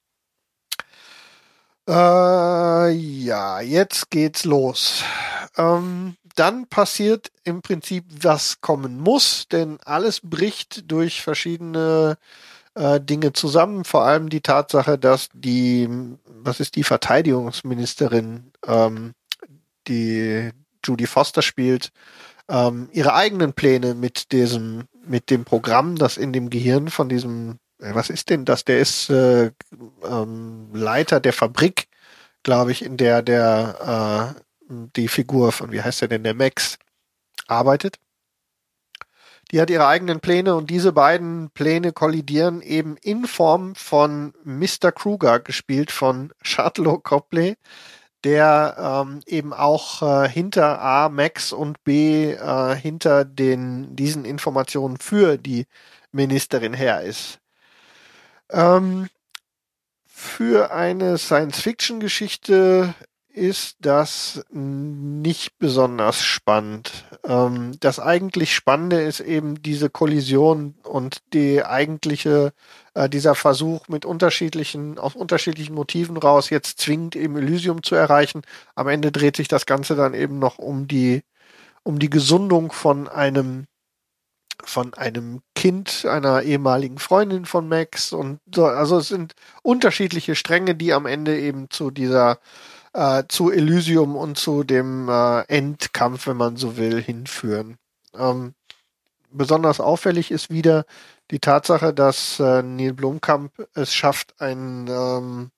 Äh, ja, jetzt geht's los. Ähm, dann passiert im Prinzip, was kommen muss, denn alles bricht durch verschiedene äh, Dinge zusammen. Vor allem die Tatsache, dass die, was ist die Verteidigungsministerin, ähm, die Judy Foster spielt, ähm, ihre eigenen Pläne mit diesem, mit dem Programm, das in dem Gehirn von diesem, äh, was ist denn das? Der ist äh, ähm, Leiter der Fabrik, glaube ich, in der der äh, die Figur von, wie heißt der denn, der Max arbeitet. Die hat ihre eigenen Pläne und diese beiden Pläne kollidieren eben in Form von Mister Kruger, gespielt von Sharlto Copley, der ähm, eben auch äh, hinter A, Max und B äh, hinter den diesen Informationen für die Ministerin her ist. Ähm, für eine Science-Fiction-Geschichte ist das nicht besonders spannend. Ähm, das eigentlich Spannende ist eben diese Kollision und die eigentliche, äh, dieser Versuch mit unterschiedlichen, aus unterschiedlichen Motiven raus, jetzt zwingend eben Elysium zu erreichen. Am Ende dreht sich das Ganze dann eben noch um die, um die Gesundung von einem von einem Kind, einer ehemaligen Freundin von Max und so, also es sind unterschiedliche Stränge, die am Ende eben zu dieser äh, zu Elysium und zu dem äh, Endkampf, wenn man so will, hinführen. Ähm, besonders auffällig ist wieder die Tatsache, dass äh, Neil Blomkamp es schafft, ein ähm,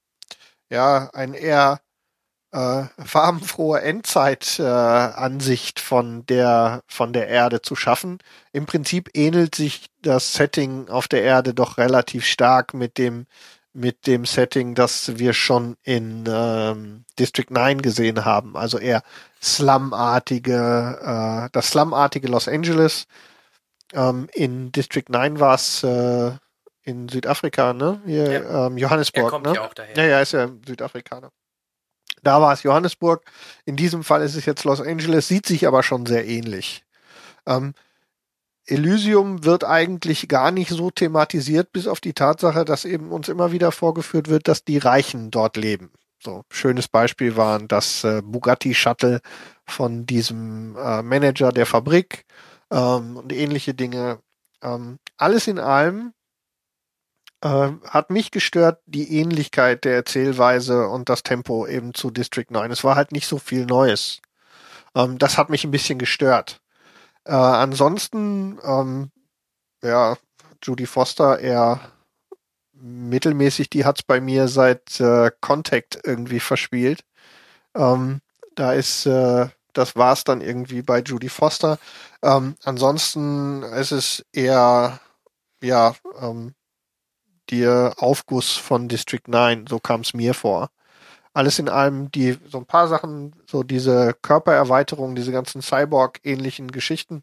ja ein eher äh, farbenfrohe Endzeit-Ansicht äh, von der von der Erde zu schaffen. Im Prinzip ähnelt sich das Setting auf der Erde doch relativ stark mit dem mit dem Setting, das wir schon in ähm, District neun gesehen haben. Also eher Slum-artige, äh, das Slum-artige Los Angeles. Ähm, in District neun war es äh, in Südafrika, ne? Hier, Ja. ähm, Johannesburg, Er kommt ne? ja auch daher. Ja, ja, ist ja Südafrikaner. Da war es Johannesburg. In diesem Fall ist es jetzt Los Angeles, sieht sich aber schon sehr ähnlich. Ähm, Elysium wird eigentlich gar nicht so thematisiert, bis auf die Tatsache, dass eben uns immer wieder vorgeführt wird, dass die Reichen dort leben. So, schönes Beispiel waren das äh, Bugatti Shuttle von diesem äh, Manager der Fabrik ähm, und ähnliche Dinge. Ähm, alles in allem äh, hat mich gestört die Ähnlichkeit der Erzählweise und das Tempo eben zu District neun. Es war halt nicht so viel Neues. Ähm, das hat mich ein bisschen gestört. Äh, ansonsten, ähm, ja, Judy Foster eher mittelmäßig, die hat's bei mir seit äh, Contact irgendwie verspielt. Ähm, da ist, äh, das war's dann irgendwie bei Judy Foster. Ähm, ansonsten ist es eher, ja, ähm, der Aufguss von District neun, so kam es mir vor. Alles in allem, die so ein paar Sachen, so diese Körpererweiterung, diese ganzen Cyborg-ähnlichen Geschichten,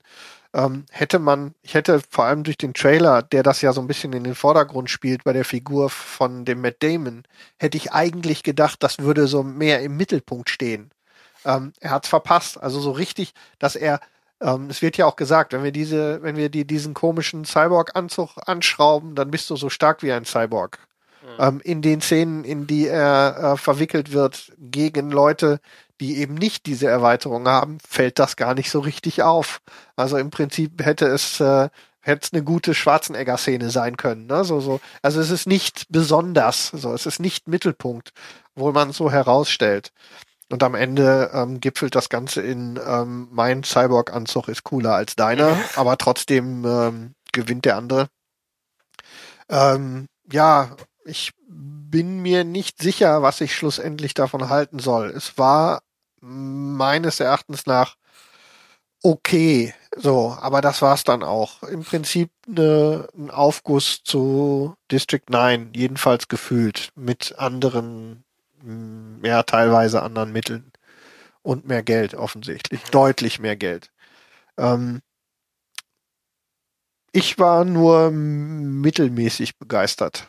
ähm, hätte man, ich hätte vor allem durch den Trailer, der das ja so ein bisschen in den Vordergrund spielt bei der Figur von dem Matt Damon, hätte ich eigentlich gedacht, das würde so mehr im Mittelpunkt stehen. Ähm, er hat's verpasst. Also so richtig, dass er, ähm, es wird ja auch gesagt, wenn wir diese, wenn wir die, diesen komischen Cyborg-Anzug anschrauben, dann bist du so stark wie ein Cyborg. Mhm. Ähm, in den Szenen, in die er äh, verwickelt wird gegen Leute, die eben nicht diese Erweiterung haben, fällt das gar nicht so richtig auf. Also im Prinzip hätte es, äh, hätte es eine gute Schwarzenegger-Szene sein können. Ne? So, so. Also es ist nicht besonders, so, es ist nicht Mittelpunkt, wo man es so herausstellt. Und am Ende ähm, gipfelt das Ganze in ähm, mein Cyborg-Anzug ist cooler als deiner, aber trotzdem ähm, gewinnt der andere. Ähm, ja, ich bin mir nicht sicher, was ich schlussendlich davon halten soll. Es war meines Erachtens nach okay, so, aber das war's dann auch. Im Prinzip ne, ein Aufguss zu District neun, jedenfalls gefühlt, mit anderen ja, teilweise anderen Mitteln und mehr Geld offensichtlich, deutlich mehr Geld. Ähm, ich war nur mittelmäßig begeistert.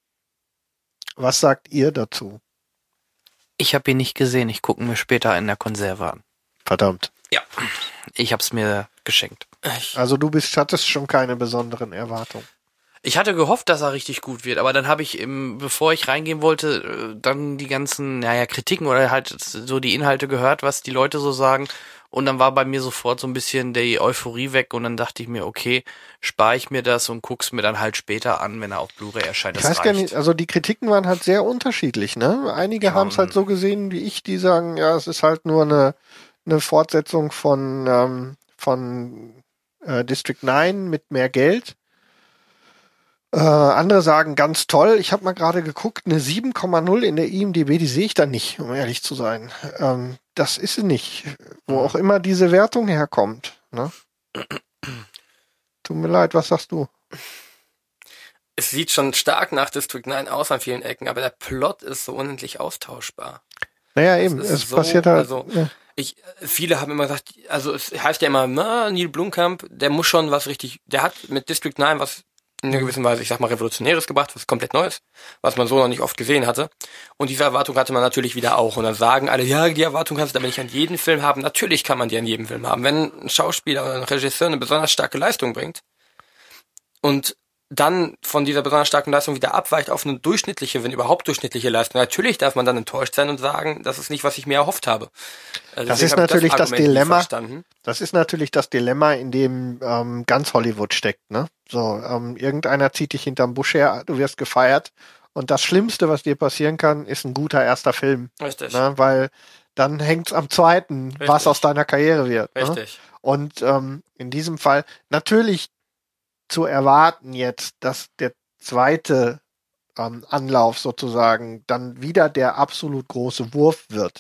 Was sagt ihr dazu? Ich habe ihn nicht gesehen, ich gucke mir später in der Konserve an. Verdammt. Ja, ich habe es mir geschenkt. Also du bist, hattest schon keine besonderen Erwartungen. Ich hatte gehofft, dass er richtig gut wird, aber dann habe ich, im, bevor ich reingehen wollte, dann die ganzen, naja, Kritiken oder halt so die Inhalte gehört, was die Leute so sagen. Und dann war bei mir sofort so ein bisschen die Euphorie weg und dann dachte ich mir, okay, spare ich mir das und guck's mir dann halt später an, wenn er auf Blu-ray erscheint. Ich das weiß reicht. gar nicht, also die Kritiken waren halt sehr unterschiedlich, ne? Einige haben es halt so gesehen wie ich, die sagen, ja, es ist halt nur eine, eine Fortsetzung von, ähm, von äh, District neun mit mehr Geld. Äh, andere sagen, ganz toll. Ich habe mal gerade geguckt, eine sieben Komma null in der I M D B, die sehe ich da nicht, um ehrlich zu sein. Ähm, das ist sie nicht. Wo auch immer diese Wertung herkommt. Ne? Tut mir leid, was sagst du? Es sieht schon stark nach District neun aus an vielen Ecken, aber der Plot ist so unendlich austauschbar. Naja, Das eben, ist es so, passiert halt. Also, ja. ich, viele haben immer gesagt, also es heißt ja immer, na, Neil Blomkamp, der muss schon was richtig, der hat mit District neun was in einer gewissen Weise, ich sag mal, Revolutionäres gebracht, was komplett Neues, was man so noch nicht oft gesehen hatte. Und diese Erwartung hatte man natürlich wieder auch. Und dann sagen alle, ja, die Erwartung kannst du aber nicht an jeden Film haben. Natürlich kann man die an jedem Film haben. Wenn ein Schauspieler oder ein Regisseur eine besonders starke Leistung bringt und dann von dieser besonders starken Leistung wieder abweicht auf eine durchschnittliche, wenn überhaupt durchschnittliche Leistung. Natürlich darf man dann enttäuscht sein und sagen, das ist nicht, was ich mir erhofft habe. Also das ist natürlich das, das Dilemma. Das ist natürlich das Dilemma, in dem ähm, ganz Hollywood steckt. Ne? So, ähm, irgendeiner zieht dich hinterm Busch her, du wirst gefeiert und das Schlimmste, was dir passieren kann, ist ein guter erster Film. Richtig. Ne? Weil dann hängt's am zweiten, Richtig. was aus deiner Karriere wird. Richtig. Ne? Und ähm, in diesem Fall natürlich zu erwarten jetzt, dass der zweite ähm, Anlauf sozusagen dann wieder der absolut große Wurf wird,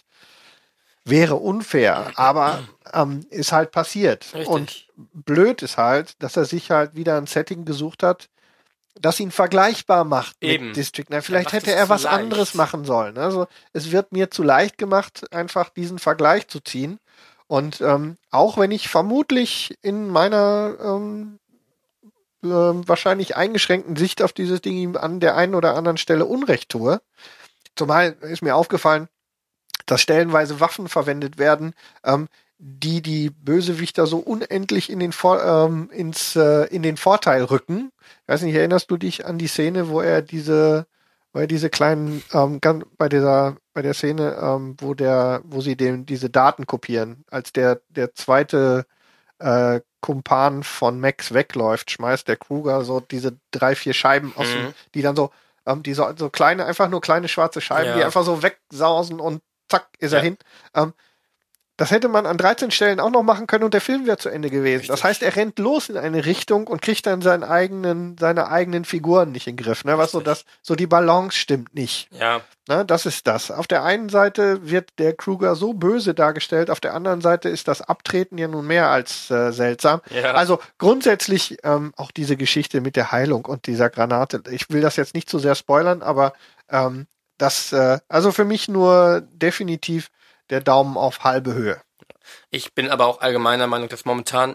wäre unfair, aber ähm, ist halt passiert. Richtig. Und blöd ist halt, dass er sich halt wieder ein Setting gesucht hat, das ihn vergleichbar macht Eben. mit District neun. Vielleicht Er hätte er was leicht. anderes machen sollen. Also es wird mir zu leicht gemacht, einfach diesen Vergleich zu ziehen. Und ähm, auch wenn ich vermutlich in meiner ähm, wahrscheinlich eingeschränkten Sicht auf dieses Ding ihm an der einen oder anderen Stelle Unrecht tue. Zumal ist mir aufgefallen, dass stellenweise Waffen verwendet werden, ähm, die die Bösewichter so unendlich in den, Vor- ähm, ins, äh, in den Vorteil rücken. Ich weiß nicht, erinnerst du dich an die Szene, wo er diese, wo er diese kleinen, ähm, ganz, bei dieser, bei der Szene, ähm, wo der, wo sie den, diese Daten kopieren, als der, der zweite äh, Kumpan von Max wegläuft, schmeißt der Kruger so diese drei, vier Scheiben aus, Mhm. dem, die dann so, ähm, die so, so kleine, einfach nur kleine schwarze Scheiben, Ja. die einfach so wegsausen und zack, ist er Ja. hin. Ähm, das hätte man an dreizehn Stellen auch noch machen können und der Film wäre zu Ende gewesen. Richtig. Das heißt, er rennt los in eine Richtung und kriegt dann seinen eigenen, seine eigenen Figuren nicht in den Griff. Ne? Was so das, so die Balance stimmt nicht. Ja. Ne, das ist das. Auf der einen Seite wird der Kruger so böse dargestellt, auf der anderen Seite ist das Abtreten ja nun mehr als äh, seltsam. Ja. Also grundsätzlich ähm, auch diese Geschichte mit der Heilung und dieser Granate. Ich will das jetzt nicht zu sehr spoilern, aber ähm, das, äh, also für mich nur definitiv der Daumen auf halbe Höhe. Ich bin aber auch allgemeiner Meinung, dass momentan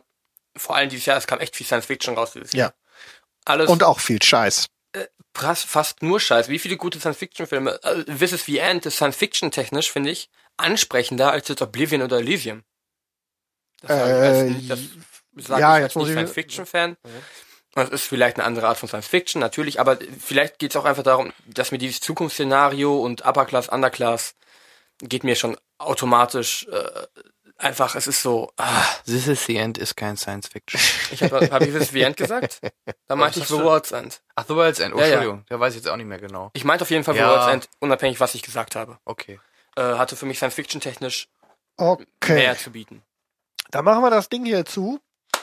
vor allem dieses Jahr, es kam echt viel Science-Fiction raus dieses Ja. Jahr. Alles Und auch viel Scheiß. fast, fast nur Scheiß. Wie viele gute Science-Fiction-Filme? Uh, This is the End ist Science-Fiction-technisch, finde ich, ansprechender als jetzt Oblivion oder Elysium. Das, Äh, als, das sage ja, ich jetzt als muss nicht ich- Science-Fiction-Fan. Das ist vielleicht eine andere Art von Science-Fiction, natürlich, aber vielleicht geht es auch einfach darum, dass mir dieses Zukunftsszenario und Upper Class, Underclass geht mir schon automatisch äh, einfach, es ist so, ah, This is the End ist kein Science Fiction. ich habe hab ich das wie End gesagt? Da meinte ich hast The du? World's End. Ach, The World's End. Oh, Ja, ja. Entschuldigung. Da weiß ich jetzt auch nicht mehr genau. Ich meinte auf jeden Fall The Ja. World's End, unabhängig, was ich gesagt habe. Okay. Äh, hatte für mich Science-Fiction-technisch Okay. mehr zu bieten. Dann machen wir das Ding hier zu.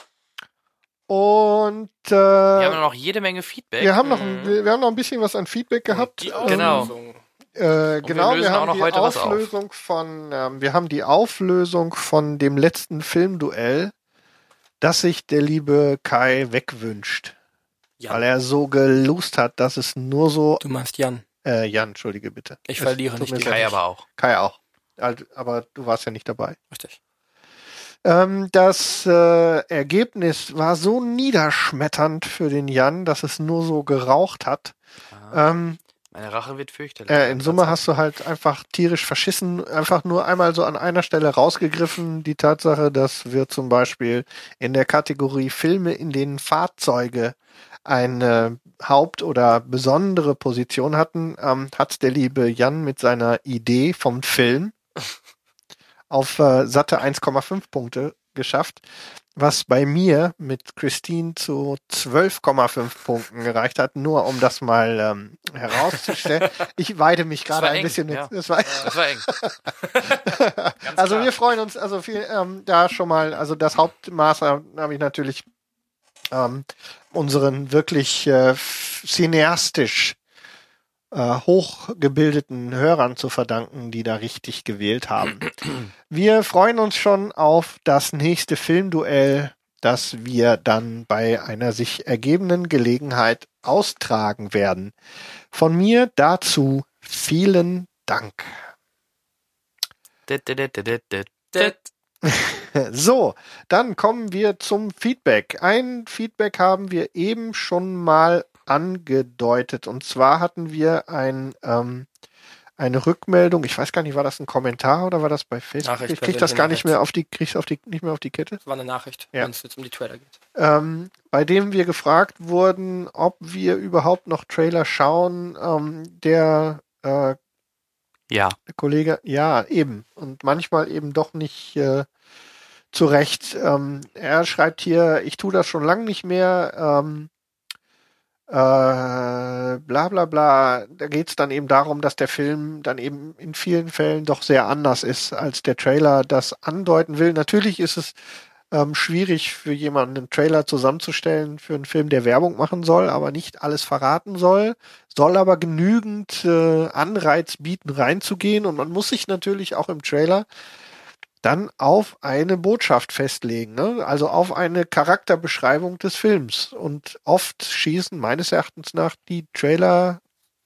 Und äh, Wir haben noch jede Menge Feedback. wir haben noch ein, wir, wir haben noch ein bisschen was an Feedback gehabt. Die Genau. Auflösung. Äh, genau, lösen wir auch haben noch die heute was auf. Auflösung von, ähm, wir haben die Auflösung von dem letzten Filmduell, das sich der liebe Kai wegwünscht, Ja. weil er so gelust hat, dass es nur so, Du meinst Jan. äh, Jan, entschuldige bitte. Ich Es verliere tut nicht mir die sehr Kai leid. aber auch. Kai auch. Also, aber du warst ja nicht dabei. Richtig. Ähm, das äh, Ergebnis war so niederschmetternd für den Jan, dass es nur so geraucht hat. Ah, Ähm, Meine Rache wird fürchterlich. Äh, in Summe hast du halt einfach tierisch verschissen, einfach nur einmal so an einer Stelle rausgegriffen, die Tatsache, dass wir zum Beispiel in der Kategorie Filme, in denen Fahrzeuge eine Haupt- oder besondere Position hatten, ähm, hat der liebe Jan mit seiner Idee vom Film auf äh, satte eins Komma fünf Punkte geschafft, was bei mir mit Christine zu zwölf Komma fünf Punkten gereicht hat, nur um das mal ähm, herauszustellen. Ich weide mich gerade war ein eng, bisschen mit. ja. Das war, Das war eng. also klar. wir freuen uns also viel ähm, da schon mal, also das Hauptmaß habe hab ich natürlich ähm, unseren wirklich äh, cineastisch äh, hochgebildeten Hörern zu verdanken, die da richtig gewählt haben. Wir freuen uns schon auf das nächste Filmduell, das wir dann bei einer sich ergebenden Gelegenheit austragen werden. Von mir dazu vielen Dank. Dit, dit, dit, dit, dit. Det. So, dann kommen wir zum Feedback. Ein Feedback haben wir eben schon mal angedeutet. Und zwar hatten wir ein, ähm, eine Rückmeldung. Ich weiß gar nicht, war das ein Kommentar oder war das bei Facebook? Nachricht, ich krieg das persönliche gar nicht Nachricht. mehr auf die, krieg's auf die, nicht mehr auf die Kette. Das war eine Nachricht, Ja. wenn es jetzt um die Trailer geht. Ähm, bei dem wir gefragt wurden, ob wir überhaupt noch Trailer schauen. Ähm, der äh, Ja. Kollege, ja, eben. Und manchmal eben doch nicht äh, zu Recht. Ähm, er schreibt hier, ich tue das schon lange nicht mehr. Ähm, äh, bla bla bla. Da geht es dann eben darum, dass der Film dann eben in vielen Fällen doch sehr anders ist, als der Trailer das andeuten will. Natürlich ist es ähm, schwierig für jemanden einen Trailer zusammenzustellen für einen Film, der Werbung machen soll, aber nicht alles verraten soll, soll aber genügend äh, Anreiz bieten, reinzugehen, und man muss sich natürlich auch im Trailer dann auf eine Botschaft festlegen, ne? Also auf eine Charakterbeschreibung des Films. Und oft schießen meines Erachtens nach die Trailer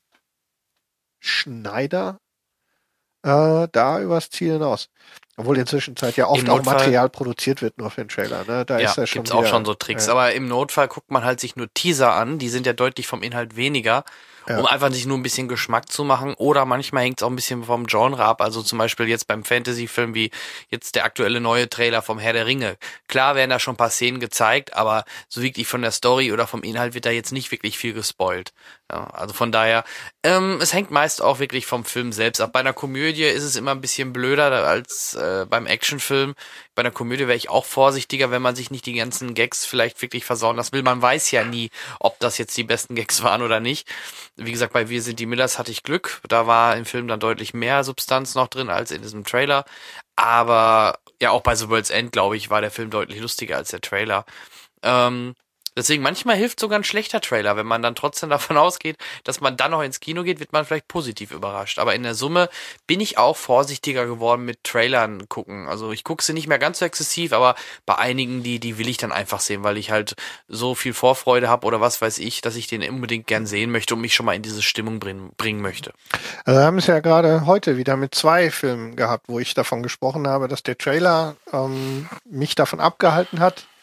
Schneider äh, da übers Ziel hinaus. Obwohl in der Zwischenzeit ja oft Im auch Notfall- Material produziert wird nur für den Trailer. Ne? Da Ja, ist ja schon gibt's auch wieder- schon so Tricks. Ja. Aber im Notfall guckt man halt sich nur Teaser an. Die sind ja deutlich vom Inhalt weniger, Ja. um einfach sich nur ein bisschen Geschmack zu machen. Oder manchmal hängt es auch ein bisschen vom Genre ab. Also zum Beispiel jetzt beim Fantasy-Film wie jetzt der aktuelle neue Trailer vom Herr der Ringe. Klar werden da schon ein paar Szenen gezeigt, aber so wirklich von der Story oder vom Inhalt wird da jetzt nicht wirklich viel gespoilt. Ja, also von daher, ähm, es hängt meist auch wirklich vom Film selbst ab. Bei einer Komödie ist es immer ein bisschen blöder als äh, beim Actionfilm. Bei einer Komödie wäre ich auch vorsichtiger, wenn man sich nicht die ganzen Gags vielleicht wirklich versauen lassen will. Man weiß ja nie, ob das jetzt die besten Gags waren oder nicht. Wie gesagt, bei Wir sind die Millers hatte ich Glück. Da war im Film dann deutlich mehr Substanz noch drin als in diesem Trailer. Aber ja, auch bei The World's End, glaube ich, war der Film deutlich lustiger als der Trailer. Ähm, deswegen manchmal hilft sogar ein schlechter Trailer. Wenn man dann trotzdem davon ausgeht, dass man dann noch ins Kino geht, wird man vielleicht positiv überrascht. Aber in der Summe bin ich auch vorsichtiger geworden mit Trailern gucken. Also ich gucke sie nicht mehr ganz so exzessiv, aber bei einigen, die die will ich dann einfach sehen, weil ich halt so viel Vorfreude habe oder was weiß ich, dass ich den unbedingt gern sehen möchte und mich schon mal in diese Stimmung bringen, bringen möchte. Also wir haben es ja gerade heute wieder mit zwei Filmen gehabt, wo ich davon gesprochen habe, dass der Trailer ähm, mich davon abgehalten hat,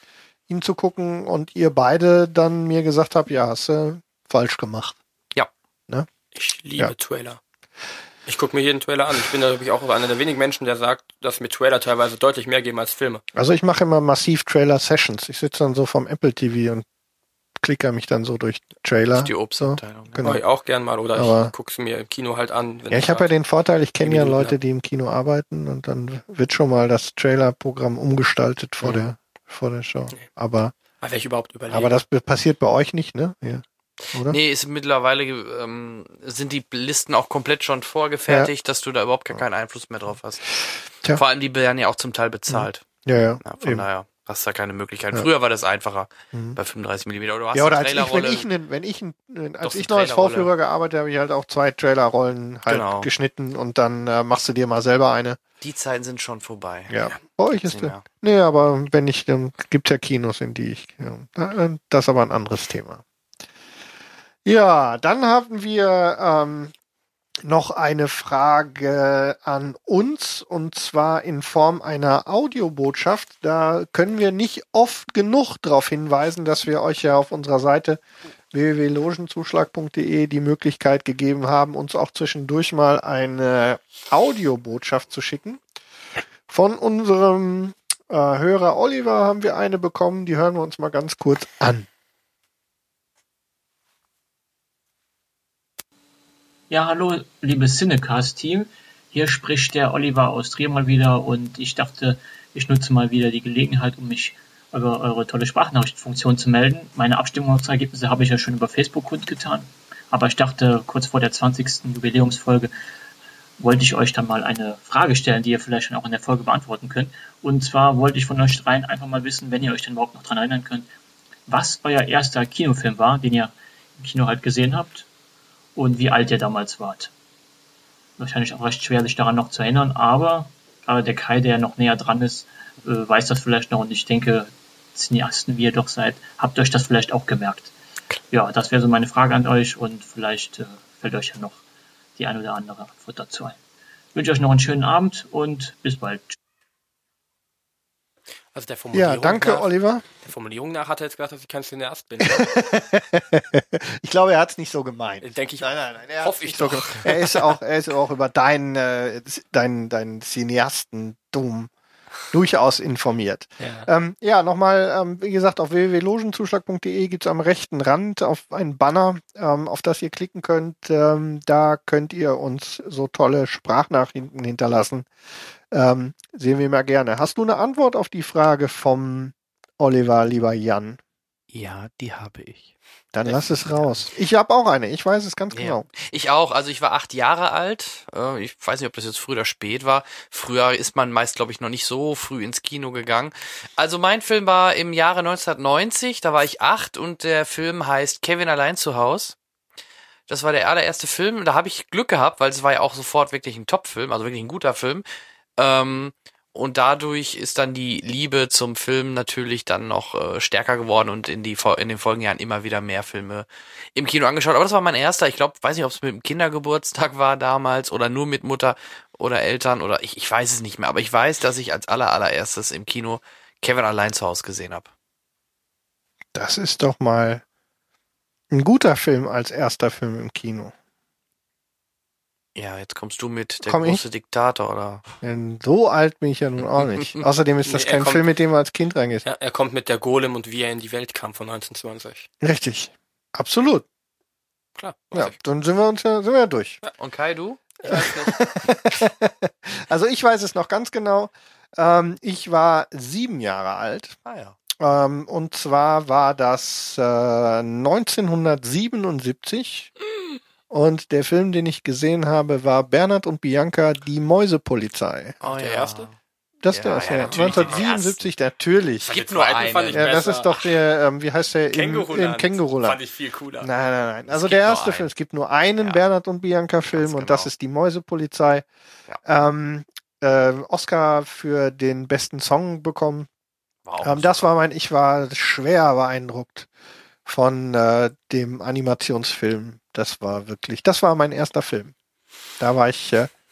ihn zu gucken und ihr beide dann mir gesagt habt, ja, hast du falsch gemacht. Ja. Ne? Ich liebe Ja. Trailer. Ich gucke mir jeden Trailer an. Ich bin natürlich auch einer der wenigen Menschen, der sagt, dass mir Trailer teilweise deutlich mehr geben als Filme. Also ich mache immer massiv Trailer-Sessions. Ich sitze dann so vom Apple T V und klicke mich dann so durch Trailer. Das ist die Obstabteilung. So, genau. Mache ich auch gern mal. Oder Aber- ich gucke es mir im Kino halt an. wenn Ja, ich habe ja grad- den Vorteil, ich kenne zehn ja Minuten Leute, hab. die im Kino arbeiten und dann wird schon mal das Trailer-Programm umgestaltet vor Mhm. der vor der Show. Aber Aber ich überhaupt überlege. aber das be- passiert bei euch nicht, ne? Ja. Oder? Nee, ist mittlerweile ähm, sind die Listen auch komplett schon vorgefertigt, dass du da überhaupt gar keinen Einfluss mehr drauf hast. Tja. Vor allem die werden ja auch zum Teil bezahlt. Ja, ja. Ja, von eben. daher hast du da keine Möglichkeit. Ja. Früher war das einfacher Mhm. bei fünfunddreißig Millimeter. Oder du hast Ja, oder eine als ich, wenn Trailerrolle. ich, nen- wenn ich, nen- als Doch, ich eine noch als Trailerrolle. Vorführer gearbeitet habe, habe ich halt auch zwei Trailerrollen halt Genau. geschnitten und dann äh, machst du dir mal selber eine. Die Zeiten sind schon vorbei. Ja. Bei euch Gibt's ist nicht der. mehr. Nee, aber wenn ich, dann gibt's ja Kinos, in die ich. Ja, äh, das ist aber ein anderes Thema. Ja, dann haben wir ähm, noch eine Frage an uns und zwar in Form einer Audiobotschaft. Da können wir nicht oft genug darauf hinweisen, dass wir euch ja auf unserer Seite w w w punkt logenzuschlag punkt d e die Möglichkeit gegeben haben, uns auch zwischendurch mal eine Audiobotschaft zu schicken. Von unserem äh, Hörer Oliver haben wir eine bekommen, die hören wir uns mal ganz kurz an. Ja, hallo, liebes Cinecast-Team. Hier spricht der Oliver aus Trier mal wieder und ich dachte, ich nutze mal wieder die Gelegenheit, um mich über eure tolle Sprachnachrichtenfunktion zu melden. Meine Abstimmungsergebnisse habe ich ja schon über Facebook kundgetan, aber ich dachte, kurz vor der zwanzigsten Jubiläumsfolge wollte ich euch dann mal eine Frage stellen, die ihr vielleicht schon auch in der Folge beantworten könnt. Und zwar wollte ich von euch dreien einfach mal wissen, wenn ihr euch denn überhaupt noch dran erinnern könnt, was euer erster Kinofilm war, den ihr im Kino halt gesehen habt. Und wie alt ihr damals wart. Wahrscheinlich auch recht schwer, sich daran noch zu erinnern, aber gerade der Kai, der ja noch näher dran ist, äh, weiß das vielleicht noch und ich denke, Cineasten, wie ihr doch seid, habt euch das vielleicht auch gemerkt. Ja, das wäre so meine Frage an euch und vielleicht äh, fällt euch ja noch die ein oder andere Antwort dazu ein. Ich wünsche euch noch einen schönen Abend und bis bald. Also der Formulierung Ja, danke, nach, Oliver. Der Formulierung nach hat er jetzt gesagt, dass ich kein Cineast bin. Ich glaube, er hat es nicht so gemeint. Denke ich. Nein, nein, nein. Er Hoffe hat's ich nicht so doch. gemeint. Er ist auch, er ist auch über dein, äh, dein, dein Cineastentum durchaus informiert. Ja. Ähm, ja, nochmal, ähm, wie gesagt, auf w w w punkt logenzuschlag punkt d e gibt es am rechten Rand auf ein Banner, ähm, auf das ihr klicken könnt. Ähm, da könnt ihr uns so tolle Sprachnachrichten hinterlassen. Ähm, sehen wir mal gerne. Hast du eine Antwort auf die Frage vom Oliver, lieber Jan? Ja, die habe ich. Dann lass es raus. Ich habe auch eine, ich weiß es ganz Ja. genau. Ich auch. Also ich war acht Jahre alt. Äh, Ich weiß nicht, ob das jetzt früh oder spät war. Früher ist man meist, glaube ich, noch nicht so früh ins Kino gegangen. Also mein Film war im Jahre neunzehnhundertneunzig. Da war ich acht und der Film heißt Kevin allein zu Haus. Das war der allererste Film. Da habe ich Glück gehabt, weil es war ja auch sofort wirklich ein Top-Film, also wirklich ein guter Film. Ähm, und dadurch ist dann die Liebe zum Film natürlich dann noch äh, stärker geworden und in die in den folgenden Jahren immer wieder mehr Filme im Kino angeschaut. Aber das war mein erster. Ich glaube, weiß nicht, ob es mit dem Kindergeburtstag war damals oder nur mit Mutter oder Eltern oder ich, ich weiß es nicht mehr. Aber ich weiß, dass ich als aller allererstes im Kino Kevin allein zu Hause gesehen habe. Das ist doch mal ein guter Film als erster Film im Kino. Ja, jetzt kommst du mit der Komm große ich? Diktator, oder? Denn so alt bin ich ja nun auch nicht. Außerdem ist das Nee, er kein kommt- Film, mit dem man als Kind reingeht. Ja, er kommt mit der Golem und wie er in die Welt kam von neunzehnhundertzwanzig. Richtig. Absolut. Klar. Ja, dann sind wir uns ja, sind wir ja durch. Und Kai, du? Ich weiß nicht. Also ich weiß es noch ganz genau. Ähm, ich war sieben Jahre alt. Ah ja. Ähm, und zwar war das äh, neunzehnhundertsiebenundsiebzig. Und der Film, den ich gesehen habe, war Bernhard und Bianca, die Mäusepolizei. Oh, Der ja. erste? Das Ja, der ja, ist ja natürlich neunzehnhundertsiebenundsiebzig, natürlich. Es gibt Den nur zweiten einen. fand ich Ja, das besser. ist doch der, ähm, wie heißt der? Im, Känguruland. im Känguruland. Fand ich viel cooler. Nein, nein, nein. Also gibt der nur erste einen. Film. Es gibt nur einen Ja. Bernhard und Bianca-Film Ganz und das genau. ist die Mäusepolizei. Ähm, äh, Oscar für den besten Song bekommen. War auch Ähm, das super. war mein, ich war schwer beeindruckt von äh, dem Animationsfilm. Das war wirklich, das war mein erster Film. Da war ich äh,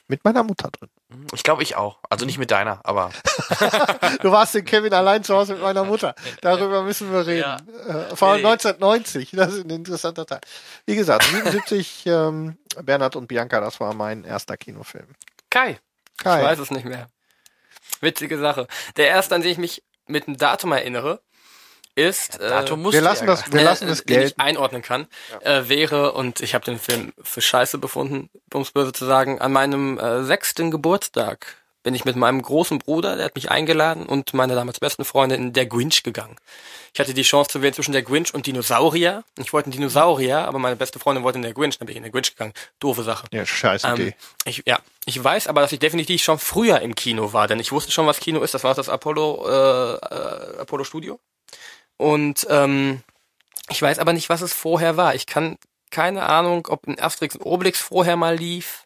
Mit meiner Mutter drin. Ich glaube, ich auch. Also nicht mit deiner, aber Du warst in Kevin allein zu Hause mit meiner Mutter. Darüber müssen wir reden. Ja. Äh, vor allem Nee, nee. neunzehnhundertneunzig. Das ist ein interessanter Teil. Wie gesagt, siebenundsiebzig, ähm, Bernhard und Bianca, das war mein erster Kinofilm. Kai. Kai. Ich weiß es nicht mehr. Witzige Sache. Der erste, an den ich mich mit dem Datum erinnere, ist, Datum äh, musst wir du lassen ja das, wir äh, lassen das den ich gelten. einordnen kann, äh, wäre, und ich habe den Film für scheiße befunden, um es böse zu sagen, an meinem äh, sechsten Geburtstag bin ich mit meinem großen Bruder, der hat mich eingeladen, und meiner damals besten Freundin in Der Grinch gegangen. Ich hatte die Chance zu wählen zwischen Der Grinch und Dinosaurier. Ich wollte einen Dinosaurier, aber meine beste Freundin wollte in Der Grinch, dann bin ich in Der Grinch gegangen. Doofe Sache. Ja, scheiß Ähm, Idee. ich, ja, ich weiß aber, dass ich definitiv schon früher im Kino war, denn ich wusste schon, was Kino ist. Das war das Apollo, äh, äh, Apollo Studio. Und ähm, ich weiß aber nicht, was es vorher war. Ich kann keine Ahnung, ob ein Asterix und Obelix vorher mal lief.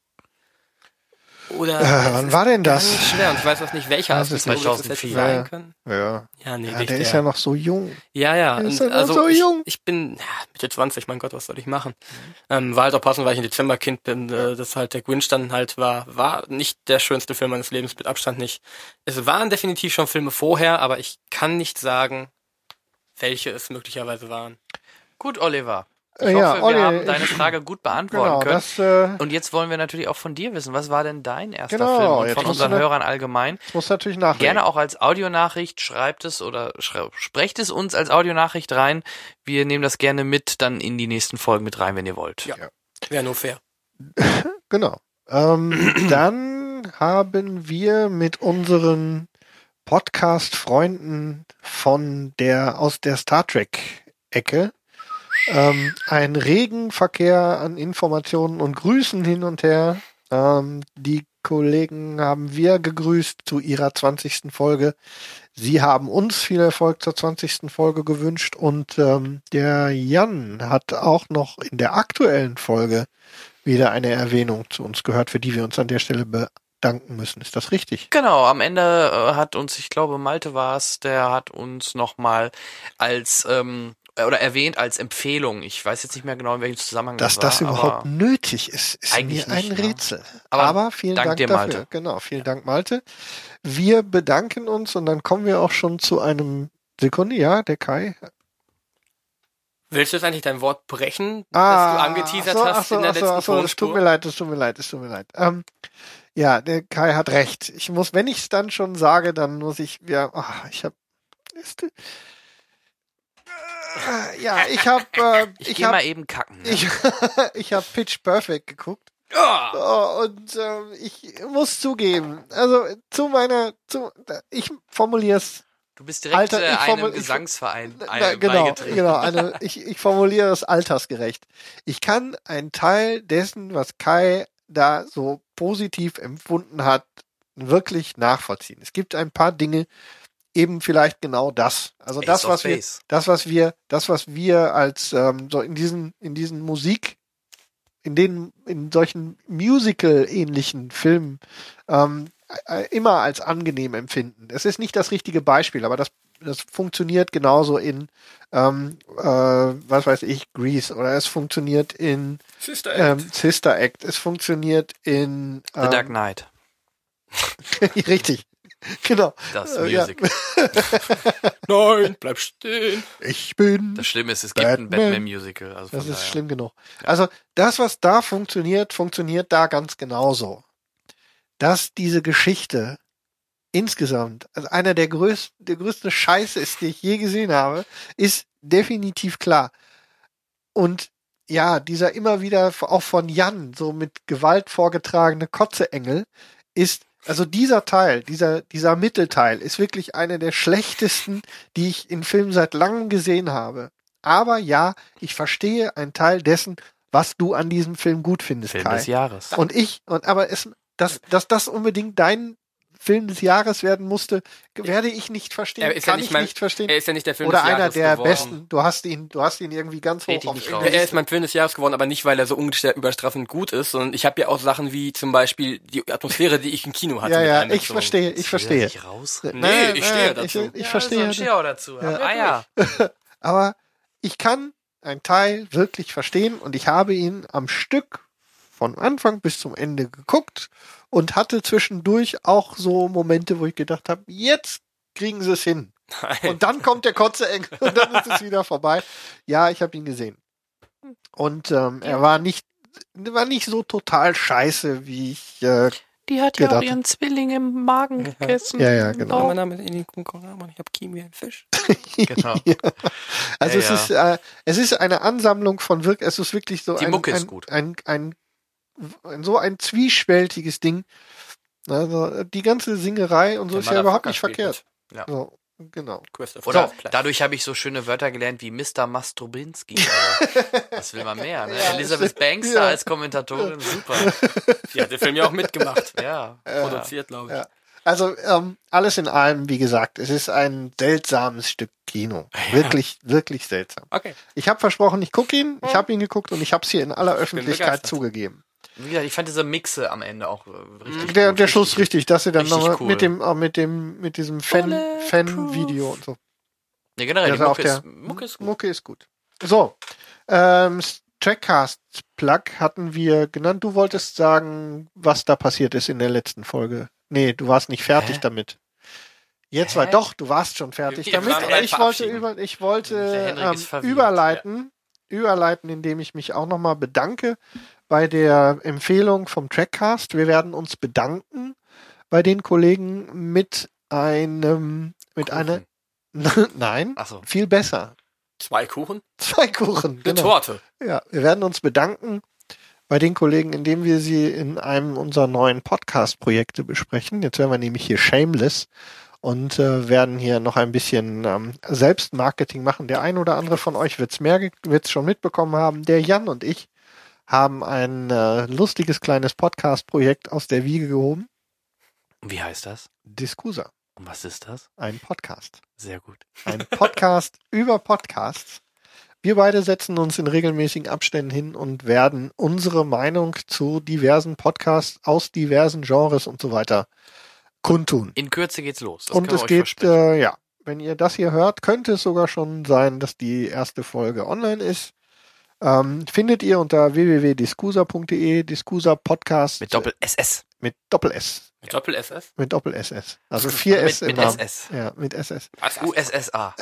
Oder Äh, es wann ist war denn das? Ganz schwer. Und ich weiß auch nicht, welcher Das Asterix ist und Obelix das hätte zweitausendvier. sein können. Ja. Ja, nee, Ja, nicht der ist ja noch so jung. Ja, ja. Der ist Und ja noch also so ich, jung. ich bin ja, Mitte zwanzig, mein Gott, was soll ich machen? Ähm, war halt auch passend, weil ich ein Dezemberkind bin, äh, dass halt der Grinch dann halt war. War nicht der schönste Film meines Lebens, mit Abstand nicht. Es waren definitiv schon Filme vorher, aber ich kann nicht sagen, welche es möglicherweise waren. Gut, Oliver. Ich Äh, hoffe, ja, wir Olli, haben deine ich- Frage gut beantworten Genau, können. das äh, Und jetzt wollen wir natürlich auch von dir wissen, was war denn dein erster Genau, Film und jetzt von musst unseren du da- Hörern allgemein? muss natürlich nachlegen. Gerne auch als Audionachricht, schreibt es oder schre- sprecht es uns als Audionachricht rein. Wir nehmen das gerne mit dann in die nächsten Folgen mit rein, wenn ihr wollt. Ja. Wäre nur fair. Genau. Ähm, dann haben wir mit unseren Podcast-Freunden von der aus der Star Trek-Ecke ähm, einen regen Verkehr an Informationen und Grüßen hin und her. Ähm, die Kollegen haben wir gegrüßt zu ihrer zwanzigsten Folge. Sie haben uns viel Erfolg zur zwanzigsten Folge gewünscht und ähm, der Jan hat auch noch in der aktuellen Folge wieder eine Erwähnung zu uns gehört, für die wir uns an der Stelle bedanken müssen. Ist das richtig? Genau, am Ende äh, hat uns, ich glaube Malte war es, der hat uns nochmal als ähm, oder erwähnt als Empfehlung. Ich weiß jetzt nicht mehr genau, in welchem Zusammenhang Dass das war. das überhaupt aber nötig ist, ist eigentlich mir ein nicht, ne? Rätsel. Aber Aber, vielen dank Dank dir, dafür. Malte. Genau, vielen Dank, Malte. Wir bedanken uns und dann kommen wir auch schon zu einem Sekunde, ja, der Kai. Willst du jetzt eigentlich dein Wort brechen, Ah, das du angeteasert ach so, hast ach so, in der ach so, letzten ach so, das tut Tonspur? mir leid, das tut mir leid, das tut mir leid. Ähm, ja, der Kai hat recht. Ich muss, wenn ich es dann schon sage, dann muss ich, ja, ach, ich habe, ja, ich habe, äh, ich, ich gehe habe, mal eben kacken. Ne? ich, ich habe Pitch Perfect geguckt. Ah! Oh, und ähm, ich muss zugeben, also zu meiner, zu, ich formuliere es, Du bist direkt Alter, äh, ich formul- einem ich- Gesangsverein na, ein- genau, beigetreten. genau, eine, ich, ich formuliere es altersgerecht. Ich kann einen Teil dessen, was Kai da so positiv empfunden hat, wirklich nachvollziehen. Es gibt ein paar Dinge, eben vielleicht genau das. Also Ace das, of was wir, Base. das, was wir, das, was wir als ähm, so in diesen, in diesen Musik, in den, in solchen Musical-ähnlichen Filmen ähm, äh, immer als angenehm empfinden. Es ist nicht das richtige Beispiel, aber das, das funktioniert genauso in, ähm, äh, was weiß ich, Grease, oder es funktioniert in Sister ähm, Sister Act, es funktioniert in The Dark ähm, Knight, richtig, genau. das Äh, ja. Musical. Nein, bleib stehen. Ich bin Das Schlimme ist, es gibt ein Batman. Batman-Musical. Also Das von ist daher. schlimm genug. Also das, was da funktioniert, funktioniert da ganz genauso. Dass diese Geschichte insgesamt, also einer der größten, der größte Scheiße ist, die ich je gesehen habe, ist definitiv klar. Und ja, dieser immer wieder auch von Jan so mit Gewalt vorgetragene Kotzeengel ist, also dieser Teil, dieser, dieser Mittelteil ist wirklich einer der schlechtesten, die ich in Filmen seit langem gesehen habe. Aber ja, ich verstehe einen Teil dessen, was du an diesem Film gut findest, Film Kai. des Jahres. Und ich, und aber es, dass, dass das unbedingt dein Film des Jahres werden musste, werde ich nicht verstehen, Er ist ja kann nicht ich mein- nicht verstehen. Er ist ja nicht der Film Oder des einer Jahres der geworden. besten. Du hast ihn, du hast ihn irgendwie ganz Red hoch ich auf nicht in raus. der Er Liste. ist mein Film des Jahres geworden, aber nicht, weil er so ungestört überstraffend gut ist, sondern ich habe ja auch Sachen wie zum Beispiel die Atmosphäre, die ich im Kino hatte. Ja, mit ja, ich einbezogen. verstehe, ich verstehe. Ich raus. Nee, Nein, ich nein, stehe ich, dazu. ich Ja, verstehe. Ich stehe auch dazu. Ja. Ah ja. Aber ich kann einen Teil wirklich verstehen und ich habe ihn am Stück von Anfang bis zum Ende geguckt und hatte zwischendurch auch so Momente, wo ich gedacht habe, jetzt kriegen sie es hin. Nein. Und dann kommt der Kotzeengel und dann ist es wieder vorbei. Ja, ich habe ihn gesehen. Und ähm, er war nicht, war nicht so total scheiße, wie ich äh, Die hat ja auch gedacht. ihren Zwilling im Magen Ja. gegessen. Ja, ja, genau. Mein Name ist Eli Kunkorama und ich habe Kiem wie ein Fisch. Genau. Ja. Also Ja, es ja. ist äh, es ist eine Ansammlung von wirklich, es ist wirklich so Die ein, Mucke ein, ist gut. Ein, ein, ein so ein zwiespältiges Ding. Also die ganze Singerei und so Der ist ja überhaupt Motherfucker nicht spielt verkehrt. mit. Ja. So, genau. Christopher Oder Platz. dadurch habe ich so schöne Wörter gelernt wie Mister Mastrobinski. Also, was will man mehr? Ne? Ja, Elizabeth Banks ja. als Kommentatorin, super. Die hat den Film ja auch mitgemacht. Ja. Produziert, glaube ich. Ja. Also ähm, alles in allem, wie gesagt, es ist ein seltsames Stück Kino. Ja. Wirklich, wirklich seltsam. Okay. Ich habe versprochen, ich gucke ihn, ich habe ihn geguckt und ich habe es hier in aller Öffentlichkeit begeistert. zugegeben. Wie gesagt, ich fand diese Mixe am Ende auch äh, richtig Der, gut, der Schluss richtig- richtig, dass sie dann richtig nochmal cool. mit dem, äh, mit dem, mit diesem Fan, Bulletproof. Fan-Video und so. Ja, generell, die Also auch Mucke der ist, Mucke ist gut. Mucke ist gut. So, ähm, Trackcast-Plug hatten wir genannt. Du wolltest sagen, was da passiert ist in der letzten Folge. Nee, du warst nicht fertig Hä? damit. Jetzt Hä? war doch, du warst schon fertig Wir damit. waren beim Ich wollte, Verabschieden. über, ich Der wollte Henrik ähm, ist verwirrt, überleiten, überleiten, indem ich mich auch nochmal bedanke bei der Empfehlung vom Trackcast. Wir werden uns bedanken bei den Kollegen mit einem, mit Kuchen. einer, nein, Ach so. viel besser. Zwei Kuchen, Zwei Kuchen, eine genau. Torte. Ja, wir werden uns bedanken bei den Kollegen, indem wir sie in einem unserer neuen Podcast-Projekte besprechen. Jetzt werden wir nämlich hier Shameless und äh, werden hier noch ein bisschen ähm, Selbstmarketing machen. Der ein oder andere von euch wird's mehr, wird's schon mitbekommen haben. Der Jan und ich haben ein äh, lustiges kleines Podcast-Projekt aus der Wiege gehoben. Wie heißt das? Discusa, Und was ist das? ein Podcast. Sehr gut. Ein Podcast über Podcasts. Wir beide setzen uns in regelmäßigen Abständen hin und werden unsere Meinung zu diversen Podcasts aus diversen Genres und so weiter kundtun. In Kürze geht's los. Das Und können es wir euch geht, versprechen. äh, ja, wenn ihr das hier hört, könnte es sogar schon sein, dass die erste Folge online ist. Ähm, findet ihr unter w w w punkt discusa punkt d e, Discusa Podcast Mit Doppel-S S. mit Doppel S, Mit Doppel-S S? mit Doppel S S. Also vier Mit- S mit im Namen. S S. Ja, mit S S. U S S A.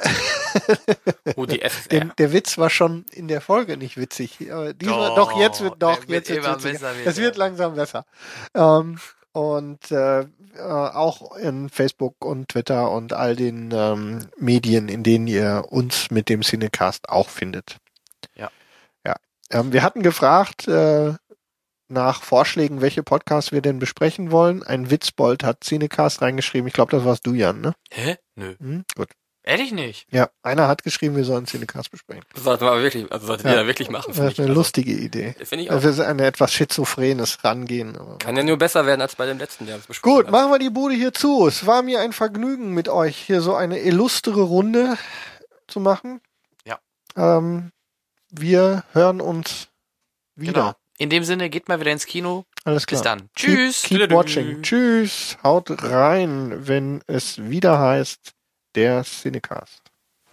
Oh, die S S Der, R. der Witz war schon in der Folge nicht witzig. Aber diesmal, doch, Doch, jetzt wird doch, der jetzt wird wird immer witziger. besser, wird Es wird er. langsam besser. Ähm, und äh, äh, auch in Facebook und Twitter und all den ähm, Medien, in denen ihr uns mit dem Cinecast auch findet. Ja. Ja. Ähm, wir hatten gefragt äh, nach Vorschlägen, welche Podcasts wir denn besprechen wollen. Ein Witzbold hat Cinecast reingeschrieben. Ich glaube, das warst du, Jan, ne? Hä? Nö. Hm? Gut. Ehrlich nicht. Ja, einer hat geschrieben, wir sollen Cinecast besprechen. Das sollten wir aber wirklich, also solltet Ja. ihr da wirklich machen. Das finde ist eine ich. Also, lustige Idee. Finde ich auch. Das ist ein etwas schizophrenes Rangehen. aber- Kann ja nur besser werden als bei dem letzten, der uns besprochen Gut, hat. machen wir die Bude hier zu. Es war mir ein Vergnügen, mit euch hier so eine illustre Runde zu machen. Ja. Ähm, wir hören uns wieder. Genau. In dem Sinne, geht mal wieder ins Kino. Alles klar. Bis dann. Keep, Tschüss. keep Tüdelü. watching. Tschüss. Haut rein, wenn es wieder heißt, der Cinecast.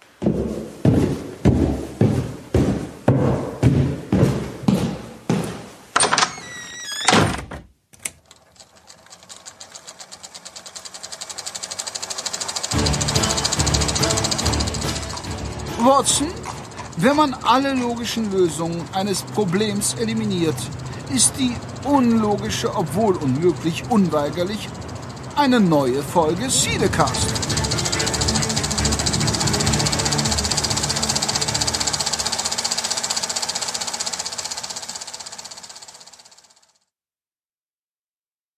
Watson, wenn man alle logischen Lösungen eines Problems eliminiert, ist die unlogische, obwohl unmöglich, unweigerlich eine neue Folge Cinecast.